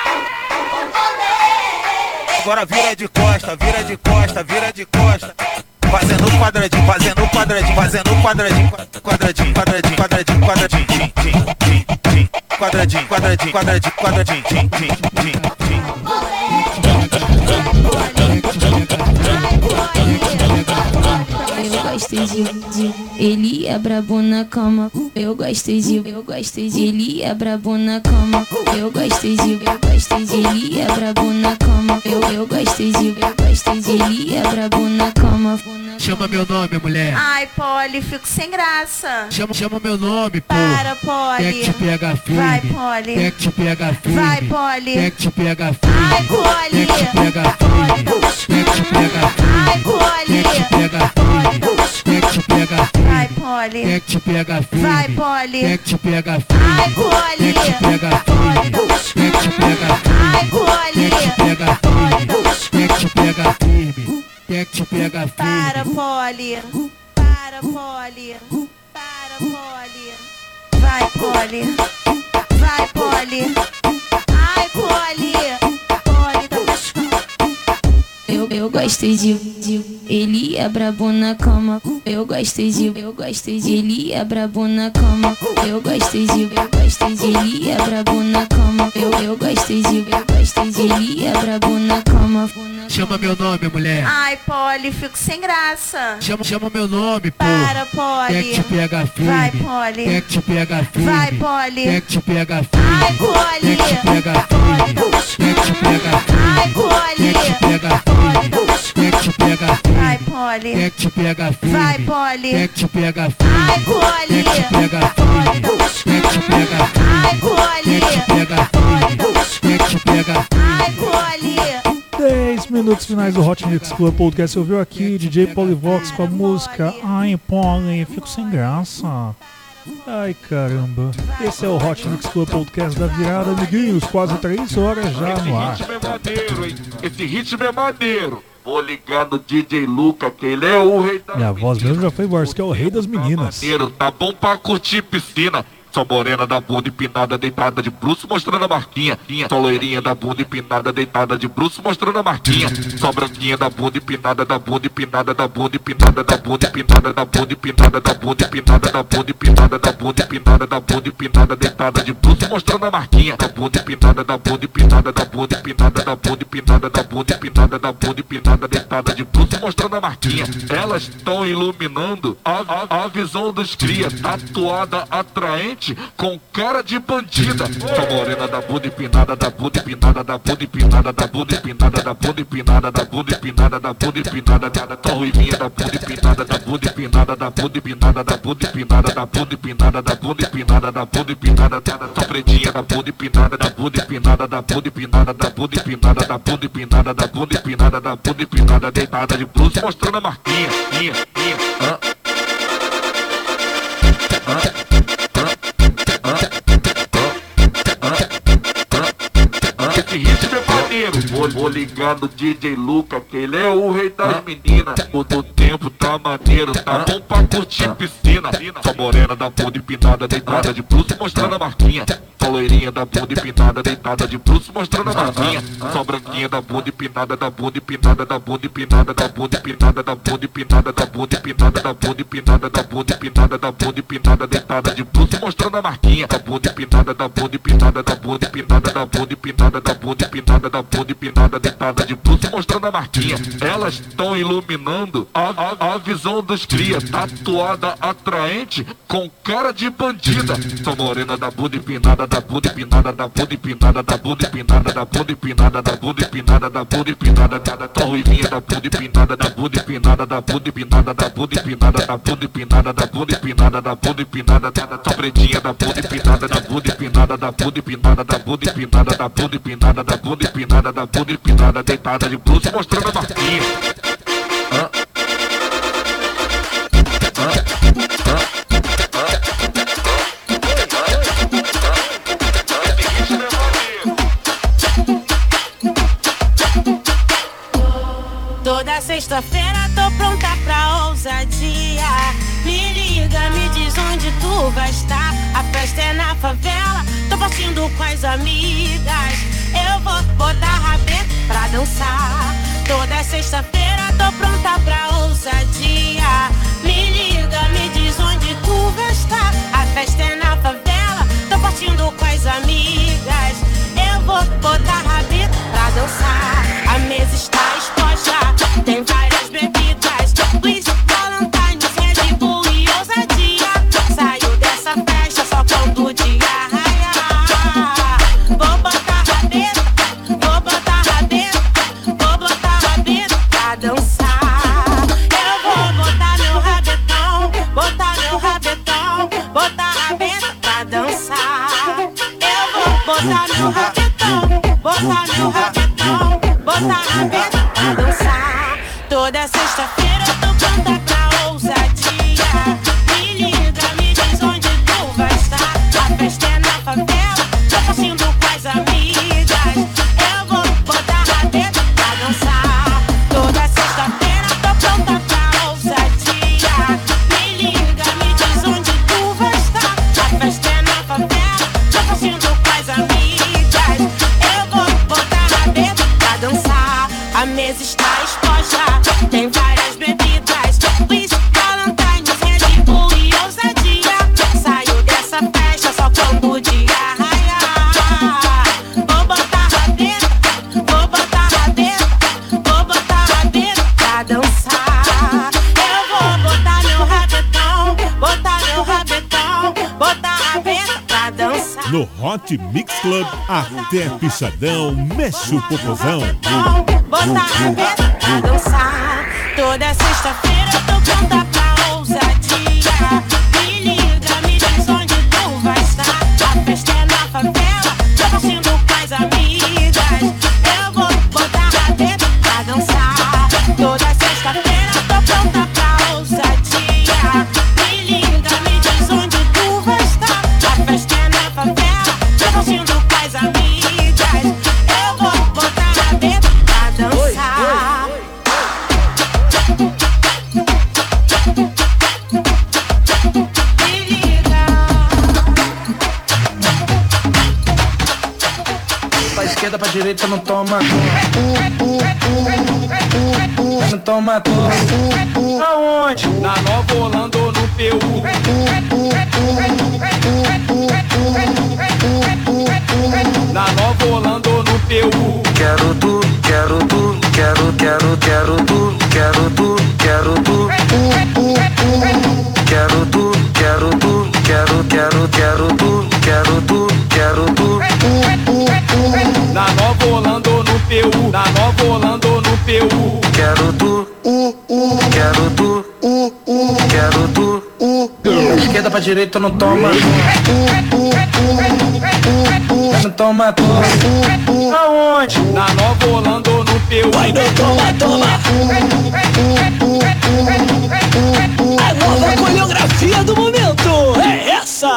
Agora vira de costa, vira de costa, vira de costa. Fazendo quadradinho, fazendo quadradinho, fazendo quadradinho, quadradinho, quadradinho, quadradinho, quadradinho, quadradinho, quadradinho, quadradinho, quadradinho. Eu gostei de ele é brabo na cama. Eu gostei de ele é brabo na cama. Eu gostei de ele é brabo na cama. Eu gostei de ele é brabo na cama. Chama meu nome, mulher. Ai, Polly, fico sem graça. Chama meu nome, pô. Para, Polly. Quer que te pega firme? Vai, Polly. Quer que te pega firme? Vai, Polly. Quer que te pega firme? Ai, Polly. Quer que te pega firme? Quer que te pega firme? Ai, Polly. Quer que te pega firme? Quer que te pega firme? Vai, Polly. Quer que te pega firme? Vai, Polly. Quer que te pega firme? Ai, Polly. Quer que te pega firme? Quer que te pega firme? Ai, Polly. Quer que te pega firme? Quer que te pega firme? Quer que te pega firme? Para, Polly. Para, Polly. Para, Polly. Vai, Polly. Vai, Polly. Ai, Polly. Polly tá machucando. Eu gostei de ele é brabo na cama. Eu gostei de ele é brabo na cama. Eu gostei de ele é brabo na cama. Eu gostei de ele é brabo na cama. Chama meu nome, mulher. Ai, Polly, fico sem graça. Chama meu nome, pô. Para, Polly. Quer que te pega firme? Vai, Polly. Quer que te pega firme? Vai, Polly. Quer que te pega firme? Ai, Polly. Quer que te pega firme? Quer que te pega firme? Ai, Polly. Quer que te pega firme? Quer que te pega firme? Vai, Polly. Quer que te pega firme? Vai, Polly. Quer que te pega firme? Ai, Polly. Quer que te pega firme? Quer que te pega firme? Ai, Polly. Quer que te pega firme? Quer que te pega firme? Ai, Polly. 10 minutos finais do Hot Mix Club Podcast. Você ouviu aqui DJ Polivox com a música Ai, Polly, fico sem graça. Ai, caramba. Esse é o Hot Mix Club Podcast da virada, amiguinhos. Quase 3 horas já no ar. Esse ritmo é maneiro, hein? Esse ritmo é maneiro. Vou ligar no DJ Luca, que ele é o rei das Minha voz mesmo já foi embora, que é o rei das meninas. Maneiro, tá bom pra curtir piscina. Só morena da bunda empinada, deitada de bruço, mostrando a marquinha. Só loirinha da bunda empinada, deitada de bruço, mostrando a marquinha. Só branquinha da bunda empinada, da bunda empinada, da bunda empinada, da bunda empinada, da bunda empinada, da bunda empinada, da bunda empinada, da bunda empinada, da bunda empinada, deitada de bruço, mostrando a marquinha. Da bunda empinada, da bunda empinada, da bunda empinada, da bunda empinada, da bunda empinada, da bunda empinada, deitada de bruço, mostrando a marquinha. Elas estão iluminando a visão dos cria, tatuada, atraente, com cara de bandida. Só morena da bunda empinada, da bunda empinada, da bunda empinada, da bunda empinada, da bunda empinada, da bunda empinada, da bunda empinada, da ruivinha da bunda empinada, da bunda empinada, da bunda empinada, da bunda empinada, da bunda empinada, da bunda empinada, da bunda empinada, só pretinha da bunda empinada, da bunda empinada, da bunda empinada, da bunda empinada, da bunda empinada, da bunda empinada, da bunda empinada, deitada de bruço, mostrando a marquinha. Esse ritmo é maneiro. Vou ligar ligado, DJ Luca, que ele é o rei das meninas. O tempo tá maneiro, tá bom pra curtir piscina. Só morena da bunda empinada, deitada de bruço, mostrando a marquinha. Só loirinha da bunda empinada, deitada de bruço, mostrando a marquinha. Só branquinha da bunda empinada, da bunda empinada, da bunda empinada, da bunda empinada, da bunda empinada, da bunda empinada, da bunda empinada, da bunda empinada, da bunda empinada, deitada de bruço, mostrando a marquinha. Da bunda empinada, da bunda empinada, da bunda empinada, da bunda empinada, da bunda empinada, da bunda empinada, deitada de bruço, mostrando a marquinha. Elas estão iluminando a visão dos cria, tatuada atraente com cara de bandida. Só morena da bunda empinada, da bunda empinada, da bunda empinada, da bunda empinada, da bunda empinada, da bunda empinada, da bunda empinada, da ruivinha da bunda empinada, da bunda empinada, da bunda empinada, da bunda empinada, da bunda empinada, da bunda empinada, da bunda empinada, da pretinha da bunda empinada, da bunda empinada, da bunda empinada, da bunda empinada, da bunda empinada, da bunda empinada, da bunda empinada, deitada de bruço, mostrando a marquinha. Toda sexta-feira tô pronta pra ousadia. Me liga, me diz onde tu vai estar. A festa é na favela, tô partindo com as amigas. Eu vou botar rabeta pra dançar. Toda sexta-feira tô pronta pra ousadia. Me liga, me diz onde tu vai estar. A festa é na favela, tô partindo com as amigas. Eu vou botar rabeta pra dançar. A mesa está exposta, tem várias bebidas, whisky, Valentine's, Red Bull e ousadia. Saio dessa festa só quando o dia raiar. Vou botar rabeta, vou botar rabeta, vou botar rabeta pra dançar. Eu vou botar meu rabetão, botar meu rabetão, botar rabeta pra dançar. Eu vou botar meu rabetão, botar meu rabetão, botar rabeta pra dançar. Toda sexta-feira eu tô pronta pra ousadia. Me liga, me diz onde tu vai estar. A festa é na favela, tô partindo com as amigas. Eu vou botar rabeta pra dançar. Toda sexta-feira eu tô pronta pra ousadia. Me liga, me diz onde tu vai estar. A festa é na favela, tô partindo com as amigas. Eu vou botar rabeta pra dançar. A mesa está exposta, tem várias bebidas, whisky, Valentine's, Red Bull e ousadia. Saio dessa festa só quando o dia raiar. Vou botar rabeta, vou botar rabeta, vou botar rabeta pra dançar. Eu vou botar meu rabetão, botar meu rabetão, botar rabeta pra dançar. No Hot Mix Club, até pichadão, mexe o popozão. Botar rabeta pra dançar. Toda sexta-feira eu tô pronta pra ousadia. Me liga, me diz onde tu vai estar. A festa é na favela, tô partindo com as amigas. Eu vou botar rabeta pra dançar. Toda sexta-feira eu tô pronta pra ousadia. Me liga, me diz onde tu vai estar. A festa é na favela, tô partindo com as amigas. Eu vou botar rabeta pra dançar. Pra esquerda, pra direita, não toma. Não toma. Aonde? Na Nova Holanda ou no PU. Na Nova Holanda ou no PU. Quero tu, quero tu, quero tu, quero tu, quero tu, quero tu, quero tu, quero tu, quero tu, quero tu. Na Nova Holanda ou no PU. Na Nova Holanda ou no PU. Quero tu, quero tu, quero tu. Pra esquerda, pra direita, não toma. Não toma. Aonde? Na Nova Holanda ou no PU. Vai, não toma. A nova coreografia do momento é essa.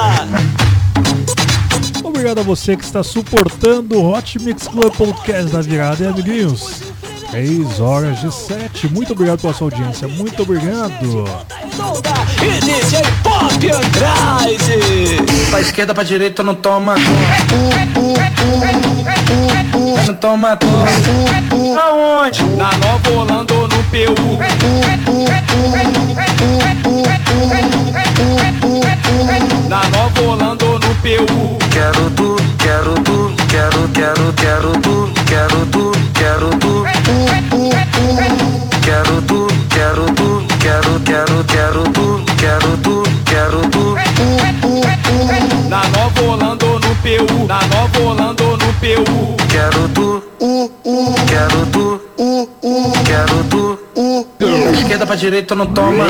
Obrigado a você que está suportando o Hot Mix Club Podcast da Virada, e amiguinhos. 6h07. Muito obrigado pela sua audiência. Muito obrigado. E DJ Pop Andrade. Pra esquerda, pra direita, não toma. Não toma. Aonde? Na Nova Holanda ou no PU? Na Nova Holanda ou no PU? Quero tu, quero tu, quero tu, quero tu, quero tu, quero tu, quero tu, quero tu, quero tu. Na Nova Holanda ou no PU? Na Nova Holanda ou no PU? Quero tu, quero tu, quero tu. Pra esquerda, pra direita, não toma.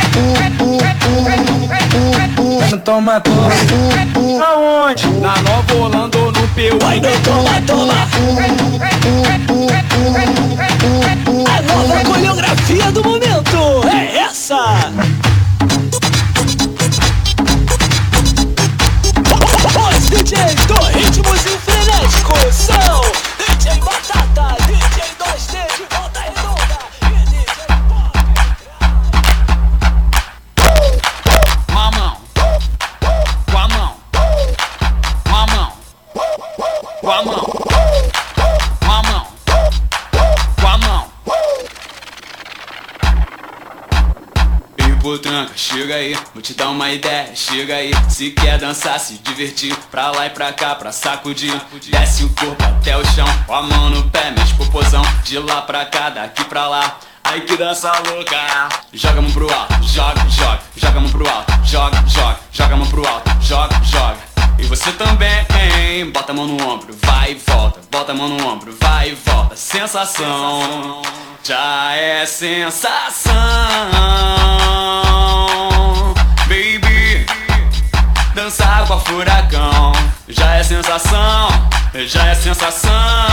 Não toma. Aonde? Na Nova Holanda ou no PU? Vai, não toma. A nova coreografia do momento é essa. Os DJs do ritmozinho frenético são DJ Batata, DJ 2D de Volta Redonda e DJ Com a mão, com a mão, com a mão, com a mão, com a mão, com a mão. E Potranca, chega aí, vou te dar uma ideia, chega aí. Se quer dançar, se divertir, pra lá e pra cá, pra sacudir. Desce o corpo até o chão, com a mão no pé, mexe popozão. De lá pra cá, daqui pra lá. Ai que dança louca. Joga a mão pro alto, joga, joga. Joga a mão pro alto, joga, joga. Joga a mão pro alto, joga, joga. E você também, hein? Bota a mão no ombro, vai e volta. Bota a mão no ombro, vai e volta. Sensação, já é sensação. Baby, dançar com a furacão. Já é sensação, já é sensação.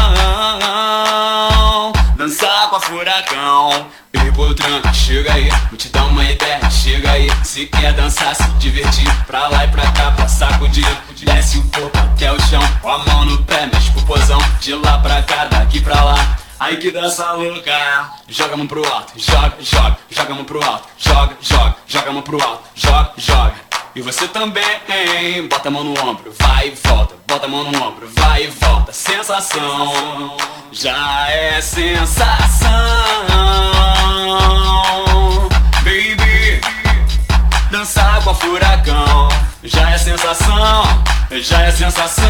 Dançar com a furacão. E Potranca, chega aí, vou te dar uma ideia, chega aí. Se quer dançar, se divertir, pra lá e pra cá, pra sacudir. Desce o corpo até o chão, com a mão no pé, mexe popozão. De lá pra cá, daqui pra lá. Ai que dança louca. Joga a mão pro alto, joga, joga. Joga a mão pro alto, joga, joga. Joga a mão pro alto, joga, joga. E você também, hein? Bota a mão no ombro, vai e volta. Bota a mão no ombro, vai e volta. Sensação, já é sensação. Baby, dançar com a furacão. Já é sensação, já é sensação.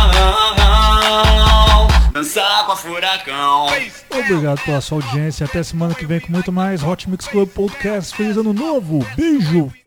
Dançar com a furacão. Obrigado pela sua audiência. Até semana que vem com muito mais Hot Mix Club Podcast. Feliz ano novo. Beijo.